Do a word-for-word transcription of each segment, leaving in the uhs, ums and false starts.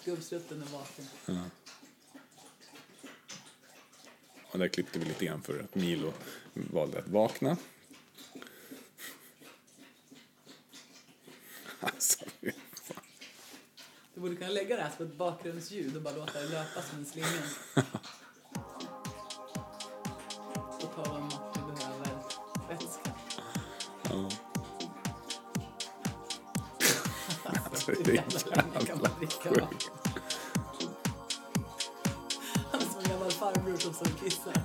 Gubbstrutten är vaken. Ja. Och där klippte vi lite grann för att Milo valde att vakna. Alltså, fan. Du borde kunna lägga det här som ett bakgrundsljud och bara låta det löpa som en slinga. Och tala om att vi behöver vätska. Ja. Alltså, hur jävla länge kan man dricka vatten? Han är som en gammal farbror som som kissar.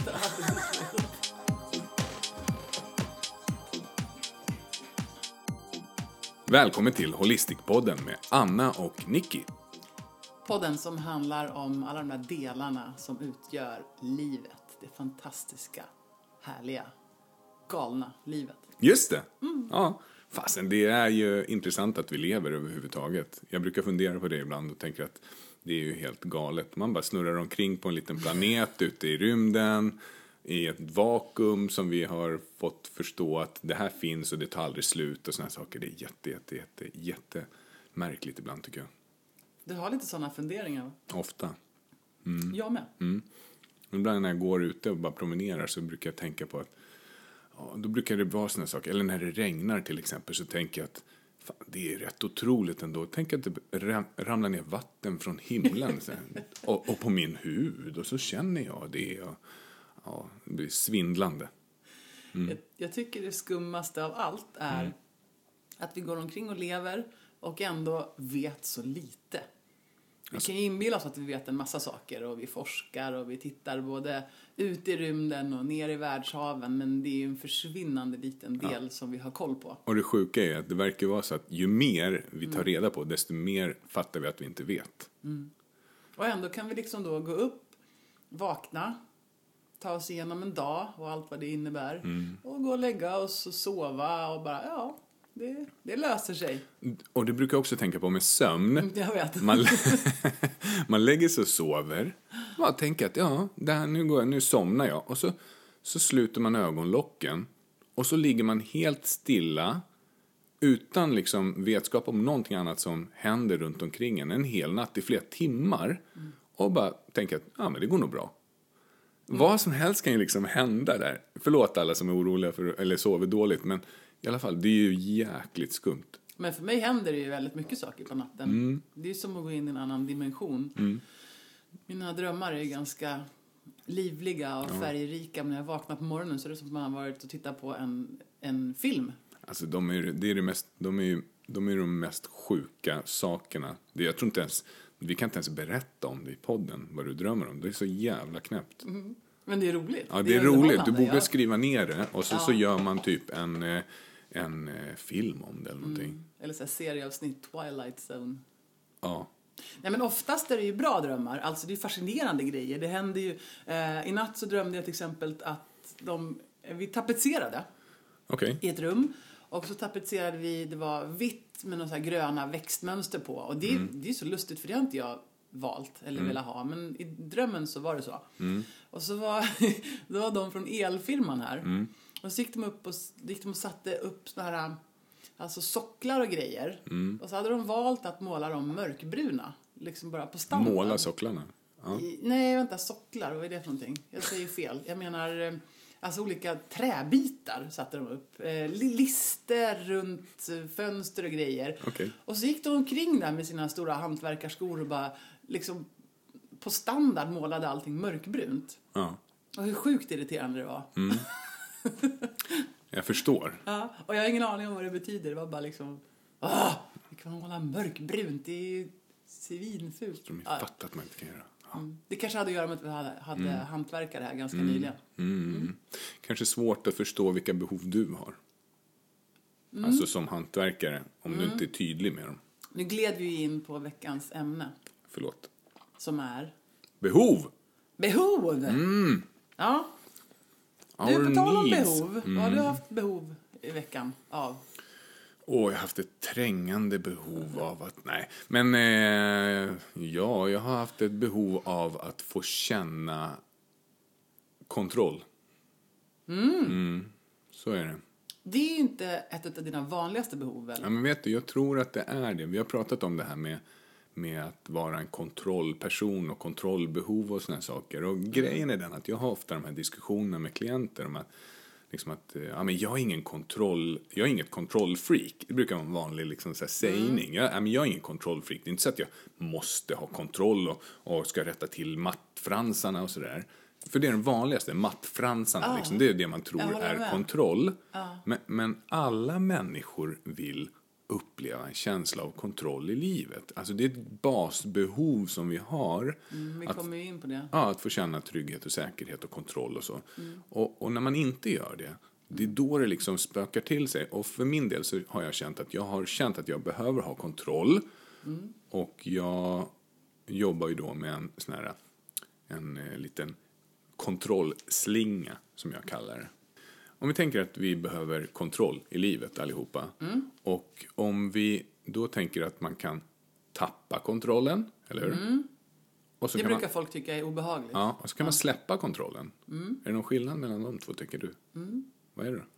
Välkommen till Holistic-podden med Anna och Nicky. Podden som handlar om alla de där delarna som utgör livet. Det fantastiska, härliga, galna livet. Just det. Mm. Ja. Fastän det är ju intressant att vi lever överhuvudtaget. Jag brukar fundera på det ibland och tänker att det är ju helt galet. Man bara snurrar omkring på en liten planet ute i rymden, i ett vakuum som vi har fått förstå att det här finns och det tar aldrig slut och såna här saker. Det är jätte, jätte, jätte, jätte märkligt ibland tycker jag. Du har lite sådana funderingar? Ofta. Mm. Jag med. Mm. Ibland när jag går ute och bara promenerar så brukar jag tänka på att ja, då brukar det vara såna saker. Eller när det regnar till exempel så tänker jag att fan, det är rätt otroligt ändå. Tänk att det ramlar ner vatten från himlen sen, och, och på min hud. Och så känner jag det. Och, ja, det blir svindlande. Mm. Jag, jag tycker det skummaste av allt är mm. att vi går omkring och lever och ändå vet så lite. Vi alltså, kan ju inbilla oss att vi vet en massa saker och vi forskar och vi tittar både ut i rymden och ner i världshaven, men det är ju en försvinnande liten del ja. som vi har koll på. Och det sjuka är att det verkar vara så att ju mer vi tar mm. reda på, desto mer fattar vi att vi inte vet. Mm. Och ändå kan vi liksom då gå upp, vakna, ta oss igenom en dag och allt vad det innebär mm. och gå och lägga oss och sova och bara, ja, det, det löser sig. Och det brukar jag också tänka på med sömn. Jag vet. Man, man lägger sig och sover. Man tänker att ja, där, nu, går jag, nu somnar jag. Och så, så sluter man ögonlocken. Och så ligger man helt stilla. Utan liksom vetskap om någonting annat som händer runt omkring en. En hel natt i flera timmar. Mm. Och bara tänker att ja, men det går nog bra. Mm. Vad som helst kan ju liksom hända där. Förlåt alla som är oroliga för, eller sover dåligt. Men i alla fall, det är ju jäkligt skumt. Men för mig händer det ju väldigt mycket saker på natten. Mm. Det är som att gå in i en annan dimension. Mm. Mina drömmar är ganska livliga och ja. färgrika. Men när jag vaknar på morgonen så är det som att man har varit och tittat på en, en film. Alltså de är, det är det mest, de är ju de, är de mest sjuka sakerna. Det, jag tror inte ens, vi kan inte ens berätta om det i podden, vad du drömmer om. Det är så jävla knäppt. Mm. Men det är roligt. Ja, det är, det är roligt. Du borde ja. skriva ner det. Och så, ja. så gör man typ en, en film om det eller någonting. Mm. Eller så här serieavsnitt Twilight Zone. Ja. Nej, men oftast är det ju bra drömmar. Alltså det är fascinerande grejer. Det händer ju... Eh, I natt så drömde jag till exempel att de, vi tapetserade okay. i ett rum. Och så tapetserade vi, det var vitt med några så här gröna växtmönster på. Och det, mm. det är så lustigt för det har inte jag valt eller mm. velat ha. Men i drömmen så var det så. Mm. Och så var, då var de från elfirman här. Mm. Och så gick de upp och, gick de och satte upp såna här, alltså socklar och grejer. Mm. Och så hade de valt att måla dem mörkbruna. Liksom bara på standard. Måla socklarna? Ja. I, nej, vänta, socklar, vad är det för någonting? Jag säger fel. Jag menar... Alltså olika träbitar satte de upp. Eh, lister runt fönster och grejer. Okay. Och så gick de omkring där med sina stora hantverkarskor och bara liksom på standard målade allting mörkbrunt. Ja. Och hur sjukt irriterande det var. Mm. Jag förstår. Ja, och jag har ingen aning om vad det betyder. Det var bara liksom, åh, vi kan måla mörkbrunt. Det är ju svinfult. De har fattat att man inte kan göra. Ja. Mm. Det kanske hade att göra med att vi hade, hade mm. hantverkare här ganska mm. nyligen. Mm. Mm. Kanske svårt att förstå vilka behov du har. Mm. Alltså som hantverkare, om mm. du inte är tydlig med dem. Nu gled vi in på veckans ämne. Förlåt. Som är? Behov! Behov! Mm. Ja. Our du, på tal om needs. behov. Mm. Vad har du haft behov i veckan av? Åh, oh, jag har haft ett trängande behov av att... Nej, men eh, ja, jag har haft ett behov av att få känna kontroll. Mm. Mm, så är det. Det är ju inte ett av dina vanligaste behov, väl? Ja, men vet du, jag tror att det är det. Vi har pratat om det här med, med att vara en kontrollperson och kontrollbehov och såna saker. Och grejen är den att jag har ofta de här diskussionerna med klienter om att, liksom att ja, men jag är ingen kontroll, jag är inget kontrollfreak. Det brukar vara en vanlig liksom, så här, sägning. Jag, ja, men jag är ingen kontrollfreak. Det är inte så att jag måste ha kontroll och, och ska rätta till mattfransarna och sådär. För det är den vanligaste, mattfransarna. Ah. Liksom, det är det man tror är med. kontroll. Ah. Men, men alla människor vill uppleva en känsla av kontroll i livet. Alltså det är ett basbehov som vi har. Mm, vi att, kommer ju in på det. Ja, att få känna trygghet och säkerhet och kontroll och så. Mm. Och, och när man inte gör det, det är då det liksom spökar till sig. Och för min del så har jag känt att jag har känt att jag behöver ha kontroll. Mm. Och jag jobbar ju då med en sån här, en eh, liten kontrollslinga som jag kallar det. Om vi tänker att vi behöver kontroll i livet allihopa. Mm. Och om vi då tänker att man kan tappa kontrollen, eller hur? Mm. Och så det kan brukar man, folk tycka är obehagligt. Ja, och så kan ja. man släppa kontrollen. Mm. Är det någon skillnad mellan de två, tycker du? Mm. Vad är det då?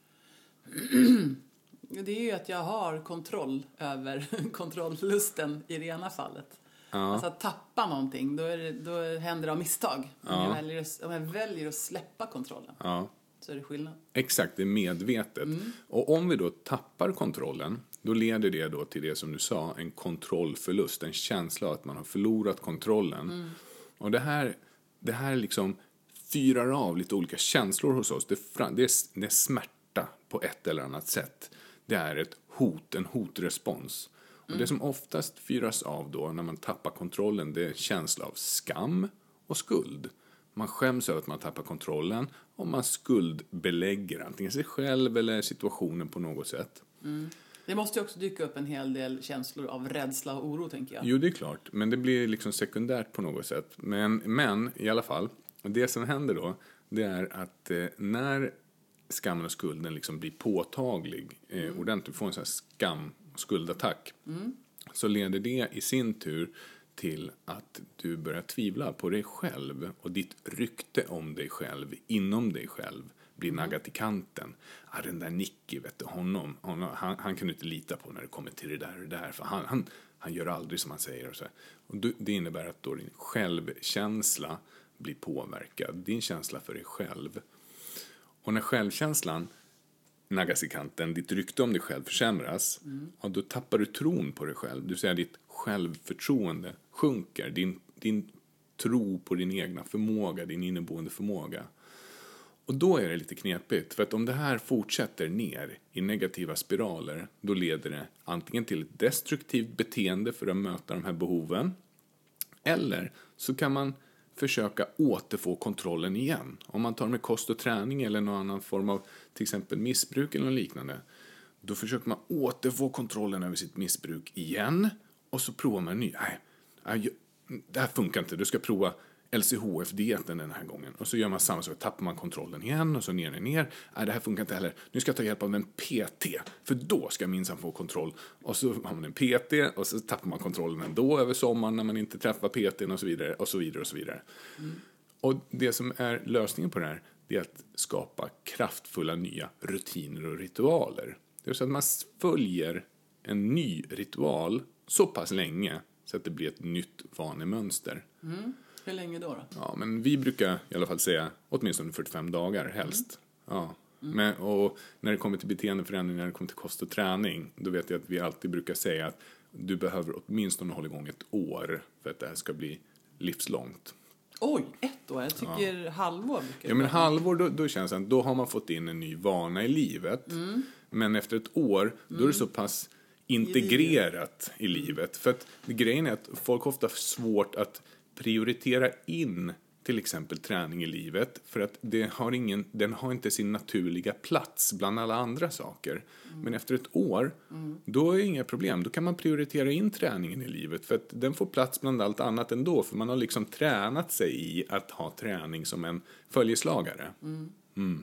Det är ju att jag har kontroll över kontrolllusten i det ena fallet. Ja. Alltså att tappa någonting, då, är det, då händer det av misstag. Ja. Om, jag väljer, om jag väljer att släppa kontrollen. Ja. Så är det skillnad. Exakt, det är medvetet. Mm. Och om vi då tappar kontrollen, då leder det då till det som du sa, en kontrollförlust, en känsla av att man har förlorat kontrollen. Mm. Och det här, det här liksom fyrar av lite olika känslor hos oss. Det, det, är, det är smärta på ett eller annat sätt. Det är ett hot, en hotrespons. Och mm. det som oftast fyras av då när man tappar kontrollen, det är en känsla av skam och skuld. Man skäms över att man tappar kontrollen och man skuldbelägger antingen sig själv eller situationen på något sätt. Mm. Det måste ju också dyka upp en hel del känslor av rädsla och oro, tänker jag. Jo, det är klart. Men det blir liksom sekundärt på något sätt. Men, men i alla fall, det som händer då, det är att eh, när skammen och skulden liksom blir påtaglig, eh, mm. ordentligt, får en sån här skam- och skuldattack, mm. så leder det i sin tur till att du börjar tvivla på dig själv och ditt rykte om dig själv, inom dig själv, blir mm. naggat i kanten. Ah, den där Nicky, vet du, honom, honom han, han kan du inte lita på när det kommer till det där och det där, för han, han, han gör aldrig som han säger. Och så här. Och du, det innebär att då din självkänsla blir påverkad, din känsla för dig själv. Och när självkänslan naggas i kanten, ditt rykte om dig själv försämras, mm. och då tappar du tron på dig själv. Du säger ditt självförtroende sjunker, din, din tro på din egna förmåga, din inneboende förmåga. Och då är det lite knepigt, för att om det här fortsätter ner i negativa spiraler, då leder det antingen till ett destruktivt beteende för att möta de här behoven, eller så kan man försöka återfå kontrollen igen. Om man tar med kost och träning eller någon annan form av till exempel missbruk eller något liknande, då försöker man återfå kontrollen över sitt missbruk igen, och så provar man en ny. Nej, det här funkar inte, du ska prova L C H F-dieten den här gången. Och så gör man samma sak, tappar man kontrollen igen och så ner och ner. Nej, det här funkar inte heller. Nu ska jag ta hjälp av en P T, för då ska jag minsann få kontroll. Och så har man en P T och så tappar man kontrollen ändå över sommaren när man inte träffar P T:n och så vidare och så vidare och så vidare. Mm. Och det som är lösningen på det här, det är att skapa kraftfulla nya rutiner och ritualer. Det är så att man följer en ny ritual så pass länge så att det blir ett nytt vanemönster. Mm. Hur länge då, då? Ja, men vi brukar i alla fall säga åtminstone fyrtiofem dagar helst. Mm. Ja. Mm. Men, och när det kommer till beteendeförändring, när det kommer till kost och träning, då vet jag att vi alltid brukar säga att du behöver åtminstone hålla igång ett år för att det här ska bli livslångt. Oj, ett år? Jag tycker ja. halvår. Ja, men halvår, då, då känns det att då har man fått in en ny vana i livet. Mm. Men efter ett år, då mm. är det så pass integrerat i livet. i livet. För att grejen är att folk ofta har svårt att prioritera in till exempel träning i livet, för att det har ingen, den har inte sin naturliga plats bland alla andra saker. Mm. Men efter ett år, mm. då är det inga problem. Då kan man prioritera in träningen i livet, för att den får plats bland allt annat ändå, för man har liksom tränat sig i att ha träning som en följeslagare. Mm. Mm.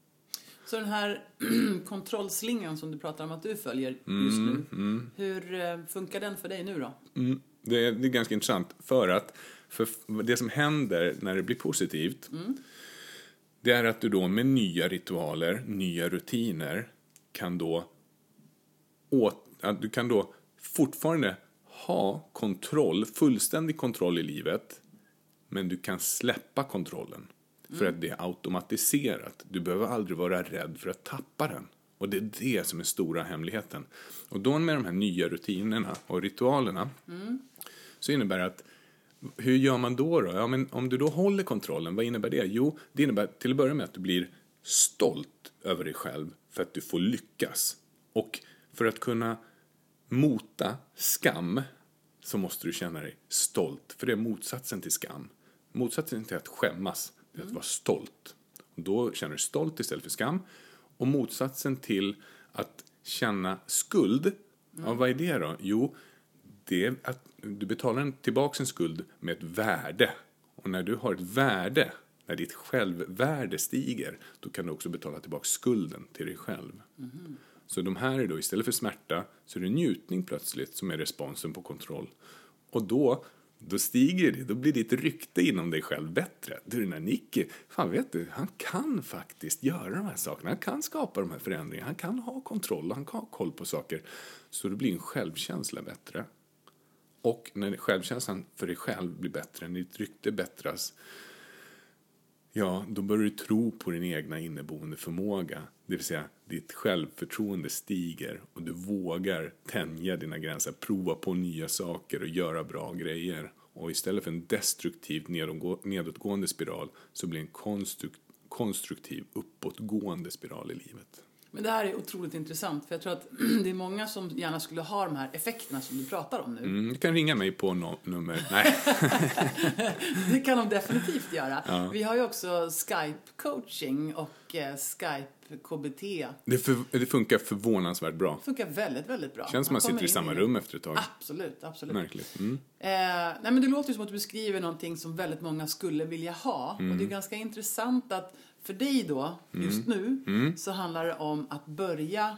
Så den här kontrollslingan som du pratar om att du följer just nu, mm. Mm. hur funkar den för dig nu då? Mm. Det är, det är ganska intressant, för att för det som händer när det blir positivt, mm. det är att du då med nya ritualer, nya rutiner kan då åt, att du kan då fortfarande ha kontroll, fullständig kontroll i livet, men du kan släppa kontrollen. För att det är automatiserat. Du behöver aldrig vara rädd för att tappa den. Och det är det som är stora hemligheten. Och då med de här nya rutinerna och ritualerna mm. så innebär det att hur gör man då då? Ja, men om du då håller kontrollen, vad innebär det? Jo, det innebär till att börja med att du blir stolt över dig själv för att du får lyckas. Och för att kunna mota skam så måste du känna dig stolt. För det är motsatsen till skam. Motsatsen till att skämmas är att mm. vara stolt. Och då känner du stolt istället för skam. Och motsatsen till att känna skuld, mm. ja, vad är det då? Jo, det är att du betalar en, tillbaka en skuld med ett värde. Och när du har ett värde, när ditt självvärde stiger, då kan du också betala tillbaka skulden till dig själv. Mm. Så de här är då, istället för smärta, så är det njutning plötsligt som är responsen på kontroll. Och då, då stiger det, då blir ditt rykte inom dig själv bättre. Du, den här Nicky, fan vet du, han kan faktiskt göra de här sakerna. Han kan skapa de här förändringarna. Han kan ha kontroll, han kan ha koll på saker. Så det blir en självkänsla bättre. Och när självkänslan för dig själv blir bättre, när ditt rykte bättras, ja, då börjar du tro på din egna inneboende förmåga. Det vill säga, ditt självförtroende stiger och du vågar tänja dina gränser, prova på nya saker och göra bra grejer. Och istället för en destruktiv nedåtgående spiral så blir en konstruk- konstruktiv uppåtgående spiral i livet. Men det här är otroligt intressant, för jag tror att det är många som gärna skulle ha de här effekterna som du pratar om nu. Mm, du kan ringa mig på no- nummer. Nej. Det kan de definitivt göra. Ja. Vi har ju också Skype-coaching och eh, Skype-K B T. Det, för, det funkar förvånansvärt bra. Det funkar väldigt, väldigt bra. Känns som man sitter i samma rum efter ett tag. Absolut, absolut. Märkligt. Mm. Eh, nej, men det låter ju som att du beskriver någonting som väldigt många skulle vilja ha. Mm. Och det är ganska intressant att för dig då, just mm. nu, mm. så handlar det om att börja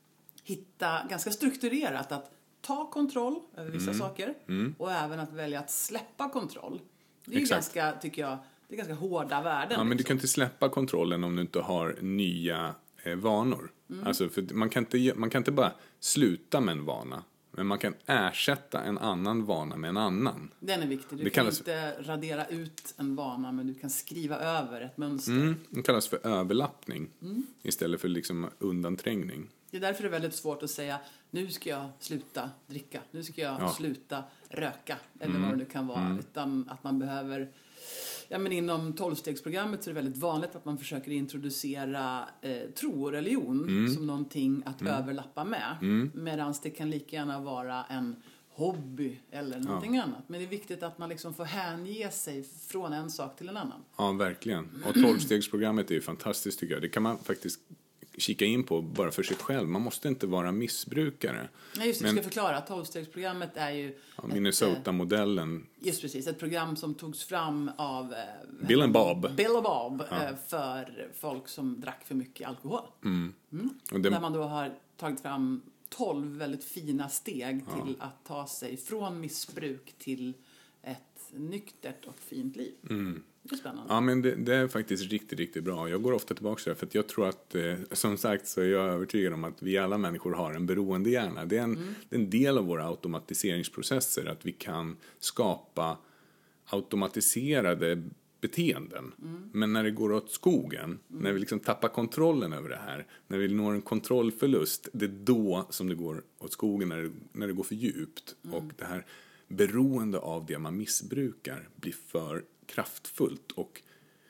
hitta ganska strukturerat att ta kontroll över vissa mm. saker mm. och även att välja att släppa kontroll. Det är ju ganska, tycker jag, det är ganska hårda värden. Ja, men liksom. Du kan inte släppa kontrollen om du inte har nya eh, vanor. Mm. Alltså, för man kan inte, man kan inte bara sluta med en vana. Men man kan ersätta en annan vana med en annan. Den är viktig. Du det kan kallas... inte radera ut en vana, men du kan skriva över ett mönster. Mm, det kallas för överlappning mm. istället för liksom undanträngning. Det är därför det är väldigt svårt att säga, nu ska jag sluta dricka, nu ska jag ja. sluta röka, eller mm. vad det nu kan vara. Mm. Utan att man behöver... Ja, men inom tolvstegsprogrammet så är det väldigt vanligt att man försöker introducera eh, tro och religion mm. som någonting att mm. överlappa med. Mm. Medan det kan lika gärna vara en hobby eller någonting ja. annat. Men det är viktigt att man liksom får hänge sig från en sak till en annan. Ja, verkligen. Och tolvstegsprogrammet är ju fantastiskt tycker jag. Det kan man faktiskt kika in på bara för sig själv. Man måste inte vara missbrukare. Nej, just det, jag ska förklara. tolvstegsprogrammet är ju... Ja, Minnesota-modellen. Just precis, ett program som togs fram av... Eh, Bill and Bob. Bill och Bob ja. eh, för folk som drack för mycket alkohol. Mm. Mm. Och det... Där man då har tagit fram tolv väldigt fina steg ja. till att ta sig från missbruk till ett nyktert och fint liv. Mm. Det är spännande. Ja, men det, det är faktiskt riktigt, riktigt bra. Jag går ofta tillbaka till det, för att jag tror att, eh, som sagt så är jag övertygad om att vi alla människor har en beroende hjärna. Det är en, mm. det är en del av våra automatiseringsprocesser att vi kan skapa automatiserade beteenden. Mm. Men när det går åt skogen, mm. när vi liksom tappar kontrollen över det här, när vi når en kontrollförlust, det är då som det går åt skogen, när det, när det går för djupt. Mm. Och det här beroende av det man missbrukar blir för kraftfullt och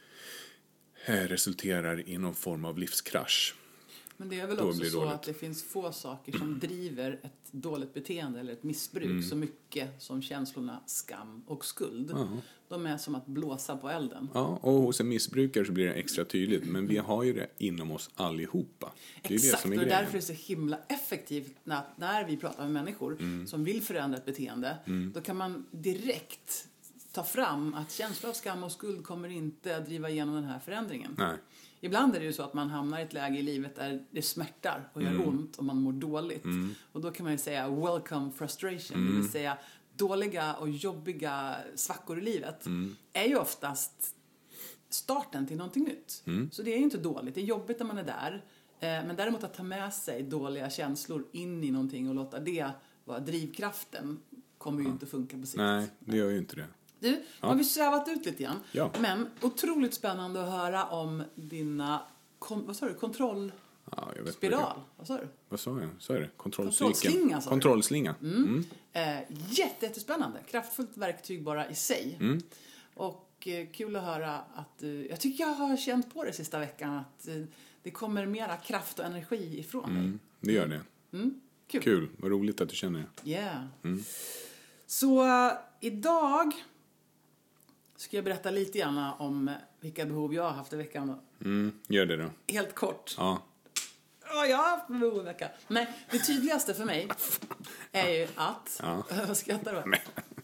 resulterar i någon form av livskrasch. Men det är väl också så att det finns få saker som driver ett dåligt beteende eller ett missbruk mm. så mycket som känslorna skam och skuld. Ja. De är som att blåsa på elden. Ja, och hos en missbrukare så blir det extra tydligt. Men vi har ju det inom oss allihopa. Det är Exakt, det som är och därför är det så himla effektivt när, när vi pratar med människor mm. som vill förändra ett beteende. Mm. Då kan man direkt ta fram att känslor av skam och skuld kommer inte att driva igenom den här förändringen. Nej. Ibland är det ju så att man hamnar i ett läge i livet där det smärtar och gör mm. ont och man mår dåligt. Mm. Och då kan man ju säga welcome frustration. Mm. Det vill säga dåliga och jobbiga svackor i livet mm. är ju oftast starten till någonting nytt. Mm. Så det är ju inte dåligt. Det är jobbigt när man är där. Men däremot att ta med sig dåliga känslor in i någonting och låta det vara drivkraften kommer ju inte att funka på sikt. Nej, det gör ju inte det. Du, nu Ja. har vi svävat ut lite grann. Ja. Men otroligt spännande att höra om dina, kon, vad sa du, kontroll... Ja, jag vet Spiral, inte. vad sa du? Vad sa jag? Så är det. Kontrollcykeln. Kontrollslinga, sa du. Kontrollslinga. Mm. Mm. Eh, jätte, jättespännande. Kraftfullt verktyg bara i sig. Mm. Och eh, kul att höra att du... Jag tycker jag har känt på det sista veckan att eh, det kommer mera kraft och energi ifrån dig. Mm. Det gör det. Mm. Kul. Kul. Vad roligt att du känner det. Yeah. Mm. Så uh, idag ska jag berätta lite grann om vilka behov jag har haft i veckan. Mm. Gör det då. Helt kort. Ja. Ja, jag har haft behov i veckan. Nej, det tydligaste för mig är ju att... Ja. Vad skrattar du? Nej.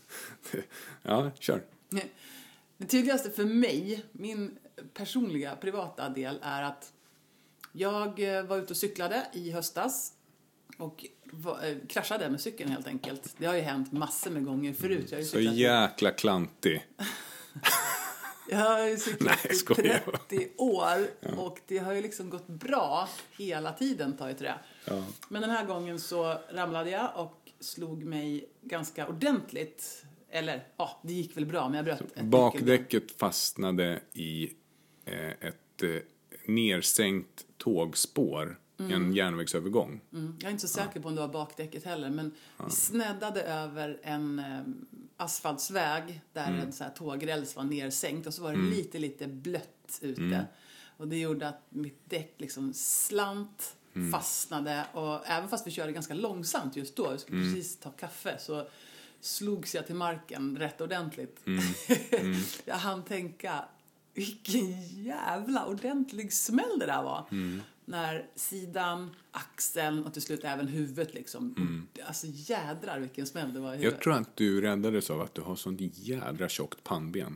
Ja, kör. Det tydligaste för mig, min personliga, privata del, är att jag var ute och cyklade i höstas och var, äh, kraschade med cykeln helt enkelt. Det har ju hänt massor med gånger förut. Jag har ju Så cyklat, jäkla klantig. jag har ju cyklat Nej, i skojar. trettio år och det har ju liksom gått bra hela tiden, tar jag till det. Ja. Men den här gången så ramlade jag och slog mig ganska ordentligt. Eller, ja, det gick väl bra, men jag bröt ett nyckelben. Bakdäcket fastnade i eh, ett eh, nersänkt tågspår i en järnvägsövergång. Mm. Jag är inte så säker på om det var bakdäcket heller, men vi sneddade över en eh, asfaltsväg där Mm. en så här tågräls var nersänkt och så var det lite, lite blött ute. Mm. Och det gjorde att mitt däck liksom slant, Mm. fastnade och även fast vi körde ganska långsamt just då, jag skulle Mm. precis ta kaffe, så slogs jag till marken rätt ordentligt. Mm. Jag hann tänka, vilken jävla ordentlig smäll det där var. Mm. När sidan, axeln och till slut även huvudet liksom. Mm. Alltså jädrar vilken smäll det var i huvudet. Jag tror att du räddades av att du har sånt jädra tjockt pannben.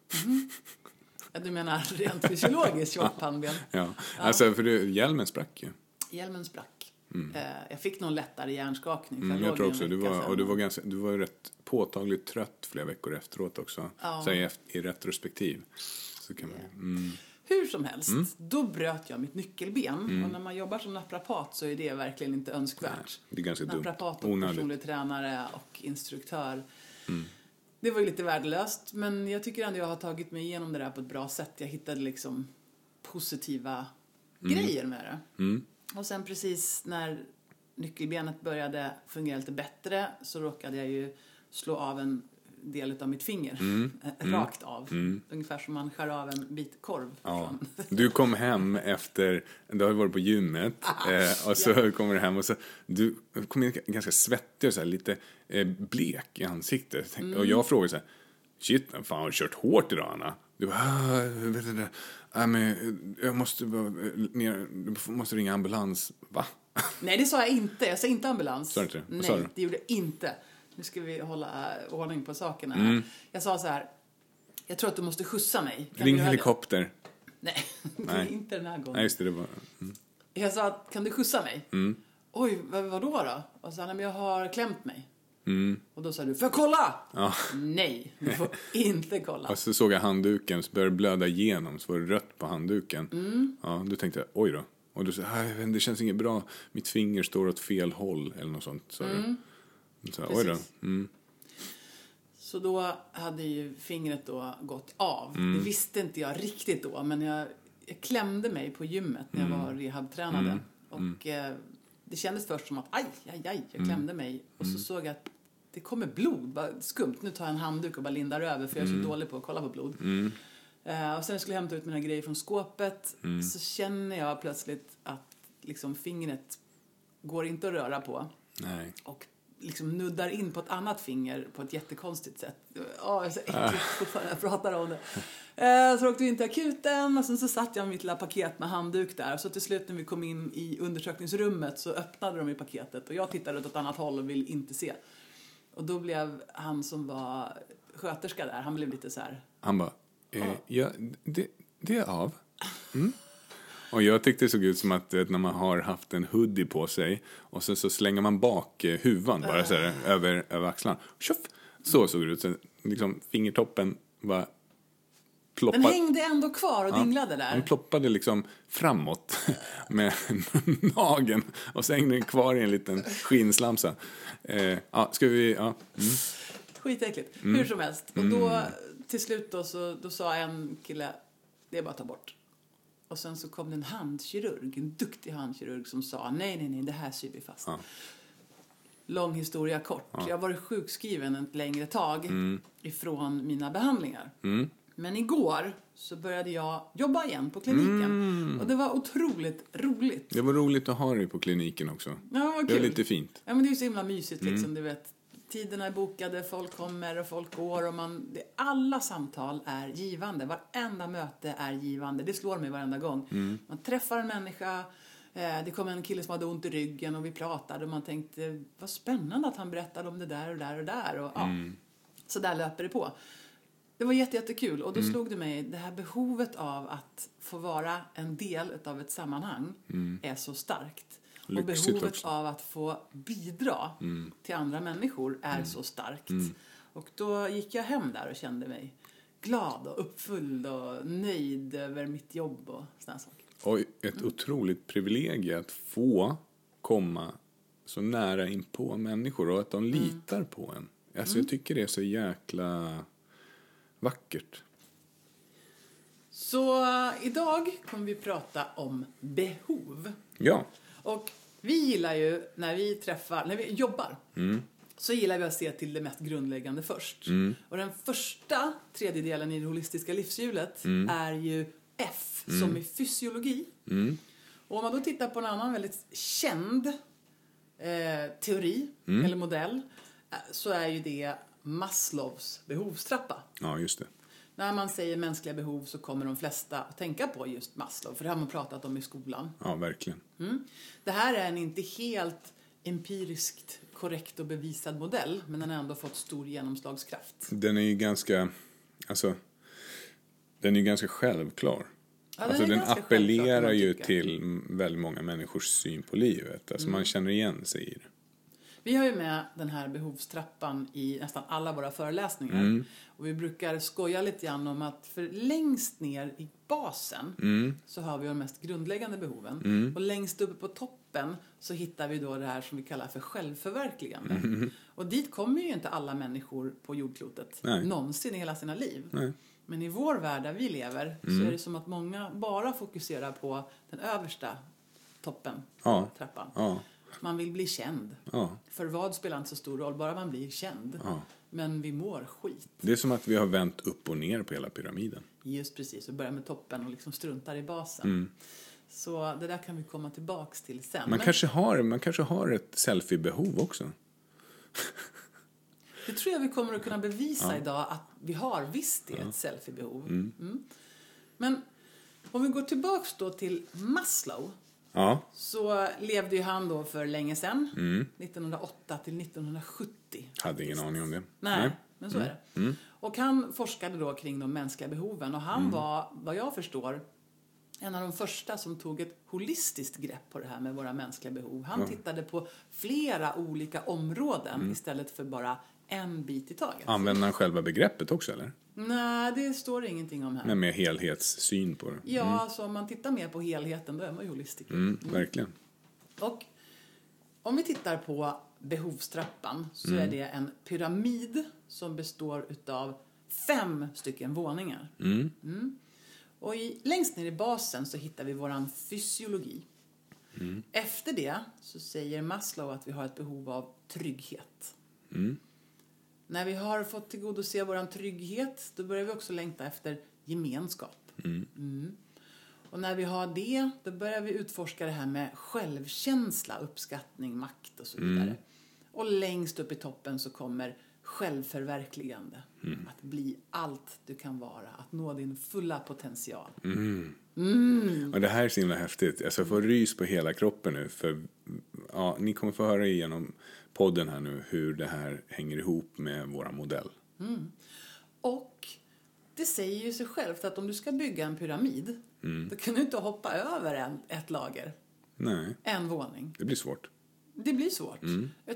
Ja, du menar rent fysiologiskt tjockt pannben. Ja, alltså för du, hjälmen sprack ju. Hjälmen sprack. Eh, jag fick någon lättare hjärnskakning. för Mm, jag jag låg tror en också, du vecka var, sedan. och du var, ganska, du var ju rätt påtagligt trött flera veckor efteråt också. Ja. Så i, efter- i retrospektiv. Så kan man, mm. Hur som helst, då bröt jag mitt nyckelben. Och när man jobbar som naprapat så är det verkligen inte önskvärt. Det är ganska dumt. Naprapat och Onödigt. personlig tränare och instruktör. Det var ju lite värdelöst, men jag tycker ändå jag har tagit mig igenom det där på ett bra sätt. Jag hittade liksom positiva grejer med det. Mm. Och sen precis när nyckelbenet började fungera lite bättre så råkade jag ju slå av en del av mitt finger. eh, Rakt av. Ungefär som man skär av en bit korv. Ja. Från. Du kom hem efter, du har ju varit på gymmet eh, och så kommer du hem och så du kom in ganska svettig och så här, lite eh, blek i ansiktet. Tänk, Mm. Och jag frågade så här, shit, fan har du kört hårt idag Anna? Du bara, ah, jag vet inte, ah, men jag måste, bara, ner, du måste ringa ambulans. Va? Nej, det sa jag inte. Jag sa inte ambulans. Sa du inte det? Vad Nej, sa du? det gjorde jag inte. Nu ska vi hålla äh, ordning på sakerna här. Mm. Jag sa så här, jag tror att du måste skjutsa mig. Kan Ring du göra det? helikopter. Nej, det är Nej. inte den här gången. Nej, just det, det var... Mm. Jag sa att, kan du skjutsa mig? Mm. Oj, vad, vadå då? Och så sa han, men jag har klämt mig. Mm. Och då sa du, får jag kolla? Ja. Nej, du får inte kolla. Och så såg jag handduken, så började det blöda igenom, så var det rött på handduken. Mm. Ja, då tänkte jag, oj då. Och då sa jag, det känns inget bra, mitt finger står åt fel håll, eller något sånt. Så, mm. så oj då. Precis. Mm. Så då hade ju fingret då gått av. Mm. Det visste inte jag riktigt då, men jag, jag klämde mig på gymmet när jag Mm. var rehabtränade. Och eh, det kändes först som att aj, aj, aj, jag Mm. klämde mig. Och så såg jag att det kommer blod, bara skumt. Nu tar jag en handduk och bara lindar över, för jag är så dålig på att kolla på blod. Mm. Eh, och sen skulle jag hämta ut mina grejer från skåpet. Mm. Så känner jag plötsligt att liksom fingret går inte att röra på. Nej. Och liksom nuddar in på ett annat finger på ett jättekonstigt sätt. Åh, jag är så äckligt fortfarande när jag pratar om det. Eh, så åkte vi in till akuten och sen så satt jag med mitt lilla paket med handduk där. Så till slut när vi kom in i undersökningsrummet så öppnade de i paketet. Och jag tittade åt ett annat håll och ville inte se. Och då blev han som var sköterska där, han blev lite så här. Han bara, eh, ja, det, det är av. Mm. Och jag tyckte det såg ut som att eh, när man har haft en hoodie på sig och sen så slänger man bak eh, huvan bara så här, över, över axlarna. Tjoff! Så såg det ut. Så, liksom, fingertoppen var ploppade... Den hängde ändå kvar och dinglade där. Den ploppade liksom framåt med nageln. Och så hängde den kvar i en liten skinslamsa. Eh, ja, ska vi... Ja. Mm. Skitäckligt. Mm. Hur som helst. Och då, till slut då, så, då sa en kille, det är bara att ta bort. Och sen så kom det en handkirurg, en duktig handkirurg som sa, nej, nej, nej, det här syr vi fast. Ja. Lång historia kort. Ja. Jag var sjukskriven ett längre tag mm. ifrån mina behandlingar. Mm. Men igår så började jag jobba igen på kliniken. Mm. Och det var otroligt roligt. Det var roligt att ha dig på kliniken också. Ja, vad kul. Det är lite fint. Ja, men det är ju så himla mysigt liksom, mm. du vet. Tiderna är bokade, folk kommer och folk går. Och man, det, alla samtal är givande. Varenda möte är givande. Det slår mig varenda gång. Mm. Man träffar en människa. Eh, det kom en kille som hade ont i ryggen och vi pratade. Och man tänkte, vad spännande att han berättade om det där och där och där. Och, ja, mm. så där löper det på. Det var jätte, jättekul. Och då mm. slog det mig, det här behovet av att få vara en del av ett sammanhang mm. är så starkt. Lyxigt och behovet också. Av att få bidra mm. till andra människor är mm. så starkt. Mm. Och då gick jag hem där och kände mig glad och uppfylld och nöjd över mitt jobb och sådana saker. Och ett mm. otroligt privilegium att få komma så nära in på människor och att de mm. litar på en. Alltså mm. jag tycker det är så jäkla vackert. Så uh, idag kommer vi prata om behov. Ja. Och vi gillar ju när vi träffar, när vi jobbar, mm. så gillar vi att se till det mest grundläggande först. Mm. Och den första tredjedelen i det holistiska livshjulet mm. är ju F, mm. som är fysiologi. Mm. Och om man då tittar på en annan väldigt känd eh, teori mm. eller modell, så är ju det Maslows behovstrappa. Ja, just det. När man säger mänskliga behov så kommer de flesta att tänka på just Maslow. För det har man pratat om i skolan. Ja, verkligen. Mm. Det här är en inte helt empiriskt korrekt och bevisad modell. Men den har ändå fått stor genomslagskraft. Den är ju ganska, alltså, den är ju ganska självklar. Ja, den alltså den appellerar ju till väldigt många människors syn på livet. Alltså mm. man känner igen sig i det. Vi har ju med den här behovstrappan i nästan alla våra föreläsningar. Mm. Och vi brukar skoja lite grann om att för längst ner i basen mm. så har vi de mest grundläggande behoven. Mm. Och längst uppe på toppen så hittar vi då det här som vi kallar för självförverkligande. Mm. Och dit kommer ju inte alla människor på jordklotet Nej. någonsin i hela sina liv. Nej. Men i vår värld där vi lever mm. så är det som att många bara fokuserar på den översta toppen ja. trappan. Ja. Man vill bli känd. Ja. För vad spelar inte så stor roll, bara man blir känd. Ja. Men vi mår skit. Det är som att vi har vänt upp och ner på hela pyramiden. Just precis, och börjar med toppen och liksom struntar i basen. Mm. Så det där kan vi komma tillbaks till sen. Man, Men... kanske, har, man kanske har ett selfie-behov också. Det tror jag vi kommer att kunna bevisa ja. idag att vi har visst det ja. ett selfie-behov. Mm. Mm. Men om vi går tillbaks då till Maslow. Ja. Så levde ju han då för länge sedan. Mm. nittonhundraåtta till nittonhundrasjuttio. Hade ingen aning om det. Nej, Nej. men så mm. är det. Mm. Och han forskade då kring de mänskliga behoven. Och han mm. var, vad jag förstår, en av de första som tog ett holistiskt grepp på det här med våra mänskliga behov. Han ja. tittade på flera olika områden mm. istället för bara en bit i taget. Använder han själva begreppet också, eller? Nej, det står ingenting om här. Men med helhetssyn på det. Ja, mm. alltså om man tittar mer på helheten, då är man ju holistiker. Mm, verkligen. Och om vi tittar på behovstrappan så mm. är det en pyramid som består utav fem stycken våningar. Mm. Mm. Och i, längst ner i basen så hittar vi våran fysiologi. Mm. Efter det så säger Maslow att vi har ett behov av trygghet. Mm. När vi har fått tillgodose vår trygghet, då börjar vi också längta efter gemenskap. Mm. Mm. Och när vi har det, då börjar vi utforska det här med självkänsla, uppskattning, makt och så vidare. Mm. Och längst upp i toppen så kommer självförverkligande. Mm. Att bli allt du kan vara. Att nå din fulla potential. Mm. Mm. Och det här är så himla häftigt. Alltså jag får rys på hela kroppen nu. För ja, ni kommer få höra igenom podden här nu hur det här hänger ihop med våra modell. Mm. Och det säger ju sig självt att om du ska bygga en pyramid mm. då kan du inte hoppa över en, ett lager. Nej. En våning. Det blir svårt. Det blir svårt. Mm. Utan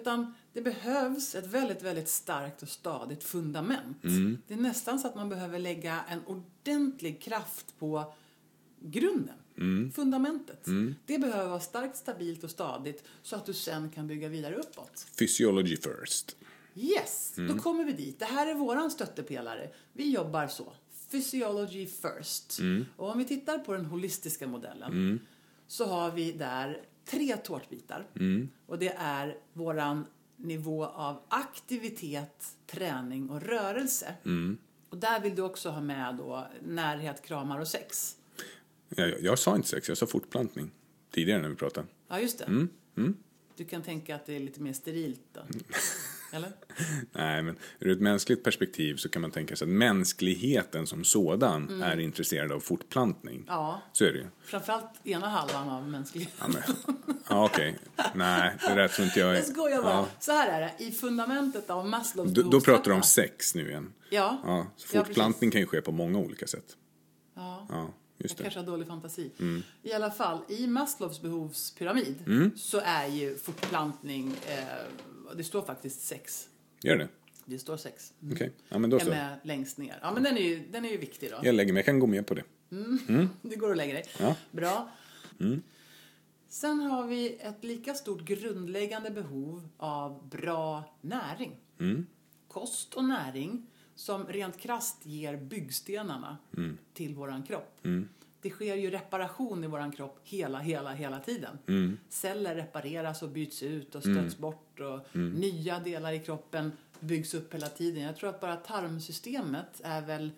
Det behövs ett väldigt, väldigt starkt och stadigt fundament. Mm. Det är nästan så att man behöver lägga en ordentlig kraft på grunden. Mm. Fundamentet. Mm. Det behöver vara starkt, stabilt och stadigt så att du sen kan bygga vidare uppåt. Physiology first. Yes, Mm. då kommer vi dit. Det här är våran stöttepelare. Vi jobbar så. Physiology first. Mm. Och om vi tittar på den holistiska modellen Mm. så har vi där tre tårtbitar. Mm. Och det är våran nivå av aktivitet, träning och rörelse. Mm. Och där vill du också ha med då närhet, kramar och sex. Jag, jag sa inte sex, jag sa fortplantning. Tidigare när vi pratade. Ja, just det. Mm. Mm. Du kan tänka att det är lite mer sterilt då. Eller? Nej, men ur ett mänskligt perspektiv så kan man tänka sig att mänskligheten som sådan Mm. är intresserad av fortplantning. Ja, Så är det ju. framförallt ena halvan av mänskligheten. Ja, men, ja okej. Nej, det där tror inte jag är... Jag skojar bara. Ja. Så här är det. I fundamentet av Maslows Då, då pratar du om behovstrappa. sex nu igen. Ja. Ja, så Ja, fortplantning kan ju ske på många olika sätt. Ja. Ja, just Jag det. kanske har dålig fantasi. Mm. I alla fall, i Maslows behovspyramid Mm. så är ju fortplantning, eh, det står faktiskt sex. Gör det? Det står sex. Mm. Okej, ja men då är så. med längst ner. Ja, men den är ju, den är ju viktig då. Jag lägger mig, jag kan gå med på det. Det går att lägga dig. Ja. Bra. Mm. Sen har vi ett lika stort grundläggande behov av bra näring. Mm. Kost och näring som rent krasst ger byggstenarna Mm. till våran kropp. Mm. Det sker ju reparation i våran kropp hela, hela, hela tiden. Mm. Celler repareras och byts ut och stöts bort och Mm. nya delar i kroppen byggs upp hela tiden. Jag tror att bara tarmsystemet är väl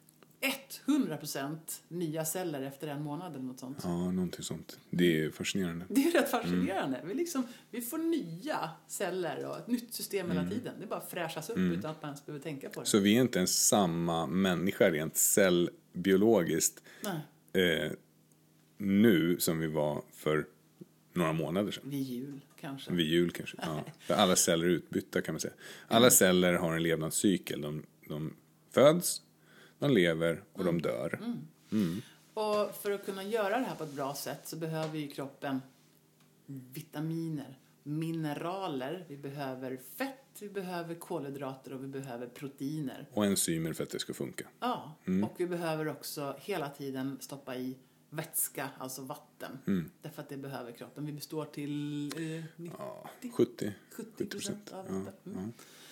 hundra procent nya celler efter en månad eller något sånt. Ja, någonting sånt. Det är fascinerande. Det är rätt fascinerande. Vi, liksom, vi får nya celler och ett nytt system hela tiden. Det bara fräschas upp utan att man ens behöver tänka på det. Så vi är inte ens samma människa rent cellbiologiskt Nej, eh, nu som vi var för några månader sedan. vid jul kanske. Vid jul kanske. Ja. För alla celler är utbytta kan man säga. Alla celler har en levnadscykel. De, de föds, de lever och de dör. Mm. Och för att kunna göra det här på ett bra sätt så behöver ju kroppen vitaminer, mineraler, vi behöver fett, vi behöver kolhydrater och vi behöver proteiner. Och enzymer för att det ska funka. Ja, och vi behöver också hela tiden stoppa i vätska, alltså vatten. Mm. Därför att det behöver kroppen. Vi består till eh, nittio, Ja, sjuttio sjuttio procent av Ja, vatten. Mm. ja.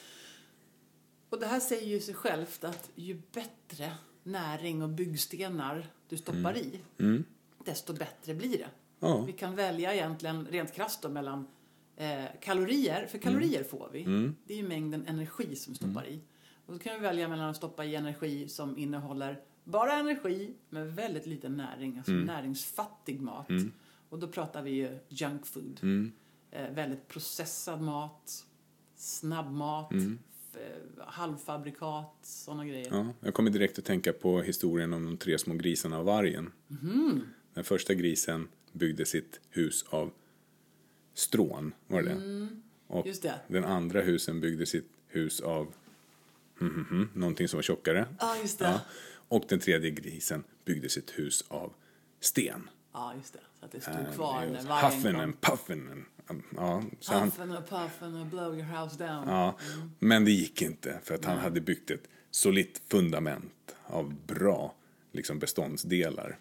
Och det här säger ju sig självt att ju bättre näring och byggstenar du stoppar i, Mm. desto bättre blir det. Ja. Vi kan välja egentligen rent krasst då mellan eh, kalorier, för kalorier får vi. Mm. Det är ju mängden energi som vi stoppar i. Och då kan vi välja mellan att stoppa i energi som innehåller bara energi med väldigt lite näring, alltså näringsfattig mat. Mm. Och då pratar vi ju junk food. Mm. Eh, väldigt processad mat, snabbmat, Mm. f- halvfabrikat, sådana grejer. Ja, jag kommer direkt att tänka på historien om de tre små grisarna och vargen. Mm. Den första grisen byggde sitt hus av strån, var det Mm. Och Just det. den andra husen byggde sitt hus av mm, mm, mm, någonting som var tjockare. Ja, just det. Ja. Och den tredje grisen byggde sitt hus av sten. Ja, just det. Så att det stod Eh, kvar det när var vargen Huffen kom. and puffen. and- Ja, så han, Puffen och puffen och blow your house down. ja, men det gick inte för att han hade byggt ett solitt fundament av bra liksom beståndsdelar.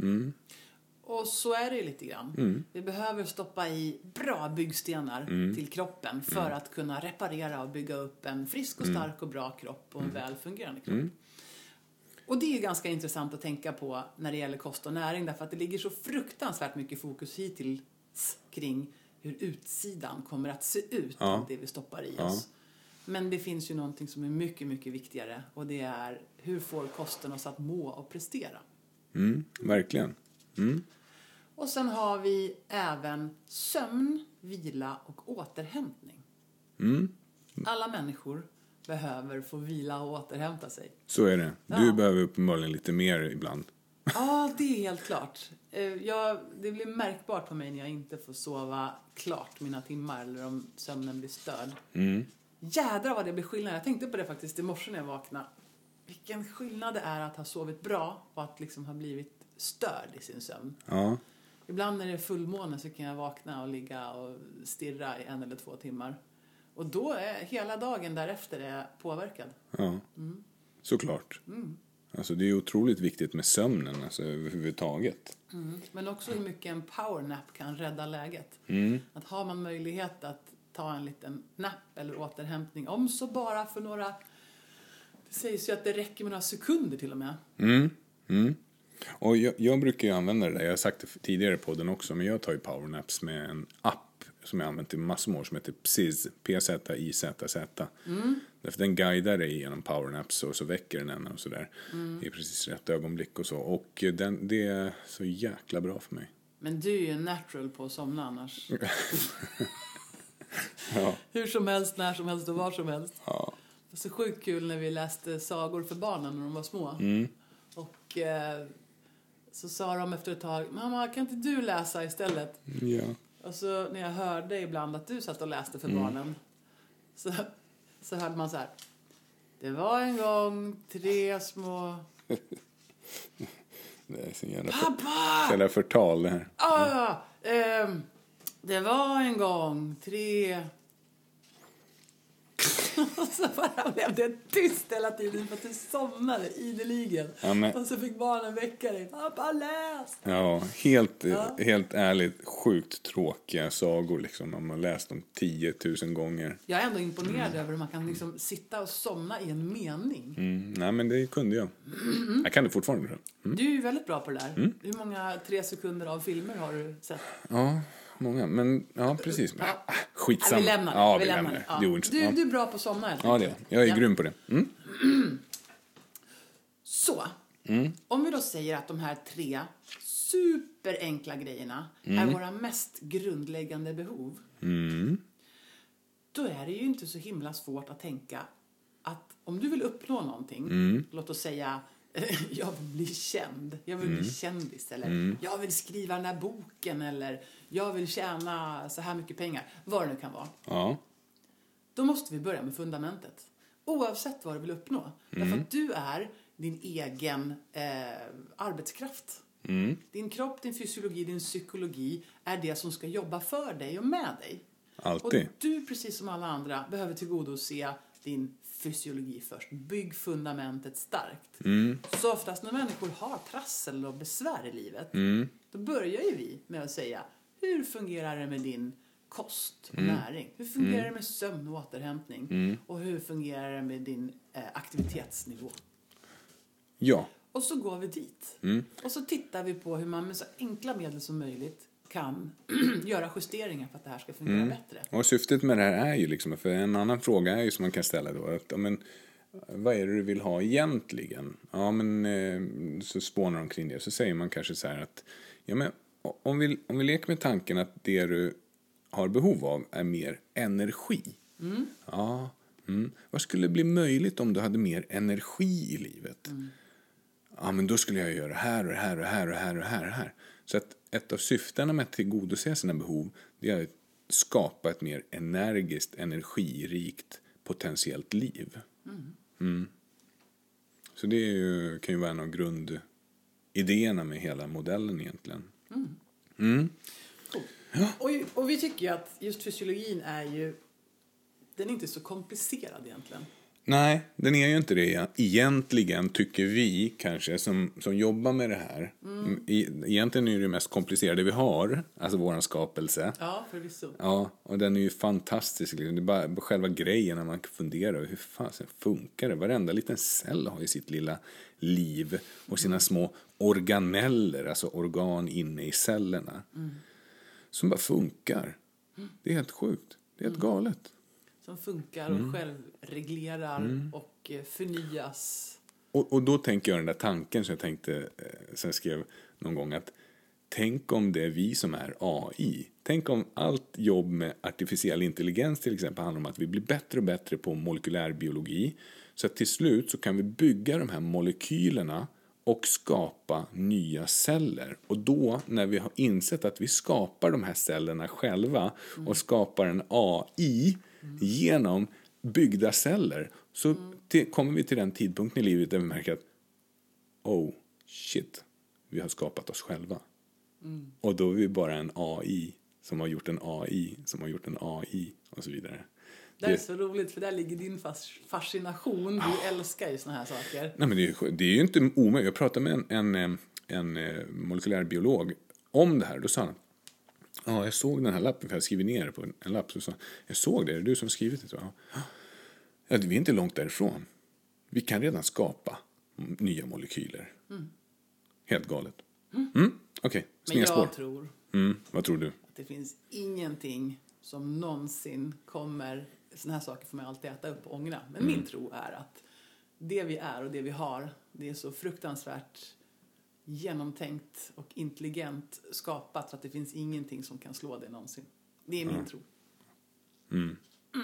Och så är det ju lite grann. Mm. Vi behöver stoppa i bra byggstenar till kroppen för Mm. att kunna reparera och bygga upp en frisk och stark och bra kropp och en Mm. väl fungerande kropp. Och det är ju ganska intressant att tänka på när det gäller kost och näring därför att det ligger så fruktansvärt mycket fokus hittills kring hur utsidan kommer att se ut Ja. av det vi stoppar i Ja. oss. Men det finns ju någonting som är mycket, mycket viktigare och det är hur får kosten oss att må och prestera. Mm, verkligen. Mm. Och sen har vi även sömn, vila och återhämtning. Mm. Alla människor behöver få vila och återhämta sig. Så är det. Du Ja. behöver uppenbarligen lite mer ibland. Ja, det är helt klart. Eh, Jag, det blir märkbart på mig när jag inte får sova klart mina timmar eller om sömnen blir störd. Mm. Jädrar vad det blir skillnad. Jag tänkte på det faktiskt i morse när jag vaknade. Vilken skillnad det är att ha sovit bra och att liksom ha blivit störd i sin sömn. Ja. Ibland när det är fullmåne så kan jag vakna och ligga och stirra i en eller två timmar. Och då är hela dagen därefter är påverkad. Ja, mm. såklart. Mm. Alltså det är otroligt viktigt med sömnen, alltså överhuvudtaget. Mm. Men också hur mycket en powernap kan rädda läget. Mm. Att har man möjlighet att ta en liten nap eller återhämtning, om så bara för några, det sägs ju att det räcker med några sekunder till och med. Mm. Mm. Och jag, jag brukar ju använda det där, jag har sagt det tidigare på podden också, men jag tar ju powernaps med en app som jag har använt i massor år som heter P Z Z, P Z I Z Z. Mm. Därför den guidar dig genom powernaps och så väcker den en och sådär mm. i precis rätt ögonblick och så. Och den, det är så jäkla bra för mig. Men du är ju en natural på att somna annars. Ja. Hur som helst, när som helst och var som helst. Ja. Det var så sjukt kul när vi läste sagor för barnen när de var små. Mm. Och eh, så sa de efter ett tag, mamma, kan inte du läsa istället? Ja. Och så när jag hörde ibland att du satt och läste för mm. barnen, så, så hörde man så här: det var en gång tre små... Det är så jävla, Pappa! så jävla förtal det här. Ja, mm. eh, det var en gång tre... Och så bara blev det tyst hela tiden för att du somnade ideligen. Ja, men... Och så fick barnen väcka dig. Pappa, läs! Ja, helt, ja. helt ärligt, sjukt tråkiga sagor liksom. Man har läst dem tiotusen gånger. Jag är ändå imponerad mm. över hur man kan liksom sitta och somna i en mening. Mm. Nej, men det kunde jag. Mm. Jag kan det fortfarande. Mm. Du är ju väldigt bra på det där. Mm. Hur många tre sekunder av filmer har du sett? Ja, många. Men, ja, precis. Ja. Skitsamma. Ja, vi lämnar det. Ja, vi vi lämnar lämnar det. det. Ja. Du, du är bra på att somna helt Ja, det är. Jag är ja. grym på det. Mm. Så, mm. om vi då säger att de här tre superenkla grejerna mm. är våra mest grundläggande behov. Mm. Då är det ju inte så himla svårt att tänka att om du vill uppnå någonting, mm. låt oss säga jag vill bli känd, jag vill mm. bli kändis, eller mm. jag vill skriva den här boken, eller jag vill tjäna så här mycket pengar, vad det nu kan vara. Ja. Då måste vi börja med fundamentet. Oavsett vad du vill uppnå. Mm. Därför att du är din egen eh, arbetskraft. Mm. Din kropp, din fysiologi, din psykologi är det som ska jobba för dig och med dig. Alltid. Och du, precis som alla andra, behöver tillgodose din fysiologi först. Bygg fundamentet starkt. Mm. Så oftast när människor har trassel och besvär i livet, mm. då börjar ju vi med att säga: hur fungerar det med din kost och mm. näring? Hur fungerar mm. det med sömn och återhämtning? Mm. Och hur fungerar det med din eh, aktivitetsnivå? Ja. Och så går vi dit. Mm. Och så tittar vi på hur man med så enkla medel som möjligt kan göra justeringar för att det här ska fungera mm. bättre. Och syftet med det här är ju liksom, för en annan fråga är ju som man kan ställa då, att, men, vad är det du vill ha egentligen? Ja, men eh, så spånar de kring det. Så säger man kanske så här att, ja men om vi, om vi leker med tanken att det du har behov av är mer energi. Mm. Ja, mm. Vad skulle bli möjligt om du hade mer energi i livet? Mm. Ja, men då skulle jag göra det här och det här och det här och det här och det här, och det här. Så att ett av syftena med att tillgodose sina behov, det är att skapa ett mer energiskt, energirikt, potentiellt liv. Mm. Mm. Så det är ju, kan ju vara en av grundidéerna med hela modellen egentligen. Mm. Mm. Cool. Ja. Och, och vi tycker ju att just fysiologin är ju, den är inte så komplicerad egentligen. Nej, den är ju inte det egentligen, tycker vi kanske som, som jobbar med det här. Mm. E- egentligen är det mest komplicerade vi har, alltså våran skapelse. Ja, förvisso. Ja, och den är ju fantastisk. Det är bara själva grejen när man funderar över hur fan funkar det. Varenda liten cell har ju sitt lilla liv och sina mm. små organeller, alltså organ inne i cellerna. Mm. Som bara funkar. Mm. Det är helt sjukt. Det är helt mm. galet. Som funkar och mm. självreglerar mm. och förnyas. Och, och då tänker jag den där tanken som jag tänkte, eh, sen skrev någon gång, att tänk om det är vi som är A I. Tänk om allt jobb med artificiell intelligens till exempel handlar om att vi blir bättre och bättre på molekylärbiologi. Så att till slut så kan vi bygga de här molekylerna och skapa nya celler. Och då, när vi har insett att vi skapar de här cellerna själva mm. och skapar en A I mm. genom byggda celler, så mm. till, kommer vi till den tidpunkten i livet där vi märker att oh, shit, vi har skapat oss själva. Mm. Och då är vi bara en A I som har gjort en A I som har gjort en A I och så vidare. Det är så roligt, för där ligger din fascination. Du älskar ju såna här saker. Nej, men det är, det är ju inte omöjligt. Jag pratade med en, en, en molekylär biolog om det här. Då sa han, ja, jag såg den här lappen, för jag skriver ner det på en, en lapp. Så sa, jag såg det, är det du som skrivit det? Ja, vi är inte långt därifrån. Vi kan redan skapa nya molekyler. Mm. Helt galet. Mm. Mm. Okej, okay. Men jag spår. tror... Mm. Vad tror du? Att det finns ingenting som någonsin kommer... Såna här saker får man alltid äta upp och ångra. Men mm. min tro är att det vi är och det vi har, det är så fruktansvärt genomtänkt och intelligent skapat så att det finns ingenting som kan slå det någonsin. Det är min mm. tro. Mm. Mm.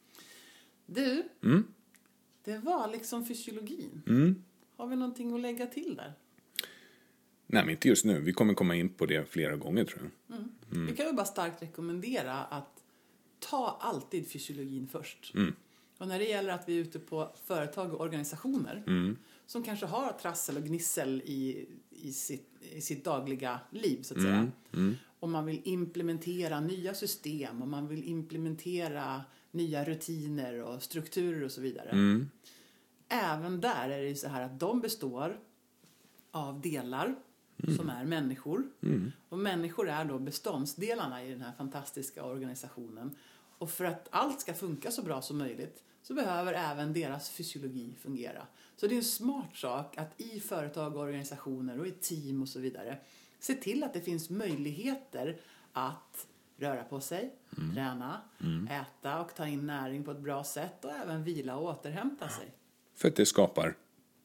Du, mm. det var liksom fysiologin. Mm. Har vi någonting att lägga till där? Nej, men inte just nu. Vi kommer komma in på det flera gånger, tror jag. Mm. Mm. Vi kan ju bara starkt rekommendera att ta alltid fysiologin först. Mm. Och när det gäller att vi är ute på företag och organisationer mm. som kanske har trassel och gnissel i, i, sitt, i sitt dagliga liv, så att mm. säga. Mm. Och man vill implementera nya system och man vill implementera nya rutiner och strukturer och så vidare. Mm. Även där är det ju så här att de består av delar mm. som är människor. Mm. Och människor är då beståndsdelarna i den här fantastiska organisationen. Och för att allt ska funka så bra som möjligt så behöver även deras fysiologi fungera. Så det är en smart sak att i företag och organisationer och i team och så vidare se till att det finns möjligheter att röra på sig, mm. träna, mm. äta och ta in näring på ett bra sätt och även vila och återhämta sig. För att det skapar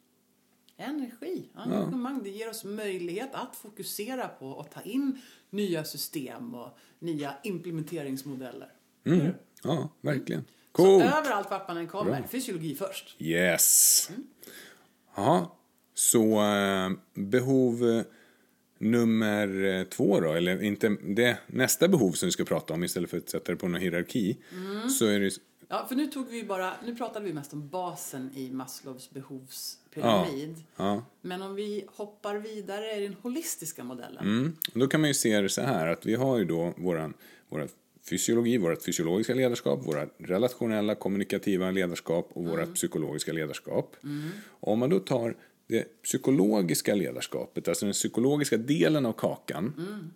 energi, engagemang. Ja. Det ger oss möjlighet att fokusera på att ta in nya system och nya implementeringsmodeller. Mm. Ja, verkligen. Mm. Så överallt vart man än kommer, bra. Fysiologi först. Yes. Mm. Ja, så äh, behov äh, nummer två då, eller inte det nästa behov som vi ska prata om istället för att sätta det på någon hierarki. Mm. Så är det... Ja, för nu tog vi bara, nu pratade vi mest om basen i Maslows behovspyramid. Ja, ja. Men om vi hoppar vidare i den holistiska modellen. Mm. Då kan man ju se det så här att vi har ju då våran, våra fysiologi, vårt fysiologiska ledarskap, våra relationella kommunikativa ledarskap och vårt mm. psykologiska ledarskap. Mm. Om man då tar det psykologiska ledarskapet, alltså den psykologiska delen av kakan, mm.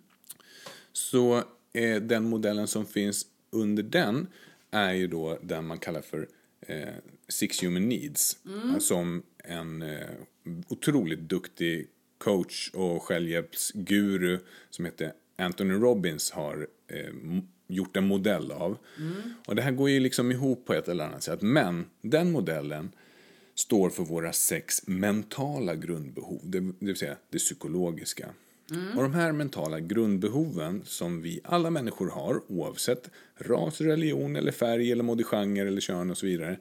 så är den modellen som finns under den är ju då den man kallar för eh, Six Human Needs. Mm. Som en eh, otroligt duktig coach och självhjälpsguru som heter Anthony Robbins har eh, gjort en modell av. Mm. Och det här går ju liksom ihop på ett eller annat sätt. Men den modellen står för våra sex mentala grundbehov. Det, det vill säga det psykologiska. Mm. Och de här mentala grundbehoven som vi alla människor har, oavsett ras, religion eller färg eller modigenre eller kön och så vidare,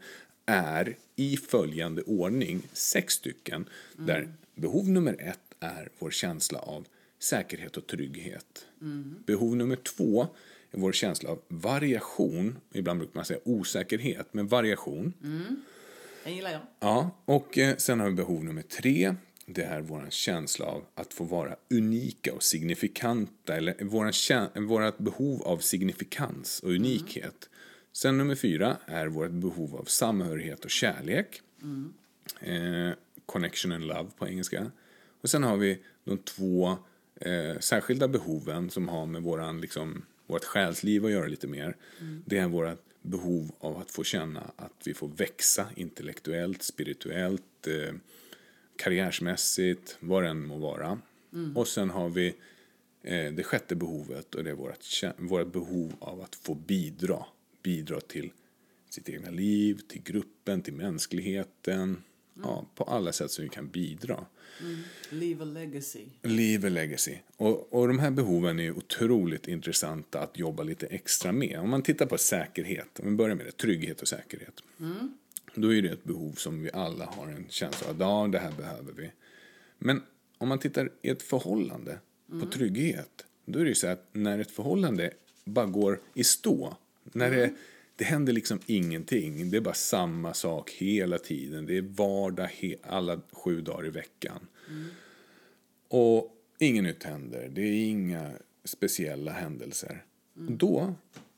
är i följande ordning sex stycken. Mm. Där behov nummer ett är vår känsla av säkerhet och trygghet. Mm. Behov nummer två är vår känsla av variation. Ibland brukar man säga osäkerhet, men variation. Mm. Det gillar jag. Ja, och sen har vi behov nummer tre. Det är vår känsla av att få vara unika och signifikanta. Eller vårt behov av signifikans och unikhet. Mm. Sen nummer fyra är vårt behov av samhörighet och kärlek. Mm. Eh, connection and love på engelska. Och sen har vi de två eh, särskilda behoven som har med våran, liksom, vårt själsliv att göra lite mer. Mm. Det är vårt behov av att få känna att vi får växa intellektuellt, spirituellt, eh, karriärsmässigt, vad det än må vara. Mm. Och sen har vi eh, det sjätte behovet, och det är vårt, vårt behov av att få bidra. Bidra till sitt egna liv, till gruppen, till mänskligheten. Mm. Ja, på alla sätt som vi kan bidra. Mm. Leave a legacy. Leave a legacy. Och, och de här behoven är otroligt intressanta att jobba lite extra med. Om man tittar på säkerhet, om vi börjar med det, trygghet och säkerhet. Mm. Då är det ett behov som vi alla har en känsla av, ja, det här behöver vi. Men om man tittar i ett förhållande på mm. trygghet, då är det ju så att när ett förhållande bara går i stå, när mm. det, det händer liksom ingenting, det är bara samma sak hela tiden, det är vardag he, alla sju dagar i veckan. Mm. Och inget nytt händer, det är inga speciella händelser. Mm. Då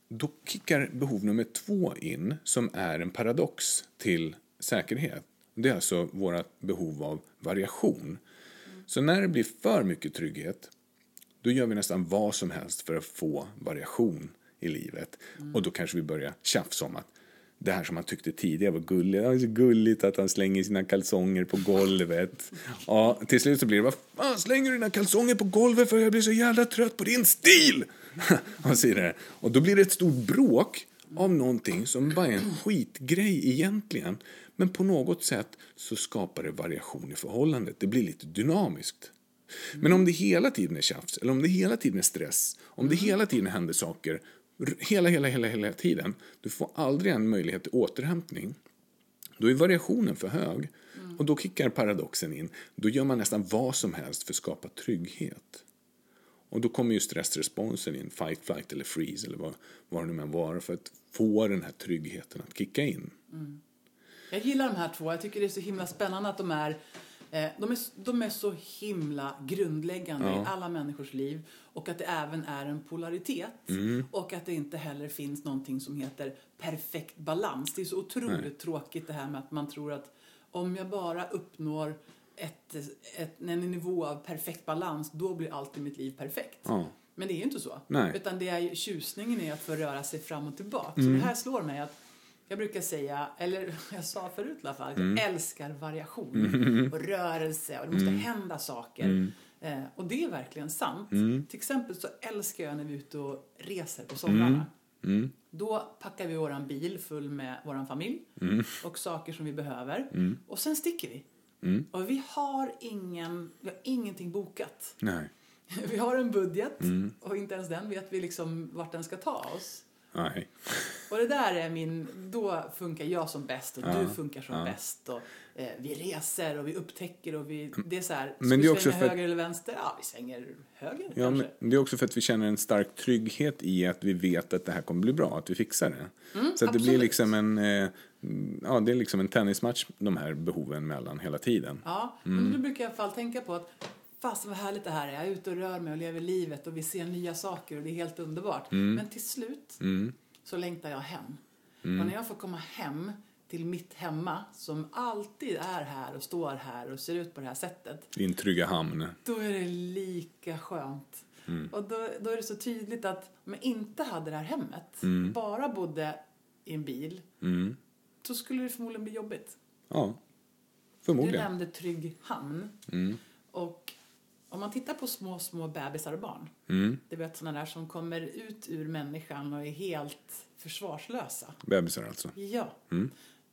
då kickar behov nummer två in, som är en paradox till säkerhet. Det är alltså våra behov av variation. Mm. Så när det blir för mycket trygghet, då gör vi nästan vad som helst för att få variation i livet. Mm. Och då kanske vi börjar tjafsa om att det här som man tyckte tidigare var gulligt. Det är så gulligt att han slänger sina kalsonger på golvet. Ja, till slut så blir det, vad fan slänger du dina kalsonger på golvet för? Jag blir så jävla trött på din stil! Och, så det. Och då blir det ett stort bråk av någonting som bara är en skitgrej egentligen. Men på något sätt så skapar det variation i förhållandet. Det blir lite dynamiskt. Men om det hela tiden är tjafs, eller om det hela tiden är stress, om det hela tiden händer saker, hela, hela, hela, hela tiden, du får aldrig en möjlighet till återhämtning. Då är variationen för hög. Mm. Och då kickar paradoxen in. Då gör man nästan vad som helst för att skapa trygghet. Och då kommer ju stressresponsen in, fight, flight eller freeze, eller vad, vad det nu än vara, för att få den här tryggheten att kicka in. Mm. Jag gillar de här två. Jag tycker det är så himla spännande att de är De är, de är så himla grundläggande ja. i alla människors liv. Och att det även är en polaritet. Mm. Och att det inte heller finns någonting som heter perfekt balans. Det är så otroligt Nej. tråkigt det här med att man tror att om jag bara uppnår ett, ett, en nivå av perfekt balans, då blir allt i mitt liv perfekt. Ja. Men det är ju inte så. Nej. Utan det är, tjusningen är att få röra sig fram och tillbaka. Mm. Så det här slår mig att jag brukar säga, eller jag sa förut i alla fall, att mm. jag älskar variation mm. och rörelse och det måste mm. hända saker. Mm. Eh, och det är verkligen sant. Mm. Till exempel så älskar jag när vi är ute och reser på somrarna. Mm. Mm. Då packar vi våran bil full med våran familj mm. och saker som vi behöver. Mm. Och sen sticker vi. Mm. Och vi har, ingen, vi har ingenting bokat. Nej. Vi har en budget mm. och inte ens den vet vi liksom vart den ska ta oss. Nej. Och det där är min, då funkar jag som bäst och ja, du funkar som ja. bäst och eh, vi reser och vi upptäcker och vi, det är så här, men det är också för höger eller vänster? Ja, vi svänger höger ja, kanske. Men det är också för att vi känner en stark trygghet i att vi vet att det här kommer bli bra, att vi fixar det. Mm, så att det blir liksom en eh, ja, det är liksom en tennismatch, de här behoven mellan hela tiden. Ja, mm. men då brukar jag i alla fall tänka på att fast vad härligt det här är. Jag är ute och rör mig och lever livet och vi ser nya saker och det är helt underbart. Mm. Men till slut mm. så längtar jag hem. Mm. Och när jag får komma hem till mitt hemma som alltid är här och står här och ser ut på det här sättet. Din trygga hamn. Då är det lika skönt. Mm. Och då, då är det så tydligt att om jag inte hade det här hemmet, mm. bara bodde i en bil, mm. så skulle det förmodligen bli jobbigt. Ja, förmodligen. Du nämnde trygg hamn. Mm. Och om man tittar på små, små bebisar och barn. Mm. Det vet sådana där som kommer ut ur människan och är helt försvarslösa. Bebisar alltså? Ja. Mm.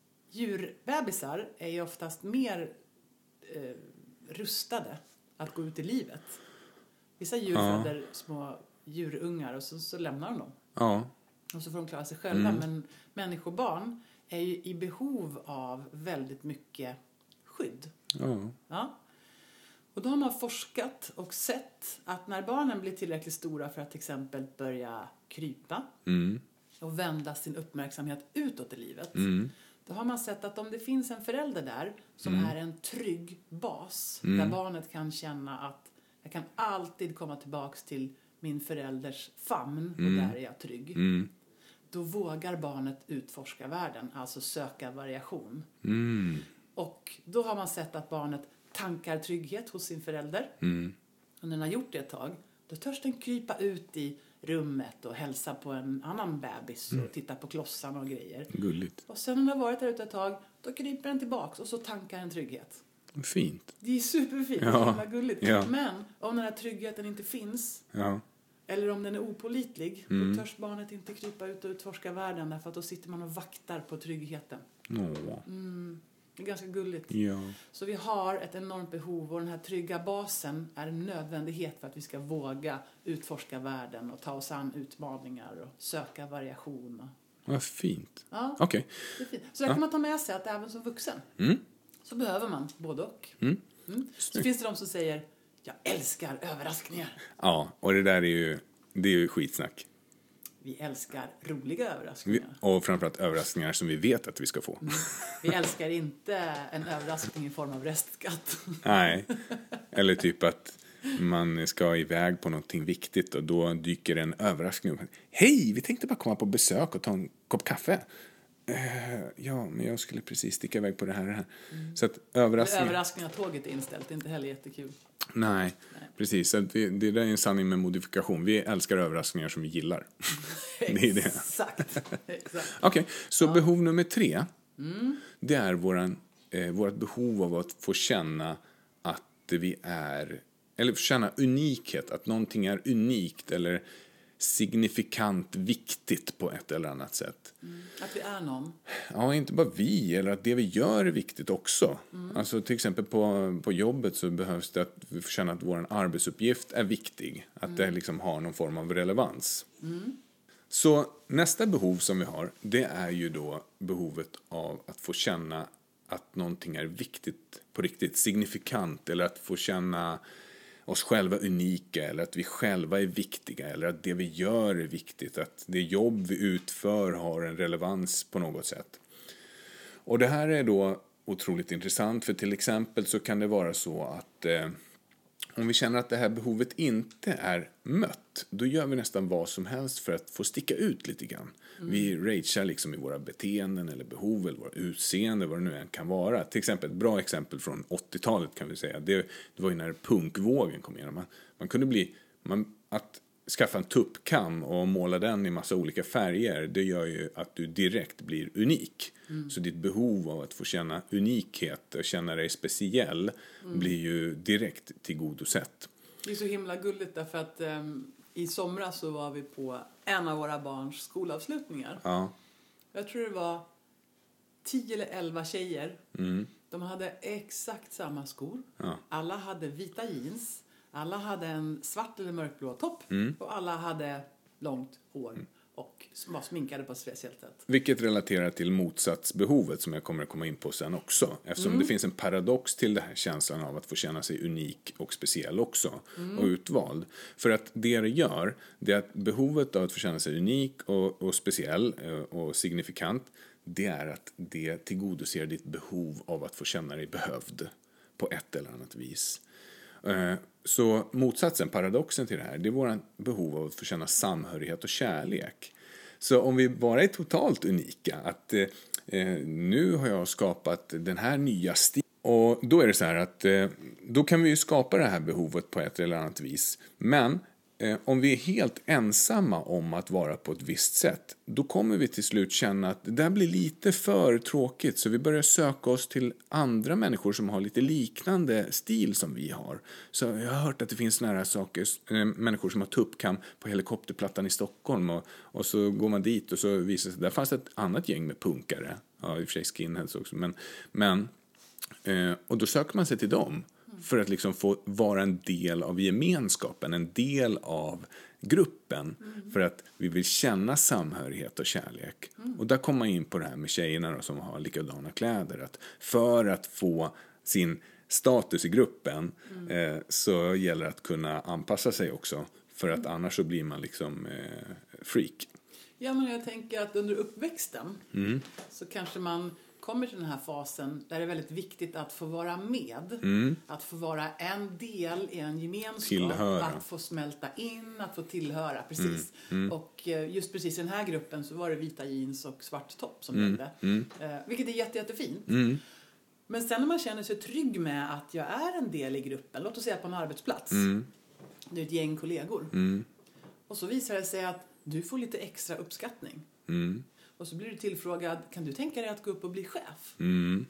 Djurbebisar är ju oftast mer eh, rustade att gå ut i livet. Vissa djur ja. föder små djurungar och så, så lämnar de dem. Ja. Och så får de klara sig själva. Mm. Men människobarn är ju i behov av väldigt mycket skydd. Ja. Ja. Och då har man forskat och sett att när barnen blir tillräckligt stora för att till exempel börja krypa mm. och vända sin uppmärksamhet utåt i livet. Mm. Då har man sett att om det finns en förälder där som mm. är en trygg bas. Mm. Där barnet kan känna att jag kan alltid komma tillbaks till min förälders famn mm. och där är jag trygg. Mm. Då vågar barnet utforska världen, alltså söka variation. Mm. Och då har man sett att barnet tankar trygghet hos sin förälder. Mm. Och när den har gjort det ett tag, då törs den krypa ut i rummet och hälsa på en annan bebis mm. och titta på klossarna och grejer. Gulligt. Och sen när den har varit där ute ett tag, då kryper den tillbaks och så tankar den trygghet. Fint. Det är superfint, ja. Det är gulligt. Ja. Men om den här tryggheten inte finns, ja. eller om den är opålitlig, mm. då törs barnet inte krypa ut och utforska världen, därför att då sitter man och vaktar på tryggheten. Åh. Mm. Det är ganska gulligt. Ja. Så vi har ett enormt behov och den här trygga basen är en nödvändighet för att vi ska våga utforska världen och ta oss an utmaningar och söka variation. Vad fint. Ja, okay. det är fint. Så där ja. kan man ta med sig att även som vuxen mm. så behöver man både och. Mm. Mm. Så finns det de som säger, jag älskar överraskningar. Ja, och det där är ju, det är ju skitsnack. Vi älskar roliga överraskningar. Och framförallt överraskningar som vi vet att vi ska få. Mm. Vi älskar inte en överraskning i form av restskatt. Nej, eller typ att man ska iväg på någonting viktigt och då dyker en överraskning upp. Hej, vi tänkte bara komma på besök och ta en kopp kaffe. Uh, ja, men jag skulle precis sticka iväg på det här. Det här. Mm. Så att överraskning... överraskning att tåget är inställt, det är inte heller jättekul. Nej, Nej. precis. Så det, det där är en sanning med modifikation. Vi älskar överraskningar som vi gillar. Det är det. Exakt. Exakt. Okej, okay, så ja. behov nummer tre. Mm. Det är våran, eh, vårt behov av att få känna att vi är... Eller känna unikhet. Att någonting är unikt eller signifikant viktigt på ett eller annat sätt. Mm. Att vi är någon. Ja, inte bara vi, eller att det vi gör är viktigt också. Mm. Alltså till exempel på, på jobbet så behövs det att vi får känna att vår arbetsuppgift är viktig. Att mm. det liksom har någon form av relevans. Mm. Så nästa behov som vi har, det är ju då behovet av att få känna att någonting är viktigt på riktigt, signifikant, eller att få känna oss själva unika, eller att vi själva är viktiga, eller att det vi gör är viktigt, att det jobb vi utför har en relevans på något sätt. Och det här är då otroligt intressant, för till exempel så kan det vara så att eh, om vi känner att det här behovet inte är mött, då gör vi nästan vad som helst för att få sticka ut lite grann. Mm. Vi ragear liksom i våra beteenden eller behov eller våra utseende, vad det nu än kan vara. Till exempel, ett bra exempel från åttiotalet kan vi säga, det, det var ju när punkvågen kom igen. Man, man kunde bli, man, att skaffa en tuppkam och måla den i massa olika färger, det gör ju att du direkt blir unik. Mm. Så ditt behov av att få känna unikhet och känna dig speciell mm. blir ju direkt tillgodosett. Det är så himla gulligt därför att um, i somras så var vi på en av våra barns skolavslutningar. Ja. Jag tror det var tio eller elva tjejer. Mm. De hade exakt samma skor. Ja. Alla hade vita jeans. Alla hade en svart eller mörkblå topp. Mm. Och alla hade långt hår. Mm. Och var sminkade på ett speciellt sätt. Vilket relaterar till motsatsbehovet som jag kommer att komma in på sen också. Eftersom mm. det finns en paradox till det här känslan av att få känna sig unik och speciell också. Mm. Och utvald. För att det det gör, det är att behovet av att få känna sig unik och, och speciell och signifikant, det är att det tillgodoser ditt behov av att få känna dig behövd på ett eller annat vis. Så motsatsen, paradoxen till det här, det är vårt behov av att få känna samhörighet och kärlek. Så om vi bara är totalt unika, att eh, nu har jag skapat den här nya stilen, och då är det så här att eh, då kan vi ju skapa det här behovet på ett eller annat vis. Men eh, om vi är helt ensamma om att vara på ett visst sätt, då kommer vi till slut känna att det där blir lite för tråkigt, så vi börjar söka oss till andra människor som har lite liknande stil som vi har. Så jag har hört att det finns nära saker, äh, människor som har tuppkam på helikopterplattan i Stockholm, och, och så går man dit och så visar sig, där fanns det ett annat gäng med punkare, ja i och för sig skinheads också, men, men äh, och då söker man sig till dem för att liksom få vara en del av gemenskapen, en del av gruppen, mm. för att vi vill känna samhörighet och kärlek. Mm. Och där kommer man in på det här med tjejerna då, som har likadana kläder. Att för att få sin status i gruppen mm. eh, så gäller det att kunna anpassa sig också. För att mm. annars så blir man liksom eh, freak. Ja, men jag tänker att under uppväxten mm. så kanske man kommer till den här fasen där det är väldigt viktigt att få vara med. Mm. Att få vara en del i en gemenskap. Tillhöra. Att få smälta in, att få tillhöra. Precis. Mm. Mm. Och just precis i den här gruppen så var det vita jeans och svart topp som mm. gällde. Mm. Eh, vilket är jätte, jättefint. Mm. Men sen när man känner sig trygg med att jag är en del i gruppen. Låt oss säga på en arbetsplats. Mm. Det är ett gäng kollegor. Mm. Och så visar det sig att du får lite extra uppskattning. Mm. Och så blir du tillfrågad, kan du tänka dig att gå upp och bli chef? Mm.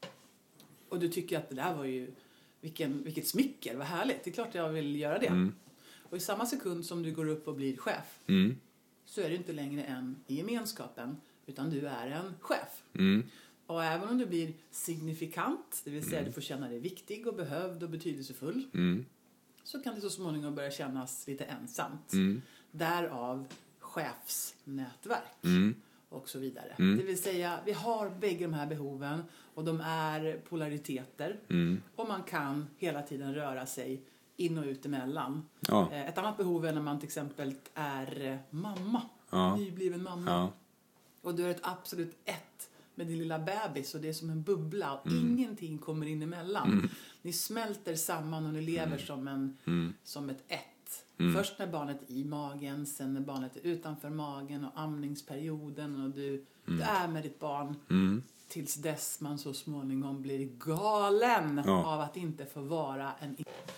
Och du tycker att det där var ju, vilken, vilket smicker, vad härligt. Det är klart jag vill göra det. Mm. Och i samma sekund som du går upp och blir chef, mm. så är du inte längre en i gemenskapen, utan du är en chef. Mm. Och även om du blir signifikant, det vill säga mm. du får känna dig viktig och behövd och betydelsefull, mm. så kan det så småningom börja kännas lite ensamt. Mm. Därav chefsnätverk. Mm. Och så vidare. Mm. Det vill säga, vi har bägge de här behoven och de är polariteter. Mm. Och man kan hela tiden röra sig in och ut emellan. Ja. Ett annat behov är när man till exempel är mamma. Ja. Nybliven mamma. Ja. Och du är ett absolut ett med din lilla bebis och det är som en bubbla och Mm. ingenting kommer in emellan. Mm. Ni smälter samman och ni lever mm. som, en, mm. som ett ett. Mm. Först när barnet är i magen, sen när barnet är utanför magen och amningsperioden och du, mm. du är med ditt barn mm. tills dess man så småningom blir galen ja. av att inte få vara en...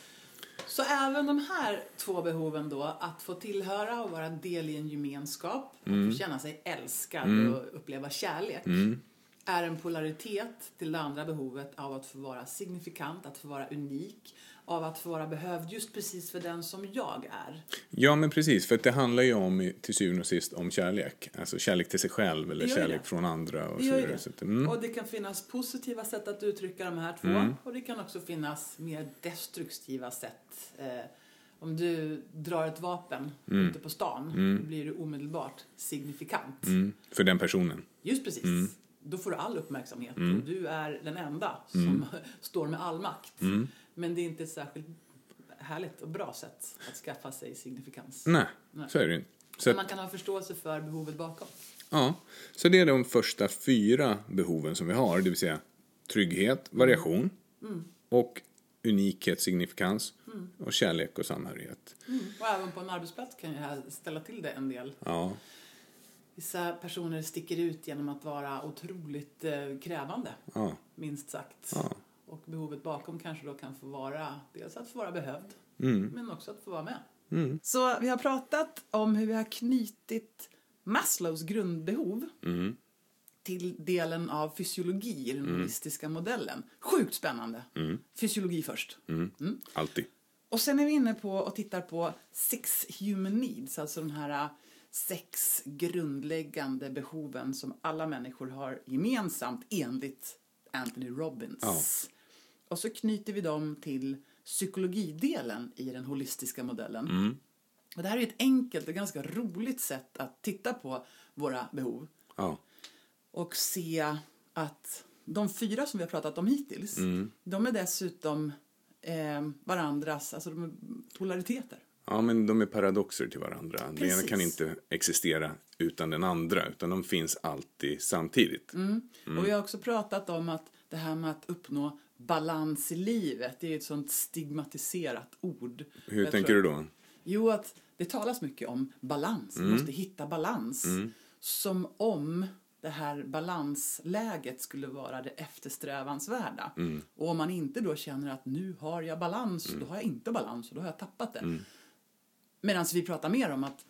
Så även de här två behoven då, att få tillhöra och vara del i en gemenskap, mm. att få känna sig älskad mm. och uppleva kärlek, mm. är en polaritet till det andra behovet av att få vara signifikant, att få vara unik, av att få vara behövd just precis för den som jag är. Ja, men precis, för det handlar ju om till syvende och sist om kärlek. Alltså kärlek till sig själv eller kärlek det. från andra och det så vidare. Det. Så att, mm. Och det kan finnas positiva sätt att uttrycka de här två mm. och det kan också finnas mer destruktiva sätt. Eh, om du drar ett vapen mm. ute på stan mm. då blir du omedelbart signifikant. Mm. För den personen. Just precis. Mm. Då får du all uppmärksamhet mm. och du är den enda som mm. står med all makt. Mm. Men det är inte ett särskilt härligt och bra sätt att skaffa sig signifikans. Nej, Nej. så är det inte. Så att man kan ha förståelse för behovet bakom. Ja, så det är de första fyra behoven som vi har. Det vill säga trygghet, variation mm. och unikhet, signifikans mm. och kärlek och samhörighet. Mm. Och även på en arbetsplats kan jag ställa till det en del. Ja. Vissa personer sticker ut genom att vara otroligt eh, krävande, ja. minst sagt. Ja. Och behovet bakom kanske då kan få vara dels att få vara behövd, mm. men också att få vara med. Mm. Så vi har pratat om hur vi har knutit Maslows grundbehov mm. till delen av fysiologi i den mm. holistiska modellen. Sjukt spännande. Mm. Fysiologi först. Mm. Mm. Alltid. Och sen är vi inne på och tittar på six human needs, alltså de här sex grundläggande behoven som alla människor har gemensamt enligt Anthony Robbins. Ja. Och så knyter vi dem till psykologidelen i den holistiska modellen. Mm. Och det här är ett enkelt och ganska roligt sätt att titta på våra behov. Ja. Och se att de fyra som vi har pratat om hittills, mm. de är dessutom eh, varandras, alltså de är polariteter. Ja, men de är paradoxer till varandra. Precis. Den ena kan inte existera utan den andra, utan de finns alltid samtidigt. Mm. Mm. Och vi har också pratat om att det här med att uppnå balans i livet, det är ett sånt stigmatiserat ord. Hur jag tänker tror, du då? Jo, att det talas mycket om balans. Mm. Vi måste hitta balans. Mm. Som om det här balansläget skulle vara det eftersträvansvärda. Mm. Och om man inte då känner att nu har jag balans, mm. då har jag inte balans och då har jag tappat det. Mm. Medan vi pratar mer om att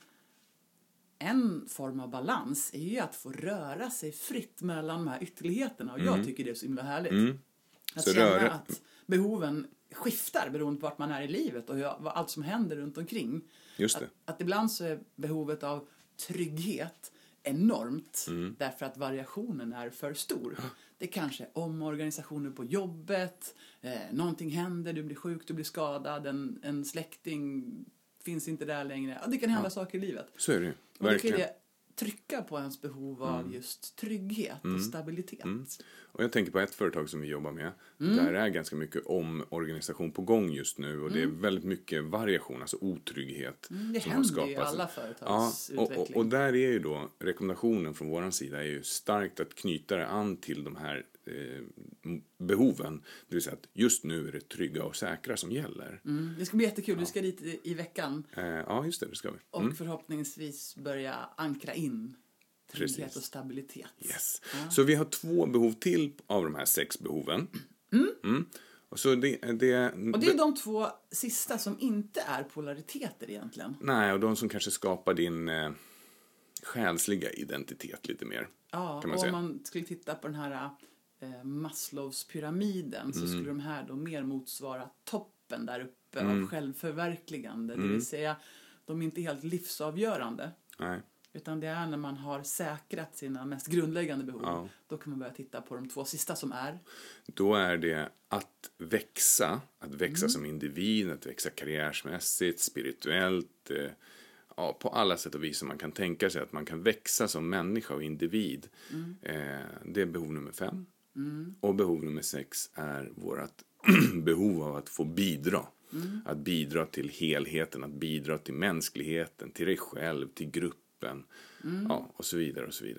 en form av balans är ju att få röra sig fritt mellan de här ytterligheterna. Och mm. jag tycker det är så himla härligt. Mm. Att så känna röra. att behoven skiftar beroende på vart man är i livet och hur, allt som händer runt omkring. Just det. Att, att ibland så är behovet av trygghet enormt mm. därför att variationen är för stor. Det kanske är omorganisationer på jobbet, eh, någonting händer, du blir sjuk, du blir skadad, en, en släkting finns inte där längre. Ja, det kan hända ja. saker i livet. Så är det ju. Och då kan det trycka på ens behov av mm. just trygghet mm. och stabilitet. Mm. Och jag tänker på ett företag som vi jobbar med. Mm. Där är ganska mycket omorganisation på gång just nu. Och mm. det är väldigt mycket variation, alltså otrygghet. Mm, det som händer har skapats. ju i alla företags ja, och, och, och där är ju då rekommendationen från vår sida är ju starkt att knyta det an till de här eh, behoven. Det vill säga att just nu är det trygga och säkra som gäller. Mm, det ska bli jättekul. Ja. Vi ska dit i, i veckan. Eh, ja, just det. Det ska vi. Mm. Och förhoppningsvis börja ankra in trygghet Precis. och stabilitet. Yes. Ja. Så vi har två behov till av de här sex behoven. Mm. Mm. Och, så det, det, och det är de två sista som inte är polariteter egentligen. Nej, och de som kanske skapar din eh, själsliga identitet lite mer. Ja, kan man och säga. Om man skulle titta på den här eh, Maslows pyramiden mm. så skulle de här då mer motsvara toppen där uppe mm. av självförverkligande. Mm. Det vill säga, de är inte helt livsavgörande. Nej. Utan det är när man har säkrat sina mest grundläggande behov. Ja. Då kan man börja titta på de två sista som är. Då är det att växa. Att växa mm. som individ. Att växa karriärsmässigt, spirituellt. Eh, ja, på alla sätt och vis som man kan tänka sig. Att man kan växa som människa och individ. Mm. Eh, det är behov nummer fem. Mm. Och behov nummer sex är vårt behov av att få bidra. Mm. Att bidra till helheten. Att bidra till mänskligheten. Till dig själv. Till gruppen. Mm. Ja, och så vidare och så vidare.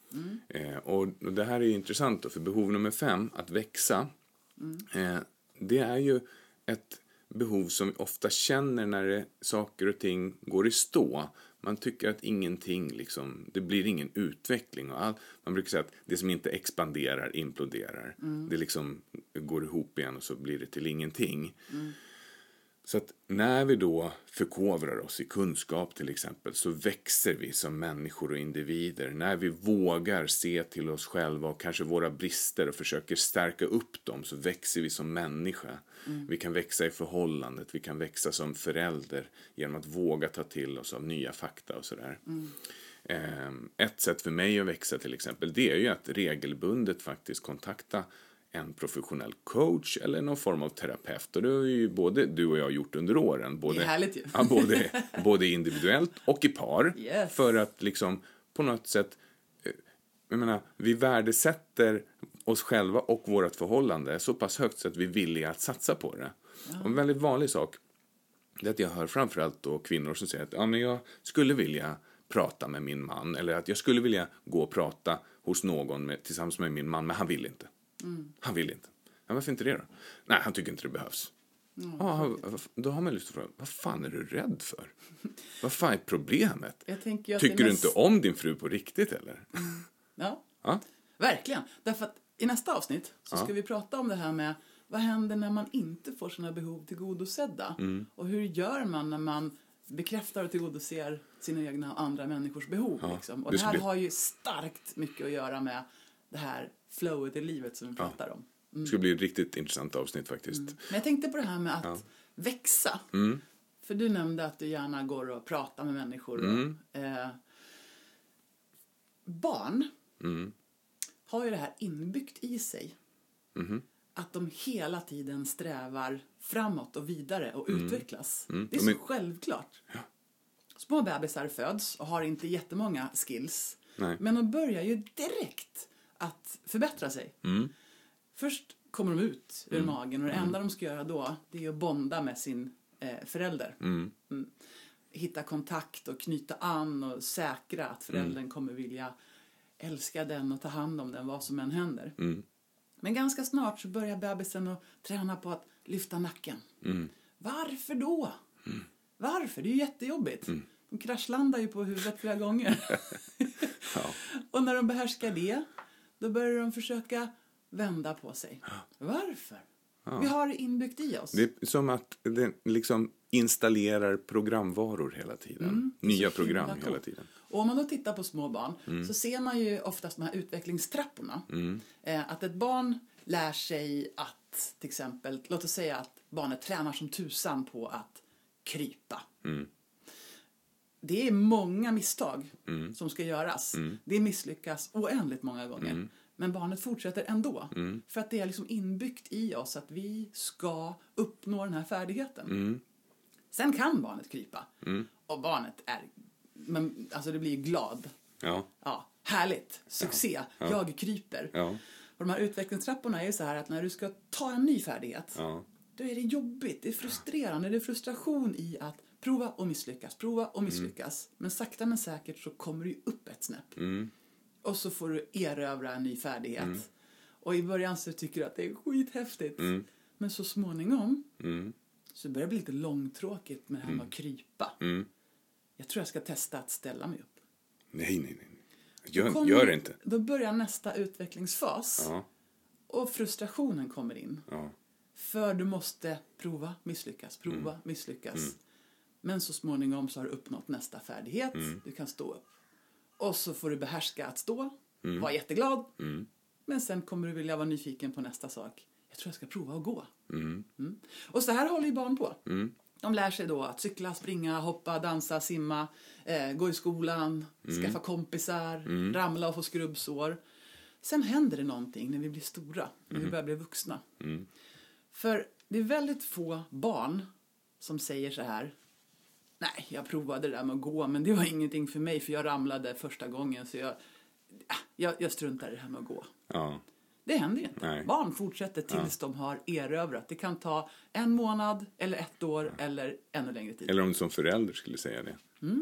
Mm. Eh, och, och det här är intressant då, för behov nummer fem, att växa, mm. eh, det är ju ett behov som vi ofta känner när det, saker och ting går i stå. Man tycker att ingenting, liksom, det blir ingen utveckling. Och all, man brukar säga att det som inte expanderar imploderar. Mm. Det liksom går ihop igen och så blir det till ingenting. Mm. Så att när vi då förkovrar oss i kunskap till exempel, så växer vi som människor och individer. När vi vågar se till oss själva och kanske våra brister och försöker stärka upp dem, så växer vi som människa. Mm. Vi kan växa i förhållandet, vi kan växa som förälder genom att våga ta till oss av nya fakta och sådär. Mm. Ett sätt för mig att växa till exempel, det är ju att regelbundet faktiskt kontakta en professionell coach eller någon form av terapeut. Och det har ju både du och jag gjort under åren. Både, det är härligt ju. Ja, både, både individuellt och i par. Yes. För att liksom på något sätt, jag menar, vi värdesätter oss själva och vårt förhållande så pass högt så att vi är villiga att satsa på det. Ja. Och en väldigt vanlig sak är att jag hör framförallt då kvinnor som säger att ja, men jag skulle vilja prata med min man. Eller att jag skulle vilja gå och prata hos någon med, tillsammans med min man, men han vill inte. Mm. Han vill inte. Ja, varför inte det då? Nej, han tycker inte det behövs. Mm, ah, då har man lust att fråga, vad fan är du rädd för? Vad fan är problemet? Jag tänker att tycker du näst... inte om din fru på riktigt, eller? Mm. Ja, ah? Verkligen. Därför att i nästa avsnitt så ska ah. vi prata om det här med vad händer när man inte får sina behov tillgodosedda? Mm. Och hur gör man när man bekräftar och tillgodoser sina egna och andra människors behov? Ah. Liksom? Och det, det här bli... har ju starkt mycket att göra med det här flowet i livet som vi pratar ja. om. Mm. Det ska bli ett riktigt intressant avsnitt faktiskt. Mm. Men jag tänkte på det här med att ja. växa. Mm. För du nämnde att du gärna går och pratar med människor. Mm. Och, eh, barn mm. har ju det här inbyggt i sig. Mm. Att de hela tiden strävar framåt och vidare och mm. utvecklas. Mm. Det är så är... självklart. Ja. Små bebisar föds och har inte jättemånga skills. Nej. Men de börjar ju direkt att förbättra sig. Mm. Först kommer de ut ur mm. magen och det enda mm. de ska göra då, det är att bonda med sin eh, förälder. Mm. Mm. Hitta kontakt och knyta an och säkra att föräldern mm. kommer vilja älska den och ta hand om den vad som än händer. Mm. Men ganska snart så börjar bebisen att träna på att lyfta nacken. Mm. Varför då? Mm. Varför? Det är ju jättejobbigt. Mm. De kraschlandar ju på huvudet flera gånger. Ja. Och när de behärskar det, då börjar de försöka vända på sig. Ja. Varför? Ja. Vi har det inbyggt i oss. Det är som att det liksom installerar programvaror hela tiden. Mm, Nya program hela cool. tiden. Och om man då tittar på små barn mm. så ser man ju oftast de här utvecklingstrapporna. Mm. Eh, att ett barn lär sig att, till exempel, låt oss säga att barnet tränar som tusan på att krypa. Mm. Det är många misstag mm. som ska göras. Mm. Det misslyckas oändligt många gånger. Mm. Men barnet fortsätter ändå. Mm. För att det är liksom inbyggt i oss att vi ska uppnå den här färdigheten. Mm. Sen kan barnet krypa. Mm. Och barnet är, men, alltså det blir glad. Ja. Ja, härligt. Succé. Ja. Ja. Jag kryper. Ja. Och de här utvecklingstrapporna är ju så här att när du ska ta en ny färdighet. Ja. Då är det jobbigt. Det är frustrerande. Det är frustration i att prova och misslyckas. Prova och misslyckas. Mm. Men sakta men säkert så kommer du upp ett snäpp. Mm. Och så får du erövra en ny färdighet. Mm. Och i början så tycker du att det är skithäftigt. Mm. Men så småningom mm. så börjar det bli lite långtråkigt med det här med att krypa. Mm. Jag tror jag ska testa att ställa mig upp. Nej, nej, nej. Gör, kommer, gör det inte. Då börjar nästa utvecklingsfas. Ja. Och frustrationen kommer in. Ja. För du måste prova, misslyckas, prova, mm. misslyckas. Mm. Men så småningom så har du uppnått nästa färdighet. Mm. Du kan stå upp. Och så får du behärska att stå. Mm. Var jätteglad. Mm. Men sen kommer du vilja vara nyfiken på nästa sak. Jag tror jag ska prova att gå. Mm. Mm. Och så här håller ju barn på. Mm. De lär sig då att cykla, springa, hoppa, dansa, simma. Eh, gå i skolan. Mm. Skaffa kompisar. Mm. Ramla och få skrubbsår. Sen händer det någonting när vi blir stora. När mm. vi börjar bli vuxna. Mm. För det är väldigt få barn som säger så här. Nej, jag provade det där med att gå, men det var ingenting för mig för jag ramlade första gången så jag, jag, jag struntar i det här med att gå. Ja. Det händer ju inte. Nej. Barn fortsätter tills ja. de har erövrat. Det kan ta en månad eller ett år ja. eller ännu längre tid. Eller om du som förälder skulle säga det. Mm.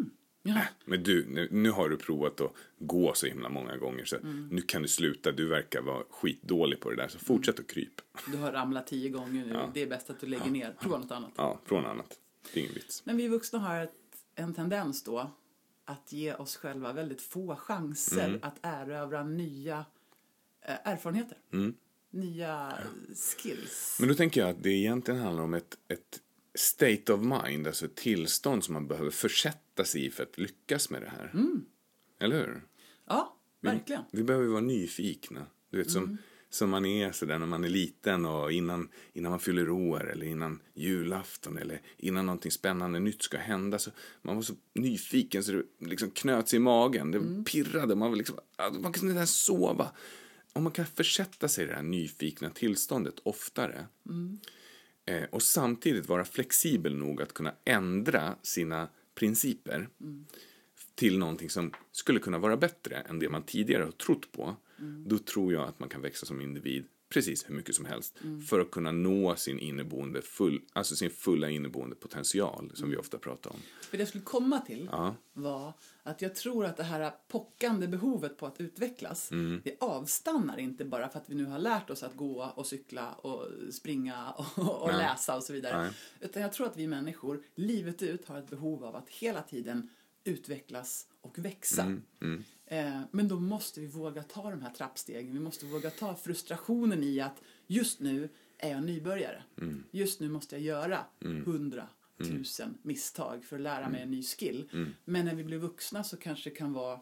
Ja. Äh, men du, nu, nu har du provat att gå så himla många gånger. Så mm. nu kan du sluta. Du verkar vara skitdålig på det där. Så fortsätt mm. att kryp. Du har ramlat tio gånger nu. Ja. Det är bäst att du lägger ja. ner. Prova något annat. Ja, prova något annat. Det är ingen vits. Men vi vuxna har ett, en tendens då att ge oss själva väldigt få chanser mm. att erövra nya äh, erfarenheter. Mm. Nya ja. skills. Men då tänker jag att det egentligen handlar om ett, ett state of mind, alltså ett tillstånd som man behöver försätta sig i för att lyckas med det här. Mm. Eller hur? Ja, verkligen. Vi, vi behöver vara nyfikna. Du vet, som, mm. som man är så där när man är liten och innan, innan man fyller år eller innan julafton eller innan någonting spännande nytt ska hända. Så man var så nyfiken så det liksom knöts i magen. Det mm. pirrade. Man, var liksom, man kunde inte ens sova. Om man kan försätta sig i det här nyfikna tillståndet oftare mm. eh, och samtidigt vara flexibel nog att kunna ändra sina principer mm. till någonting som skulle kunna vara bättre än det man tidigare har trott på, mm. då tror jag att man kan växa som individ precis hur mycket som helst mm. för att kunna nå sin inneboende full, alltså sin fulla inneboende potential som mm. vi ofta pratar om. För det jag skulle komma till ja. var att jag tror att det här pockande behovet på att utvecklas mm. det avstannar inte bara för att vi nu har lärt oss att gå och cykla och springa och, och läsa och så vidare. Nej. Utan jag tror att vi människor livet ut har ett behov av att hela tiden utvecklas och växa. Mm. Mm. Eh, men då måste vi våga ta de här trappstegen. Vi måste våga ta frustrationen i att just nu är jag nybörjare. Mm. Just nu måste jag göra hundra mm. tusen mm. misstag för att lära mm. mig en ny skill. Mm. Men när vi blir vuxna så kanske det kan vara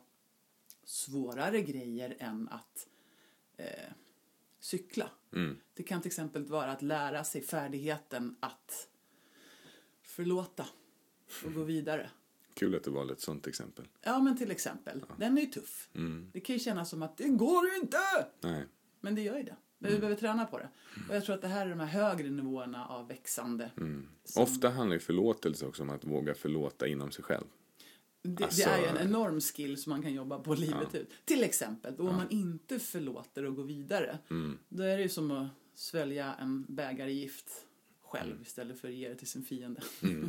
svårare grejer än att eh, cykla. Mm. Det kan till exempel vara att lära sig färdigheten att förlåta och gå vidare. Kul att du valde ett sånt exempel. Ja, men till exempel. Ja. Den är ju tuff. Mm. Det kan ju kännas som att det går inte. Nej. Men det gör ju det. Men mm. vi behöver träna på det. Och jag tror att det här är de här högre nivåerna av växande. Mm. Som... Ofta handlar ju förlåtelse också om att våga förlåta inom sig själv. Det, alltså... det är ju en enorm skill som man kan jobba på livet ja. ut. Till exempel, om ja. man inte förlåter och går vidare. Mm. Då är det ju som att svälja en bägare gift själv mm. istället för att ge det till sin fiende. Mm.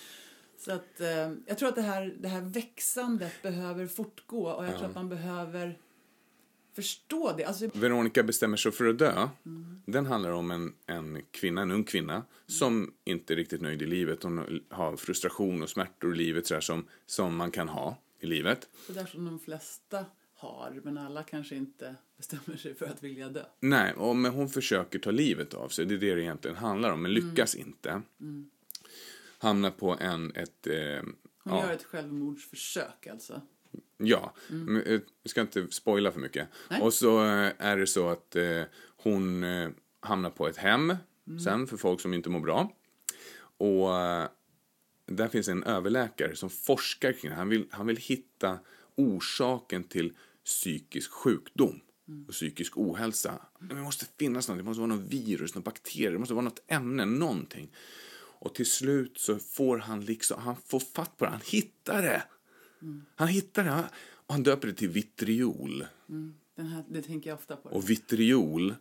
Så att eh, jag tror att det här, det här växandet behöver fortgå och jag ja. tror att man behöver förstå det. Alltså... Veronica bestämmer sig för att dö. Mm. Den handlar om en, en kvinna, en ung kvinna mm. som inte är riktigt nöjd i livet. Hon har frustration och smärtor i livet så här, som, som man kan ha i livet. Så där som de flesta har, men alla kanske inte bestämmer sig för att vilja dö. Nej, och, men hon försöker ta livet av sig. Det är det det egentligen handlar om, men lyckas mm. inte. Mm. Hamnar på en... Ett, eh, Hon ja. gör ett självmordsförsök alltså. Ja, mm. men, eh, jag ska inte spoila för mycket. Nej. Och så eh, är det så att eh, hon eh, hamnar på ett hem mm. sen för folk som inte mår bra. Och eh, där finns en överläkare som forskar kring det. Han vill, han vill hitta orsaken till psykisk sjukdom mm. och psykisk ohälsa. Men det måste finnas något, det måste vara något virus, något bakterier, det måste vara något ämne, någonting. Och till slut så får han liksom, han får fatt på det, han hittar det. Mm. Han hittar det och han döper det till vitriol. Mm. Den här, det tänker jag ofta på. Det. Och vitriol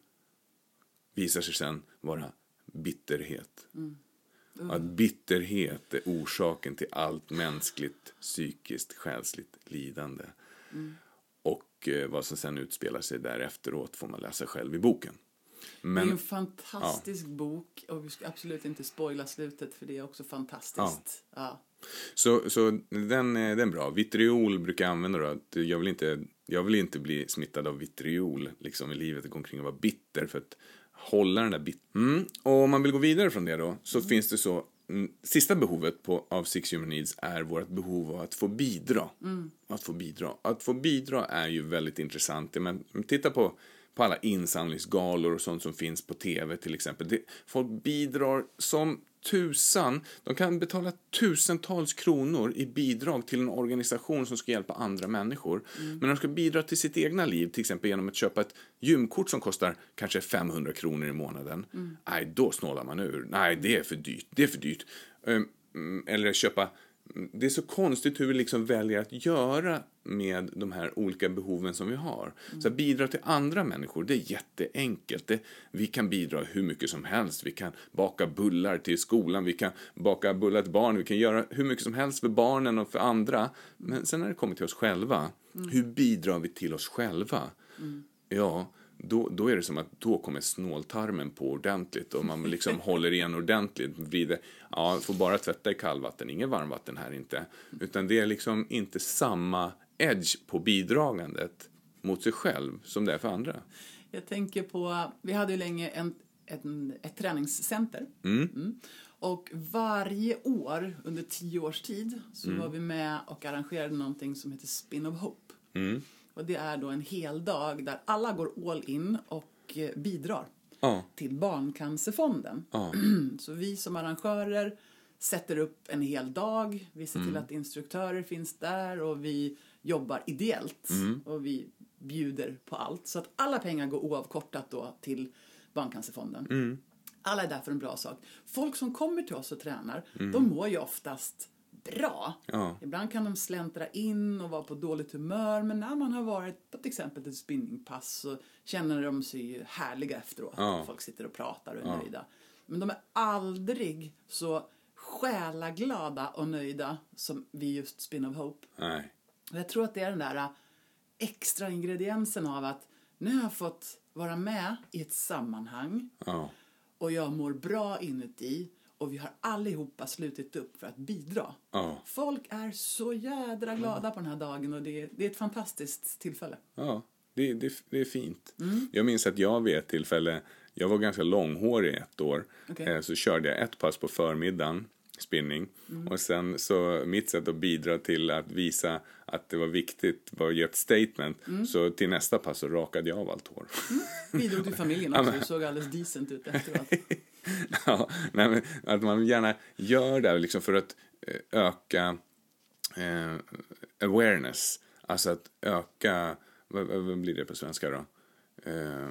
visar sig sen vara bitterhet. Mm. Uh. Att bitterhet är orsaken till allt mänskligt, psykiskt, själsligt lidande. Mm. Och eh, vad som sen utspelar sig därefteråt får man läsa själv i boken. Men, det är en fantastisk ja. bok och vi ska absolut inte spoila slutet för det är också fantastiskt. Ja. Ja. Så, så den, den är bra. Vitriol brukar jag använda då. Att jag, vill inte, jag vill inte bli smittad av vitriol liksom, i livet och gå omkring och vara bitter för att hålla den där bit. Mm. Och om man vill gå vidare från det då så mm. finns det så mm, sista behovet på, av Six Human Needs är vårt behov av att få bidra. Mm. Att få bidra. Att få bidra är ju väldigt intressant. Men titta på på alla insamlingsgalor och sånt som finns på tv till exempel. Det, folk bidrar som tusan. De kan betala tusentals kronor i bidrag till en organisation som ska hjälpa andra människor. Mm. Men de ska bidra till sitt egna liv, till exempel genom att köpa ett gymkort som kostar kanske femhundra kronor i månaden. Mm. Nej, då snålar man ur. Nej, det är för dyrt. Det är för dyrt. Um, eller köpa det är så konstigt hur vi liksom väljer att göra med de här olika behoven som vi har. Mm. Så att bidra till andra människor, det är jätteenkelt. Det, vi kan bidra hur mycket som helst. Vi kan baka bullar till skolan, vi kan baka bullar till barn, vi kan göra hur mycket som helst för barnen och för andra. Men sen när det kommer till oss själva, mm. hur bidrar vi till oss själva? Mm. Ja, Då, då är det som att då kommer snåltarmen på ordentligt och man liksom håller igen ordentligt. Vrider, ja, får bara tvätta i kallvatten, inget varmvatten här inte. Utan det är liksom inte samma edge på bidragandet mot sig själv som det är för andra. Jag tänker på, vi hade ju länge en, en, ett träningscenter. Mm. Mm. Och varje år under tio års tid så mm. var vi med och arrangerade någonting som heter Spin of Hope. Mm. Och det är då en hel dag där alla går all in och bidrar ja. till Barncancerfonden. Ja. Så vi som arrangörer sätter upp en hel dag. Vi ser mm. till att instruktörer finns där och vi jobbar ideellt. Mm. Och vi bjuder på allt. Så att alla pengar går oavkortat då till Barncancerfonden. Mm. Alla är där för en bra sak. Folk som kommer till oss och tränar, mm. de mår ju oftast bra. Ja. Ibland kan de släntra in och vara på dåligt humör. Men när man har varit på till exempel ett spinningpass så känner de sig ju härliga efteråt. Ja. Folk sitter och pratar och är ja. nöjda. Men de är aldrig så själaglada och nöjda som vi just Spin of Hope. Nej. Och jag tror att det är den där extra ingrediensen av att nu har jag fått vara med i ett sammanhang. Ja. Och jag mår bra inuti. Och vi har allihopa slutit upp för att bidra. Oh. Folk är så jädra glada oh. på den här dagen. Och det är, det är ett fantastiskt tillfälle. Ja, det, det, det är fint. Mm. Jag minns att jag vid ett tillfälle, jag var ganska långhårig ett år. Okay. Så körde jag ett pass på förmiddagen, spinning. Mm. Och sen så mitt sätt att bidra till att visa att det var viktigt var att ge ett statement. Mm. Så till nästa pass så rakade jag av allt hår. Mm. Bidrog till familjen också. Du såg alldeles decent ut efteråt. Ja, nej, men att man gärna gör det liksom för att öka eh, awareness. Alltså att öka, vad, vad blir det på svenska då? Eh,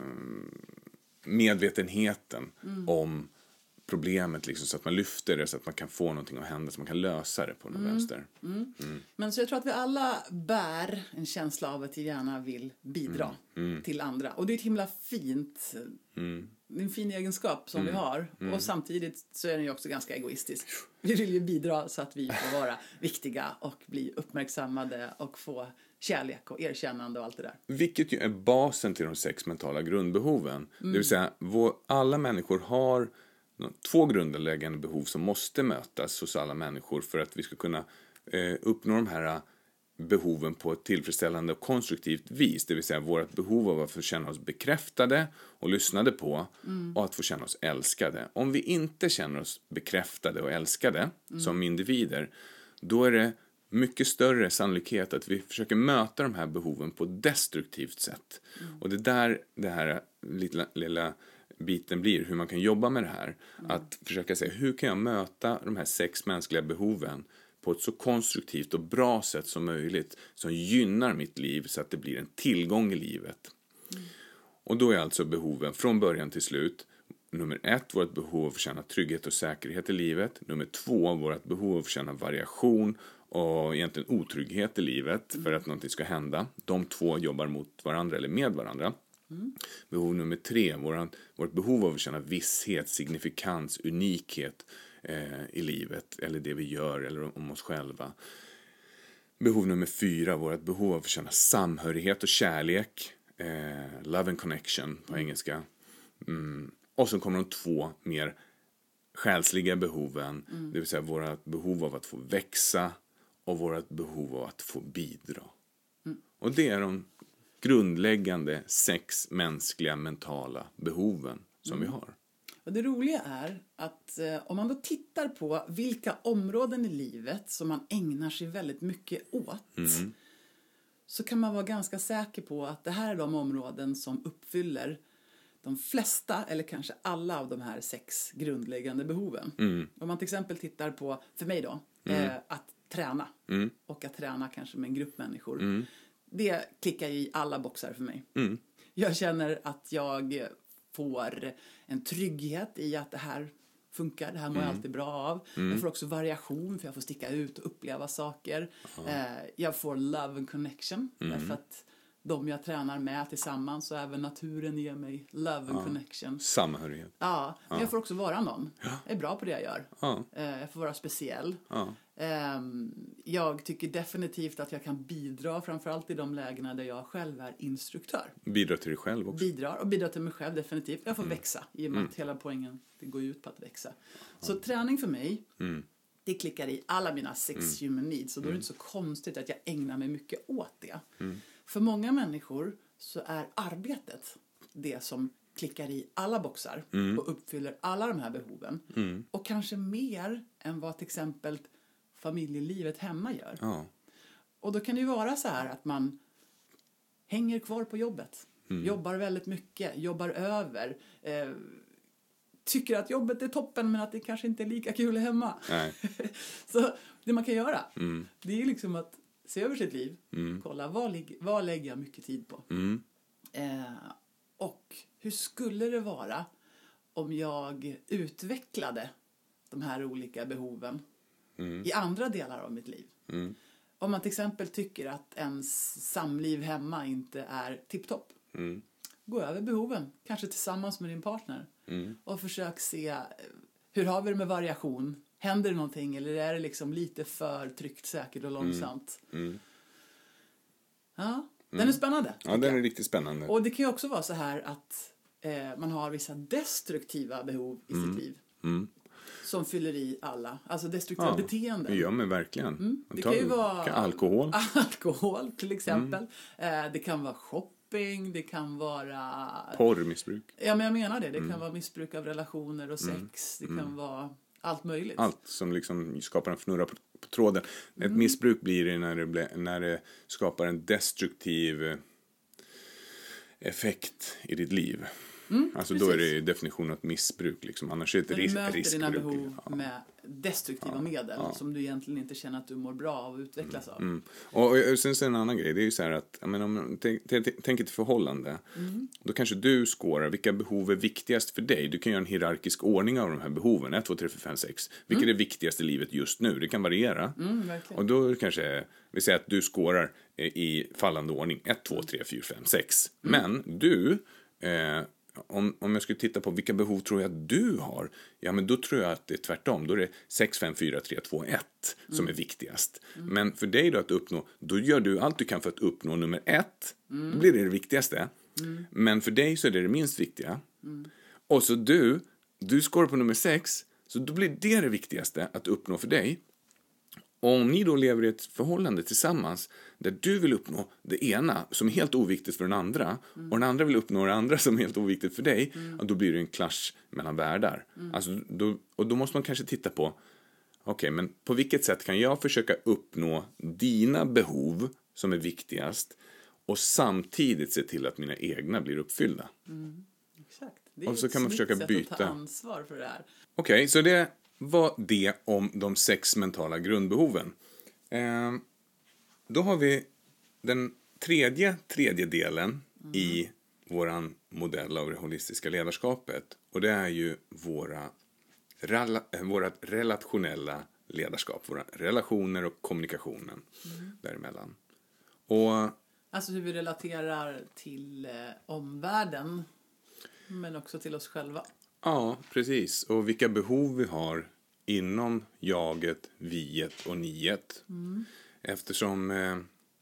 medvetenheten mm. om problemet liksom, så att man lyfter det så att man kan få någonting att hända, så man kan lösa det på någon mm. vänster. Mm. Mm. Men så jag tror att vi alla bär en känsla av att vi gärna vill bidra mm. Mm. till andra. Och det är ett himla fint, mm. det är en fin egenskap som mm. vi har. Mm. Och samtidigt så är den ju också ganska egoistisk. Vi vill ju bidra så att vi får vara viktiga och bli uppmärksammade och få kärlek och erkännande och allt det där. Vilket ju är basen till de sex mentala grundbehoven. Mm. Det vill säga, vår, alla människor har två grundläggande behov som måste mötas hos alla människor för att vi ska kunna eh, uppnå de här behoven på ett tillfredsställande och konstruktivt vis. Det vill säga vårt behov av att få känna oss bekräftade och lyssnade på mm. och att få känna oss älskade. Om vi inte känner oss bekräftade och älskade mm. som individer, då är det mycket större sannolikhet att vi försöker möta de här behoven på ett destruktivt sätt. Mm. Och det där det här lilla, lilla biten blir, hur man kan jobba med det här. Mm. Att försöka säga, hur kan jag möta de här sex mänskliga behoven på ett så konstruktivt och bra sätt som möjligt, som gynnar mitt liv så att det blir en tillgång i livet. Mm. Och då är alltså behoven från början till slut: nummer ett, vårt behov av att känna trygghet och säkerhet i livet. Nummer två, vårt behov av att känna variation och egentligen otrygghet i livet mm. för att någonting ska hända. De två jobbar mot varandra eller med varandra. Mm. Behov nummer tre, vårt, vårt behov av att känna visshet, signifikans, unikhet eh, i livet, eller det vi gör, eller om oss själva. Behov nummer fyra, vårt behov av att känna samhörighet och kärlek, eh, love and connection på mm. engelska. Mm. Och så kommer de två mer själsliga behoven, mm. det vill säga vårt behov av att få växa och vårt behov av att få bidra. Mm. Och det är de grundläggande sex mänskliga mentala behoven som mm. vi har. Och det roliga är att eh, om man då tittar på vilka områden i livet som man ägnar sig väldigt mycket åt mm. så kan man vara ganska säker på att det här är de områden som uppfyller de flesta eller kanske alla av de här sex grundläggande behoven. Mm. Om man till exempel tittar på, för mig då, mm. eh, att träna mm. och att träna kanske med en grupp människor. Mm. Det klickar i alla boxar för mig. Mm. Jag känner att jag får en trygghet i att det här funkar. Det här mår mm. jag alltid bra av. Mm. Jag får också variation för jag får sticka ut och uppleva saker. Eh, jag får love and connection. Mm. Därför att de jag tränar med tillsammans och även naturen ger mig love and ja. connection. Samhörighet. Ja, men ja. jag får också vara någon. Ja. Jag är bra på det jag gör. Ja. Eh, jag får vara speciell. Ja. Eh, jag tycker definitivt att jag kan bidra, framförallt i de lägena där jag själv är instruktör. Bidra till dig själv också. Bidrar och bidra till mig själv definitivt. Jag får mm. växa i och med mm. att hela poängen det går ut på att växa. Så mm. träning för mig mm. det klickar i alla mina sex mm. human needs. Och då är det inte så konstigt att jag ägnar mig mycket åt det. Mm. För många människor så är arbetet det som klickar i alla boxar mm. och uppfyller alla de här behoven. Mm. Och kanske mer än vad till exempel familjelivet hemma gör. Ja. Och då kan det ju vara så här att man hänger kvar på jobbet. Mm. Jobbar väldigt mycket, jobbar över. Eh, tycker att jobbet är toppen men att det kanske inte är lika kul hemma. Nej. Så det man kan göra mm. det är liksom att se över sitt liv. Mm. Kolla, vad, lig- vad lägger jag mycket tid på? Mm. Eh, och hur skulle det vara om jag utvecklade de här olika behoven mm. i andra delar av mitt liv? Mm. Om man till exempel tycker att ens samliv hemma inte är tipptopp. Mm. Gå över behoven, kanske tillsammans med din partner. Mm. Och försök se, hur har vi det med variation? Händer det någonting eller är det liksom lite för tryggt, säkert och långsamt? Mm. Mm. Ja, den mm. är spännande. Ja, den är riktigt spännande. Och det kan ju också vara så här att eh, man har vissa destruktiva behov i mm. sitt liv. Mm. Som fyller i alla. Alltså destruktiva ja, beteenden. Ja, men verkligen. Mm. Det kan ju vara kan alkohol. Alkohol till exempel. Mm. Eh, det kan vara shopping. Det kan vara... porrmissbruk. Ja, men jag menar det. Det mm. kan vara missbruk av relationer och sex. Mm. Det kan vara allt möjligt. Allt som liksom skapar en fnurra på, på tråden. Mm. Ett missbruk blir det när det, blir, när det skapar en destruktiv effekt i ditt liv. Mm, alltså precis. Då är det definitionen av ett missbruk liksom. Annars är det ett risk, riskbruk. Du möter dina behov ja. med destruktiva ja. medel ja. som du egentligen inte känner att du mår bra av och utvecklas mm. av. Mm. Och, och sen så en annan grej, det är ju så här att jag menar, om man tänker till förhållande, mm. då kanske du skårar vilka behov är viktigast för dig. Du kan göra en hierarkisk ordning av de här behoven, ett, två, tre, fyra, fem, sex. Vilket mm. är viktigast i livet just nu? Det kan variera. Mm, och då kanske, vi säger att du skårar i fallande ordning ett, två, tre, fyra, fem, sex. Mm. Men du... Eh, Om, om jag skulle titta på vilka behov tror jag att du har, ja men då tror jag att det är tvärtom. Då är det sex, fem, fyra, tre, två, ett som mm. är viktigast. Mm. Men för dig då att uppnå, då gör du allt du kan för att uppnå nummer ett. Mm. Då blir det det viktigaste. Mm. Men för dig så är det det minst viktiga. Mm. Och så du, du skår på nummer sex, så då blir det det viktigaste att uppnå för dig. Och om ni då lever i ett förhållande tillsammans där du vill uppnå det ena som är helt oviktigt för den andra mm. och den andra vill uppnå det andra som är helt oviktigt för dig, mm. då blir det en clash mellan världar. Mm. Alltså, då, och då måste man kanske titta på, okej, okay, men på vilket sätt kan jag försöka uppnå dina behov som är viktigast och samtidigt se till att mina egna blir uppfyllda. Mm. Exakt. Det är och så ett kan man försöka sätt byta. Att ta ansvar för det här. Okej, okay, så det var det om de sex mentala grundbehoven. Eh, då har vi den tredje tredjedelen mm. i våran modell av det holistiska ledarskapet. Och det är ju våra, rela- vårat relationella ledarskap. Våra relationer och kommunikationen mm. däremellan. Och, alltså hur vi relaterar till eh, omvärlden men också till oss själva. Ja, precis. Och vilka behov vi har inom jaget, viet och niet. Mm. Eftersom eh,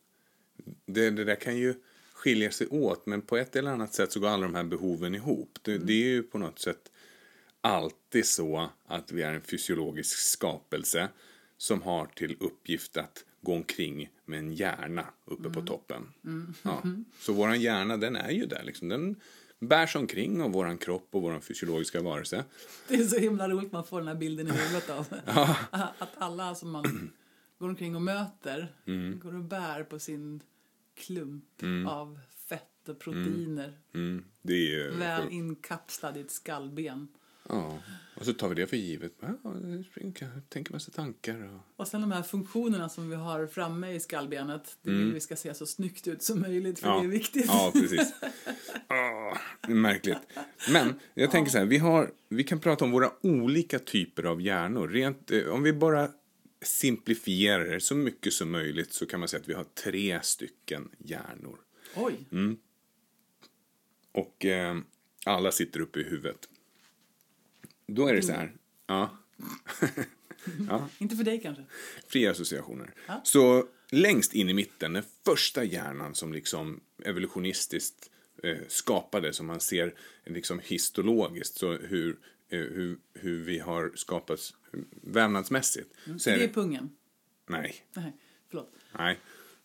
det, det där kan ju skilja sig åt, men på ett eller annat sätt så går alla de här behoven ihop. Det, mm. det är ju på något sätt alltid så att vi är en fysiologisk skapelse som har till uppgift att gå omkring med en hjärna uppe mm. på toppen. Mm. Ja. Så våran hjärna, den är ju där liksom. Den bärs omkring av våran kropp och våran fysiologiska varelse. Det är så himla roligt man får den här bilden i huvudet av. Ja. Att alla som man går omkring och möter mm. går och bär på sin klump mm. av fett och proteiner. Mm. Mm. Det är ju väl för... inkapslad i ett skallben. Ja, och så tar vi det för givet. Ja, tänker massa tankar. Och... och sen de här funktionerna som vi har framme i skallbenet. Det vill mm. vi ska se så snyggt ut som möjligt, för ja. det är viktigt. Ja, precis. Oh, det är märkligt. Men jag tänker så här, vi, har, vi kan prata om våra olika typer av hjärnor. Rent, om vi bara simplifierar det så mycket som möjligt så kan man säga att vi har tre stycken hjärnor. Oj. Mm. Och eh, alla sitter uppe i huvudet. Då är det så här. Ja. ja. Inte för dig kanske. Fria associationer. Ja. Så längst in i mitten, den första hjärnan som liksom evolutionistiskt eh, skapade, som man ser liksom histologiskt, så hur, eh, hur, hur vi har skapats vävnadsmässigt. Mm. Så är är det det pungen? Nej. Nej, förlåt. Nej.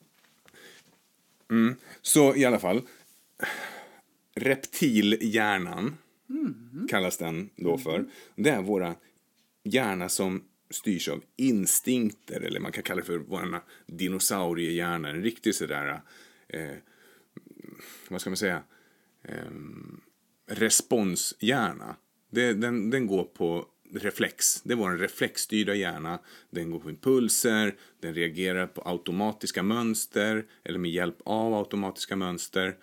Mm. Så i alla fall, reptilhjärnan mm. kallas den då för. Mm. Det är våra hjärna som styrs av instinkter, eller man kan kalla det för våra dinosauriehjärnor. En riktig sådär, eh, vad ska man säga, eh, responshjärna. Det, den, den går på reflex. Det är vår reflexstyrda hjärna. Den går på impulser, den reagerar på automatiska mönster eller med hjälp av automatiska mönster.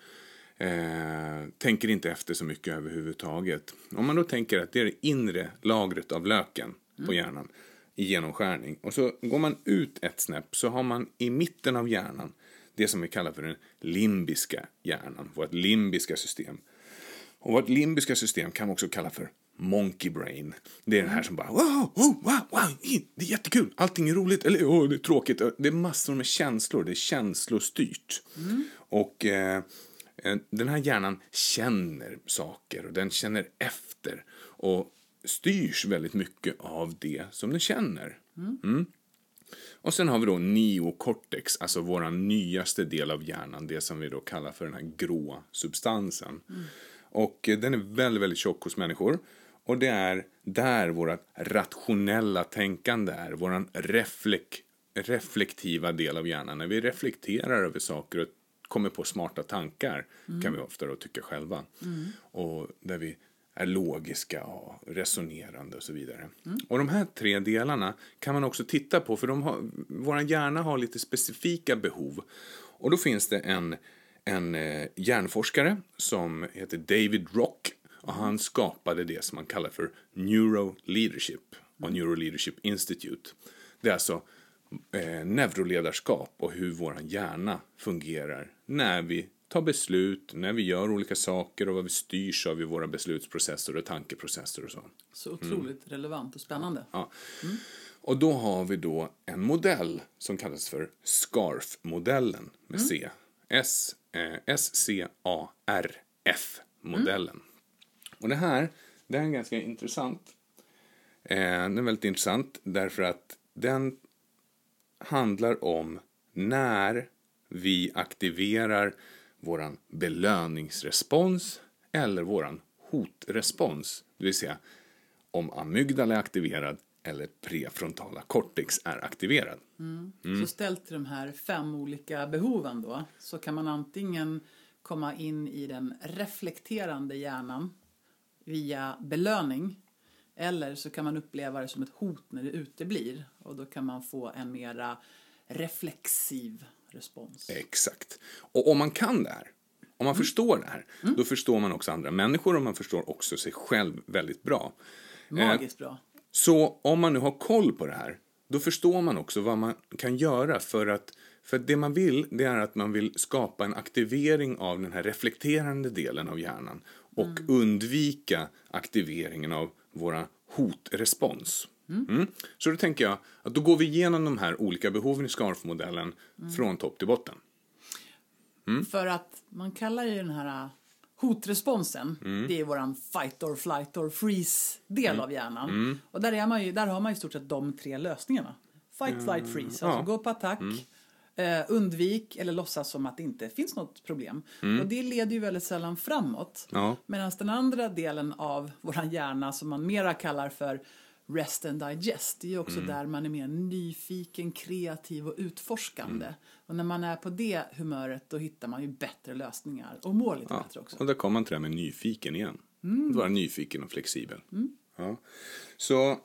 Eh, tänker inte efter så mycket överhuvudtaget. Om man då tänker att det är det inre lagret av löken mm. på hjärnan i genomskärning, och så går man ut ett snäpp, så har man i mitten av hjärnan det som vi kallar för den limbiska hjärnan, vårt limbiska system. Och vårt limbiska system kan man också kalla för monkey brain. Det är den här som bara wow, wow, wow, wow, det är jättekul, allting är roligt, eller oh, det är tråkigt. Det är massor med känslor, det är känslostyrt. Mm. Och eh, den här hjärnan känner saker och den känner efter och styrs väldigt mycket av det som den känner. Mm. Mm. Och sen har vi då neocortex, alltså vår nyaste del av hjärnan, det som vi då kallar för den här grå substansen. Mm. Och den är väldigt, väldigt tjock hos människor. Och det är där vårt rationella tänkande är, vår reflek, reflektiva del av hjärnan. När vi reflekterar över saker och kommer på smarta tankar mm. kan vi ofta då tycka själva. Mm. Och där vi är logiska och resonerande och så vidare. Mm. Och de här tre delarna kan man också titta på, för de har, vår hjärna har lite specifika behov. Och då finns det en, en eh, hjärnforskare som heter David Rock, och han skapade det som man kallar för Neuroleadership och Neuroleadership Institute. Det är alltså eh, neuroledarskap och hur vår hjärna fungerar när vi tar beslut, när vi gör olika saker och vad vi styrs av i våra beslutsprocesser och tankeprocesser och så. Så otroligt mm. relevant och spännande. Ja. Mm. Och då har vi då en modell som kallas för SCARF-modellen med mm. C. S, eh, S C A R F-modellen. Mm. Och det här, det är ganska intressant. Eh, den är väldigt intressant därför att den handlar om när vi aktiverar våran belöningsrespons eller våran hotrespons. Det vill säga om amygdala är aktiverad eller prefrontala cortex är aktiverad. Mm. Mm. Så ställt till de här fem olika behoven då, så kan man antingen komma in i den reflekterande hjärnan via belöning, eller så kan man uppleva det som ett hot när det uteblir, och då kan man få en mera reflexiv respons. Exakt. Och om man kan det här, om man mm. förstår det här, mm. då förstår man också andra människor och man förstår också sig själv väldigt bra. Magiskt eh, bra. Så om man nu har koll på det här, då förstår man också vad man kan göra för att, för det man vill, det är att man vill skapa en aktivering av den här reflekterande delen av hjärnan och mm. undvika aktiveringen av våra hotrespons. Mm. Mm. Så då tänker jag att då går vi igenom de här olika behoven i SCARF-modellen mm. från topp till botten. Mm. För att man kallar ju den här hotresponsen, mm. det är våran fight or flight or freeze del mm. av hjärnan. Mm. Och där, är man ju, där har man ju i stort sett de tre lösningarna. Fight, mm. flight, freeze. Alltså ja. gå på attack, mm. eh, undvik eller låtsas som att det inte finns något problem. Mm. Och det leder ju väldigt sällan framåt. Ja. Medan den andra delen av våran hjärna som man mera kallar för rest and digest, det är ju också mm. där man är mer nyfiken, kreativ och utforskande. Mm. Och när man är på det humöret, då hittar man ju bättre lösningar och mår lite ja. bättre också. Och där kommer man till det med nyfiken igen. Mm. Att vara nyfiken och flexibel. Mm. Ja. Så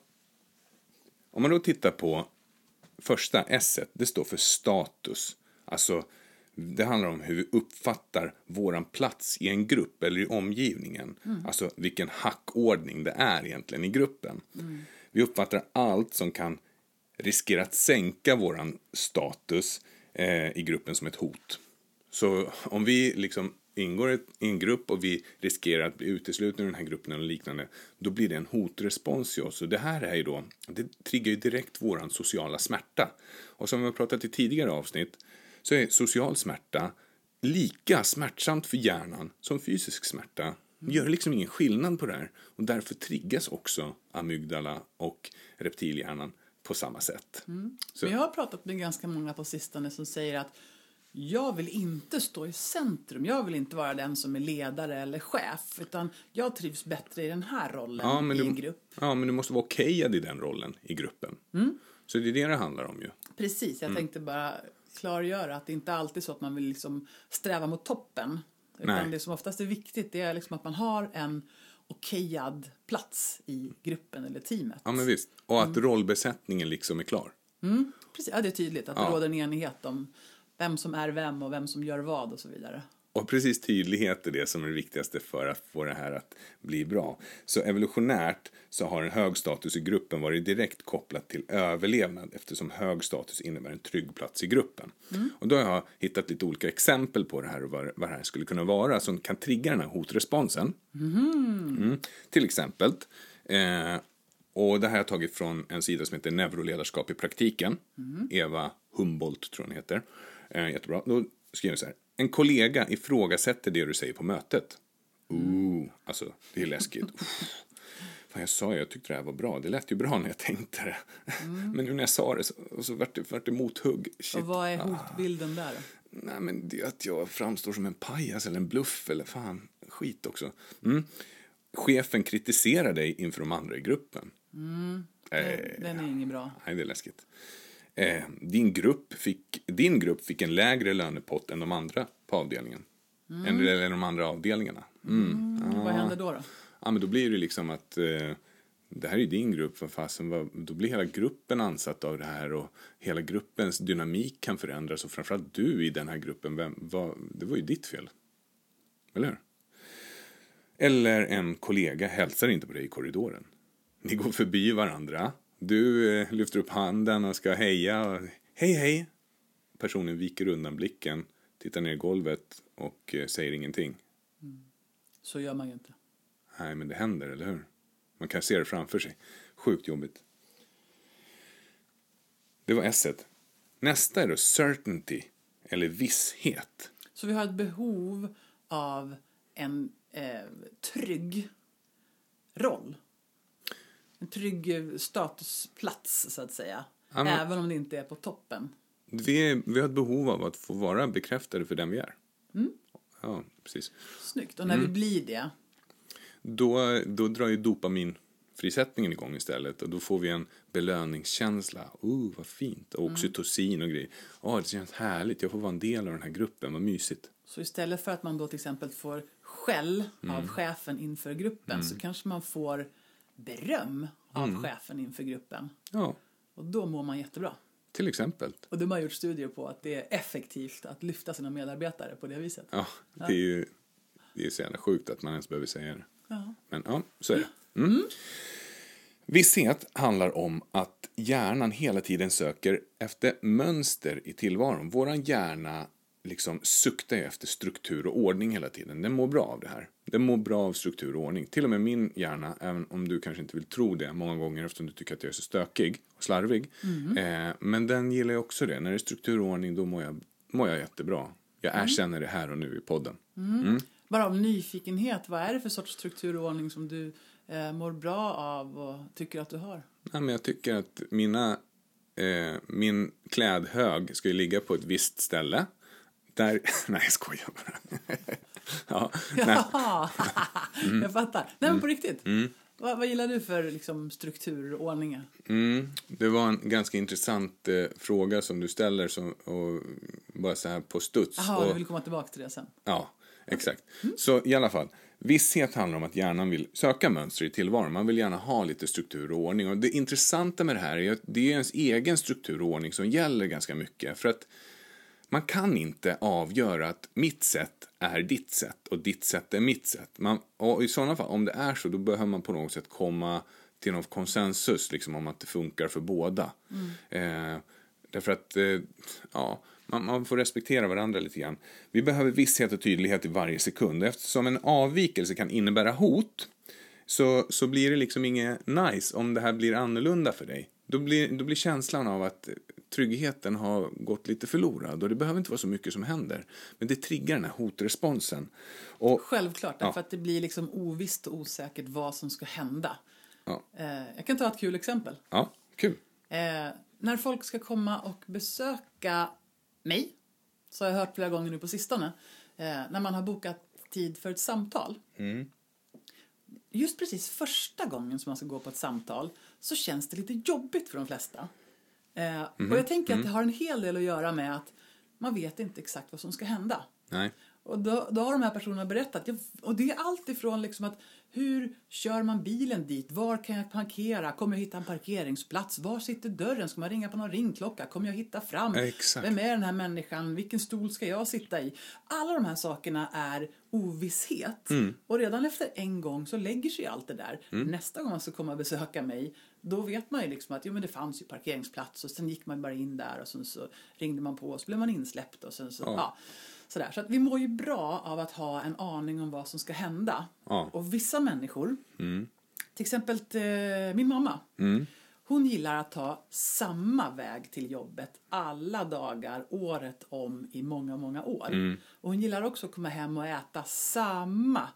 om man då tittar på första S, det står för status. Alltså Det handlar om hur vi uppfattar våran plats i en grupp eller i omgivningen. Mm. Alltså vilken hackordning det är egentligen i gruppen. Mm. Vi uppfattar allt som kan riskera att sänka våran status eh, i gruppen som ett hot. Så om vi liksom ingår i en grupp och vi riskerar att bli uteslutna ur den här gruppen eller liknande, då blir det en hotrespons i oss. Och det här är ju då, det triggar ju direkt våran sociala smärta. Och som vi har pratat i tidigare avsnitt, så är social smärta lika smärtsamt för hjärnan som fysisk smärta. Det gör liksom ingen skillnad på det här. Och därför triggas också amygdala och reptilhjärnan på samma sätt. Mm. Så. Men jag har pratat med ganska många på sistone som säger att jag vill inte stå i centrum. Jag vill inte vara den som är ledare eller chef. Utan jag trivs bättre i den här rollen ja, men i du, en grupp. Ja, men du måste vara okejad i den rollen i gruppen. Mm. Så det är det det handlar om ju. Precis, jag mm. tänkte bara klargöra att det inte alltid är så att man vill liksom sträva mot toppen. Utan Nej. det som oftast är viktigt det är liksom att man har en okejad plats i gruppen eller teamet. Ja, men visst. Och att mm. rollbesättningen liksom är klar. Mm. Precis, ja, det är tydligt att ja. det råder en enighet om vem som är vem och vem som gör vad och så vidare. Och precis tydlighet är det som är det viktigaste för att få det här att bli bra. Så evolutionärt så har en hög status i gruppen varit direkt kopplat till överlevnad eftersom hög status innebär en trygg plats i gruppen. Mm. Och då har jag hittat lite olika exempel på det här och vad, vad det här skulle kunna vara som kan trigga den här hotresponsen. Mm. Mm. Till exempel, eh, och det här har jag tagit från en sida som heter Neuroledarskap i praktiken. Mm. Eva Humboldt tror jag hon heter. Eh, jättebra. Då skriver jag så här. En kollega ifrågasätter det du säger på mötet. Ooh, alltså det är läskigt. Fan, jag sa ju, jag tyckte det här var bra. Det lät ju bra när jag tänkte det. Mm. Men nu när jag sa det så, så vart det, vart det mothugg. Shit. Och vad är hotbilden ah. där då? Nej, men det är att jag framstår som en pajas eller en bluff eller fan, skit också. Mm. Chefen kritiserar dig inför de andra i gruppen. Mm. Det, eh, den är inget bra. Nej, det är läskigt. Eh, din, grupp fick, din grupp fick en lägre lönepott än de andra på avdelningen. Mm. Än, eller de andra avdelningarna. Mm. Mm. Ah. Vad händer då då? Ja, men då blir det liksom att eh, det här är din grupp. För fasen, vad, då blir hela gruppen ansatt av det här. Och hela gruppens dynamik kan förändras. Och framförallt du i den här gruppen. Vem, vad, det var ju ditt fel. Eller hur? Eller en kollega hälsar inte på dig i korridoren. Ni går förbi varandra. Du eh, lyfter upp handen och ska heja. Och, hej, hej. Personen viker undan blicken. Tittar ner i golvet och eh, säger ingenting. Mm. Så gör man ju inte. Nej, men det händer, eller hur? Man kan se det framför sig. Sjukt jobbigt. Det var esset. Nästa är då certainty. Eller visshet. Så vi har ett behov av en eh, trygg roll. En trygg statusplats, så att säga. Ja, men, även om det inte är på toppen. Vi, är, vi har ett behov av att få vara bekräftade för den vi är. Mm. Ja, precis. Snyggt. Och när mm. vi blir det... Då, då drar ju dopaminfrisättningen igång istället. Och då får vi en belöningskänsla. Oh, vad fint. Och oxytocin och grejer. Åh, oh, det känns härligt. Jag får vara en del av den här gruppen. Vad mysigt. Så istället för att man då till exempel får skäll mm. av chefen inför gruppen. Mm. Så kanske man får beröm av mm. chefen inför gruppen. Ja. Och då mår man jättebra. Till exempel. Och de har gjort studier på att det är effektivt att lyfta sina medarbetare på det viset. Ja, det är ju det är så jävla sjukt att man ens behöver säga det. Ja. Men ja, så är det. Mm. Mm. Visshet handlar om att hjärnan hela tiden söker efter mönster i tillvaron. Våran hjärna liksom suktar efter struktur och ordning hela tiden. Den mår bra av det här. Den mår bra av struktur och ordning. Till och med min hjärna, även om du kanske inte vill tro det många gånger eftersom du tycker att jag är så stökig och slarvig. Mm. Eh, men den gillar ju också det. När det är struktur och ordning, då mår jag, mår jag jättebra. Jag mm. erkänner det här och nu i podden. Mm. Mm. Bara av nyfikenhet, vad är det för sorts struktur och ordning som du eh, mår bra av och tycker att du har? Ja, men jag tycker att mina, eh, min klädhög ska ju ligga på ett visst ställe. Där, nej, jag skojar bara. ja, ja. mm. Jag fattar. Nej, men på riktigt. Mm. Vad, vad gillar du för liksom, struktur och ordningar? Mm. Det var en ganska intressant eh, fråga som du ställer som, och bara så här på studs. Jaha, och, du vill komma tillbaka till det sen. Ja, exakt. Mm. Så i alla fall, visshet handlar om att hjärnan vill söka mönster i tillvaron. Man vill gärna ha lite struktur och ordning. Och det intressanta med det här är att det är ens egen struktur och ordning som gäller ganska mycket. För att man kan inte avgöra att mitt sätt är ditt sätt och ditt sätt är mitt sätt. Man, och i sådana fall, om det är så, då behöver man på något sätt komma till någon konsensus liksom, om att det funkar för båda. Mm. Eh, därför att eh, ja, man, man får respektera varandra lite grann. Vi behöver visshet och tydlighet i varje sekund. Eftersom en avvikelse kan innebära hot, så, så blir det liksom inget nice om det här blir annorlunda för dig. Då blir, då blir känslan av att tryggheten har gått lite förlorad, och det behöver inte vara så mycket som händer. Men det triggar den här hotresponsen. Och, Självklart, ja. för att det blir liksom ovisst och osäkert vad som ska hända. Ja. Eh, jag kan ta ett kul exempel. Ja, kul. Eh, när folk ska komma och besöka mig, så har jag hört flera gånger nu på sistone, eh, när man har bokat tid för ett samtal. Mm. Just precis första gången som man ska gå på ett samtal, så känns det lite jobbigt för de flesta. Eh, mm. Och jag tänker mm. att det har en hel del att göra med att man vet inte exakt vad som ska hända. Nej. Och då, då har de här personerna berättat, och det är allt ifrån liksom att hur kör man bilen dit? Var kan jag parkera? Kommer jag hitta en parkeringsplats? Var sitter dörren? Ska man ringa på någon ringklocka? Kommer jag hitta fram? Exakt. Vem är den här människan? Vilken stol ska jag sitta i? Alla de här sakerna är ovisshet. Mm. Och redan efter en gång så lägger sig allt det där. Mm. Nästa gång man ska komma och besöka mig, då vet man ju liksom att jo, men det fanns ju parkeringsplats, och sen gick man bara in där och sen så ringde man på och så blev man insläppt och sen så, ja. ja. Sådär. Så att vi mår ju bra av att ha en aning om vad som ska hända. Ja. Och vissa människor, mm. till exempel eh, min mamma, mm. hon gillar att ta samma väg till jobbet alla dagar, året om, i många, många år. Mm. Och hon gillar också att komma hem och äta samma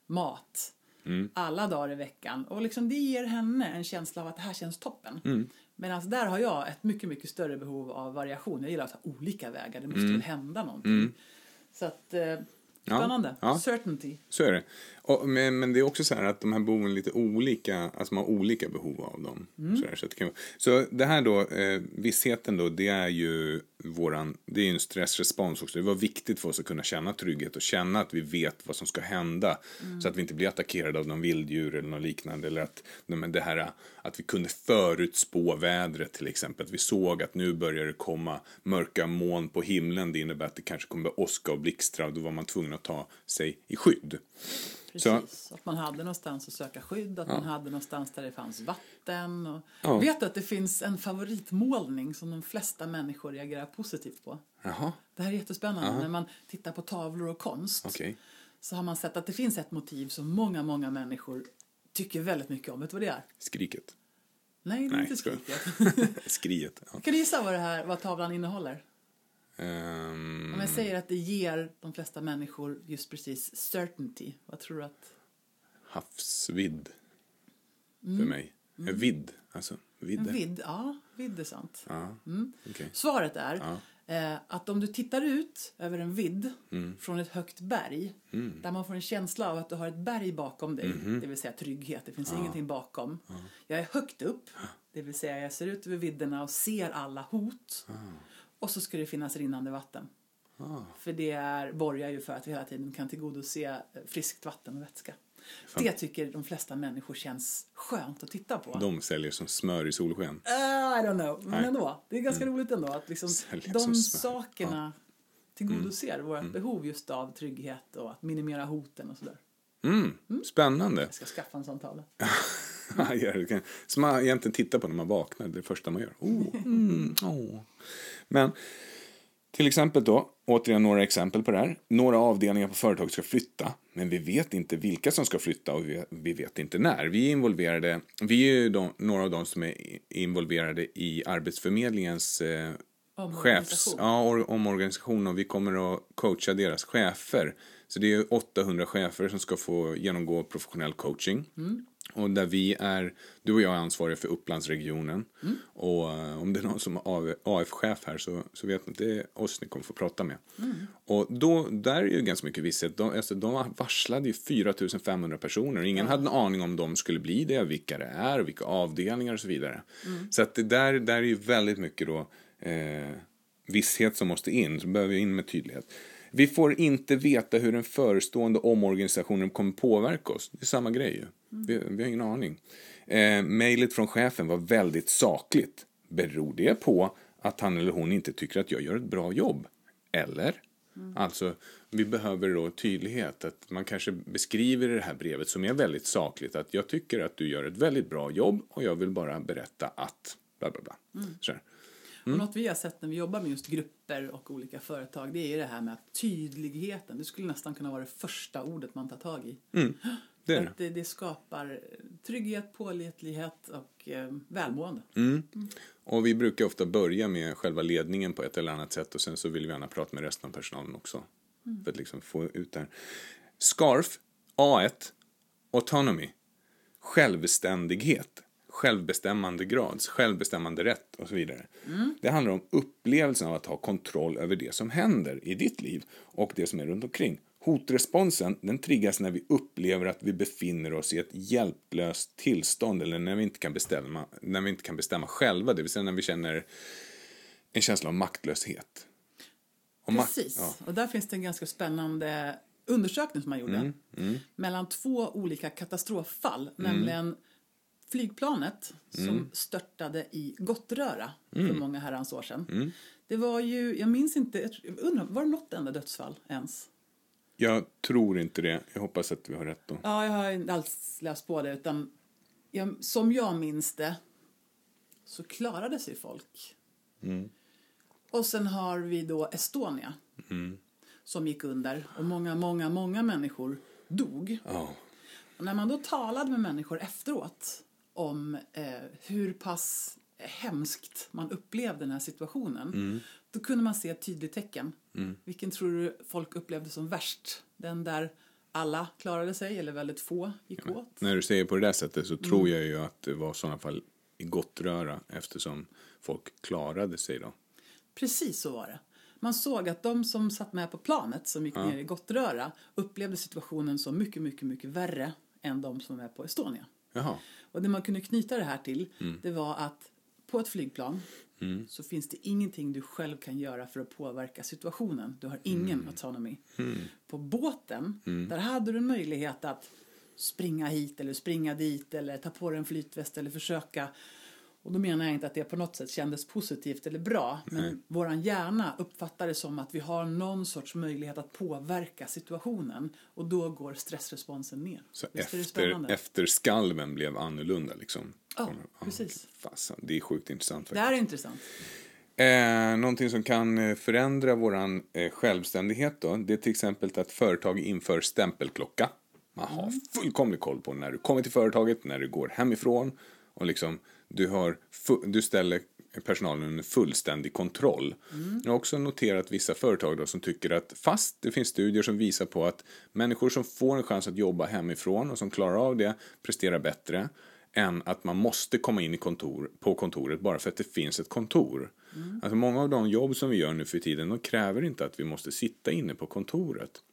mat mm. alla dagar i veckan. Och liksom det ger henne en känsla av att det här känns toppen. Mm. Medan där har jag ett mycket, mycket större behov av variation. Jag gillar att ha olika vägar. Det måste mm. väl hända någonting. Mm. Så att, eh, spännande. Ja, ja. Certainty. Så är det. Och, men, men det är också så här att de här behoven är lite olika. Alltså man har olika behov av dem. Mm. Så, där, så, att det kan, så det här då, eh, vissheten då, det är ju våran, det är ju en stressrespons också. Det var viktigt för oss att kunna känna trygghet och känna att vi vet vad som ska hända. Mm. Så att vi inte blir attackerade av någon vilddjur eller något liknande. Eller att, men det här, att vi kunde förutspå vädret till exempel. Att vi såg att nu börjar det komma mörka moln på himlen. Det innebär att det kanske kommer att åska och blixtra, och då var man tvungen att ta sig i skydd. Precis, så. Att man hade någonstans att söka skydd, att ja. man hade någonstans där det fanns vatten. Och ja. Vet du att det finns en favoritmålning som de flesta människor reagerar positivt på? Jaha. Det här är jättespännande. Jaha. När man tittar på tavlor och konst, okay. så har man sett att det finns ett motiv som många, många människor tycker väldigt mycket om. Vet du vad det är? Skriket. Nej, det är Nej, inte skriket. Skriet. Ja. Kan du gissa vad, det här, vad tavlan innehåller? Um... Om jag säger att det ger de flesta människor just precis certainty, vad tror du att? Havsvidd mm. för mig. Mm. En vidd, alltså vidde. En vidd, ja, vidd är sant. Ja. Mm. Okay. Svaret är ja. eh, att om du tittar ut över en vidd mm. från ett högt berg, mm. där man får en känsla av att du har ett berg bakom dig, mm. det vill säga trygghet, det finns ja. ingenting bakom. Ja. Jag är högt upp, det vill säga jag ser ut över vidderna och ser alla hot. Ja. Och så ska det finnas rinnande vatten. Ah. För det är, borgar ju för att vi hela tiden kan tillgodose friskt vatten och vätska. Fan. Det tycker de flesta människor känns skönt att titta på. De säljer som smör i solsken. Uh, I don't know. Men Nej. ändå. Det är ganska mm. roligt ändå. Att liksom de sakerna ja. tillgodoser mm. vårt mm. behov just av trygghet och att minimera hoten och sådär. Mm. Mm. Spännande. Jag ska skaffa en sån tavla. Ja, som man egentligen tittar på när man vaknar. Det är det första man gör. Oh. Mm. Oh. Men till exempel då, återigen några exempel på det här. Några avdelningar på företag ska flytta, men vi vet inte vilka som ska flytta och vi, vi vet inte när. Vi är involverade, vi är ju de, några av dem som är involverade i Arbetsförmedlingens eh, chefs, ja, or, omorganisation, och vi kommer att coacha deras chefer. Så det är åttahundra chefer som ska få genomgå professionell coaching. Mm. Och där vi är, du och jag är ansvariga för Upplandsregionen. Mm. Och uh, om det är någon som är A F-chef här så, så vet ni att det är oss ni kommer få prata med. Mm. Och då, där är ju ganska mycket visshet. De, alltså, de varslade ju fyra tusen femhundra personer. Ingen ja. hade en aning om de skulle bli det, vilka det är, vilka avdelningar och så vidare. Mm. Så att det där, där är ju väldigt mycket då eh, visshet som måste in. Så behöver vi in med tydlighet. Vi får inte veta hur den förestående omorganisationen kommer påverka oss. Det är samma grej ju. Mm. Vi, vi har ingen aning. Eh, mailet från chefen var väldigt sakligt. Beror det på att han eller hon inte tycker att jag gör ett bra jobb? Eller, mm. alltså vi behöver då tydlighet. Att man kanske beskriver i det här brevet som är väldigt sakligt. Att jag tycker att du gör ett väldigt bra jobb och jag vill bara berätta att bla bla bla. Mm. Så här. Mm. Och något vi har sett när vi jobbar med just grupper och olika företag, det är ju det här med att tydligheten, det skulle nästan kunna vara det första ordet man tar tag i. Mm. Det, är att det, det skapar trygghet, pålitlighet och eh, välmående. Mm. Mm. Och vi brukar ofta börja med själva ledningen på ett eller annat sätt och sen så vill vi gärna prata med resten av personalen också. Mm. För att liksom få ut det här. SCARF, A ett, autonomy, självständighet, självbestämmande grads, självbestämmande rätt och så vidare. Mm. Det handlar om upplevelsen av att ha kontroll över det som händer i ditt liv och det som är runt omkring. Hotresponsen, den triggas när vi upplever att vi befinner oss i ett hjälplöst tillstånd eller när vi inte kan bestämma, när vi inte kan bestämma själva, det vill säga när vi känner en känsla av maktlöshet. Och Precis, makt, ja. Och där finns det en ganska spännande undersökning som man gjorde mm, mm. mellan två olika katastroffall, mm. nämligen flygplanet som mm. störtade i Gottröra mm. för många herrans år sedan. Mm. Det var ju, jag minns inte, jag undrar, var det något enda dödsfall ens? Jag tror inte det. Jag hoppas att vi har rätt då. Ja, jag har inte alls läst på det. Utan jag, som jag minns det så klarade sig folk. Mm. Och sen har vi då Estonia. Mm. Som gick under. Och många, många, många människor dog. Oh. Och när man då talade med människor efteråt om eh, hur pass hemskt man upplevde den här situationen. Mm. Då kunde man se ett tydligt tecken. Mm. Vilken tror du folk upplevde som värst? Den där alla klarade sig eller väldigt få gick ja, åt? När du säger på det där sättet så mm. tror jag ju att det var i sådana fall i Gottröra eftersom folk klarade sig då. Precis så var det. Man såg att de som satt med på planet som gick ja. ner i Gottröra upplevde situationen som mycket, mycket, mycket värre än de som är på Estonia. Jaha. Och det man kunde knyta det här till mm. det var att på ett flygplan mm. så finns det ingenting du själv kan göra för att påverka situationen. Du har ingen mm. autonomy. Mm. På båten, mm. där hade du en möjlighet att springa hit eller springa dit eller ta på dig en flytväst eller försöka. Och då menar jag inte att det på något sätt kändes positivt eller bra. Men mm. våran hjärna uppfattar det som att vi har någon sorts möjlighet att påverka situationen. Och då går stressresponsen ner. Så efter, efter skalven blev annorlunda liksom? Ja, oh, precis. Fasen, det är sjukt intressant faktiskt. Det här är intressant. Eh, någonting som kan förändra våran eh, självständighet då, det är till exempel att företag inför stämpelklocka. Man har mm. fullkomlig koll på när du kommer till företaget, när du går hemifrån. Och liksom, du, har fu- du ställer personalen under fullständig kontroll. Mm. Jag har också noterat vissa företag då som tycker att fast det finns studier som visar på att människor som får en chans att jobba hemifrån och som klarar av det presterar bättre än att man måste komma in i kontor, på kontoret bara för att det finns ett kontor. Mm. Alltså många av de jobb som vi gör nu för tiden, de kräver inte att vi måste sitta inne på kontoret.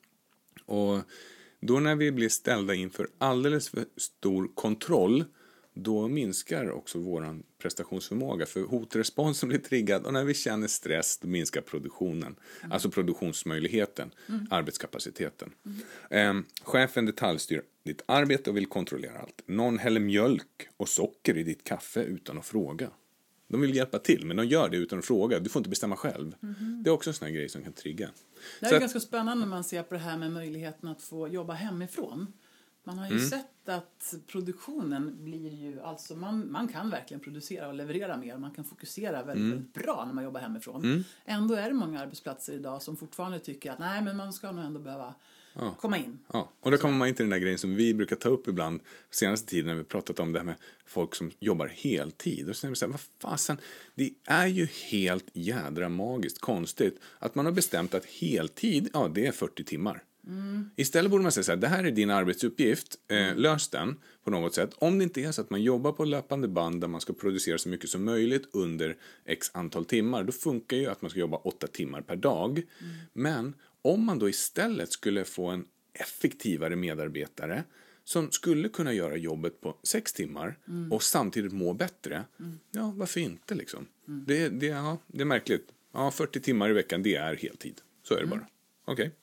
Och då när vi blir ställda inför alldeles för stor kontroll, då minskar också våran prestationsförmåga. För hotresponsen blir triggad och när vi känner stress då minskar produktionen. Mm. Alltså produktionsmöjligheten, mm. arbetskapaciteten. Mm. Eh, chefen detaljstyr ditt arbete och vill kontrollera allt. Någon häller mjölk och socker i ditt kaffe utan att fråga. De vill hjälpa till men de gör det utan att fråga. Du får inte bestämma själv. Mm. Det är också en sån här grej som kan trigga. Det är Så ganska att, spännande när man ser på det här med möjligheten att få jobba hemifrån. Man har ju mm. sett att produktionen blir ju, alltså man, man kan verkligen producera och leverera mer. Man kan fokusera väldigt, mm. väldigt bra när man jobbar hemifrån. Mm. Ändå är det många arbetsplatser idag som fortfarande tycker att nej men man ska nog ändå behöva ja. komma in. Ja. Och då kommer man in till den där grejen som vi brukar ta upp ibland senaste tiden när vi pratat om det här med folk som jobbar heltid. Och så säger vi så här, vad fasen, det är ju helt jädra magiskt konstigt att man har bestämt att heltid, ja det är fyrtio timmar. Mm. Istället borde man säga så här, det här är din arbetsuppgift, eh, lös den på något sätt. Om det inte är så att man jobbar på löpande band där man ska producera så mycket som möjligt under x antal timmar, då funkar ju att man ska jobba åtta timmar per dag. Mm. Men om man då istället skulle få en effektivare medarbetare som skulle kunna göra jobbet på sex timmar mm. och samtidigt må bättre, mm. ja varför inte liksom? Mm. Det, det, ja, det är märkligt. Ja, fyrtio timmar i veckan, det är heltid. Så är det mm. bara. Okej. Okay.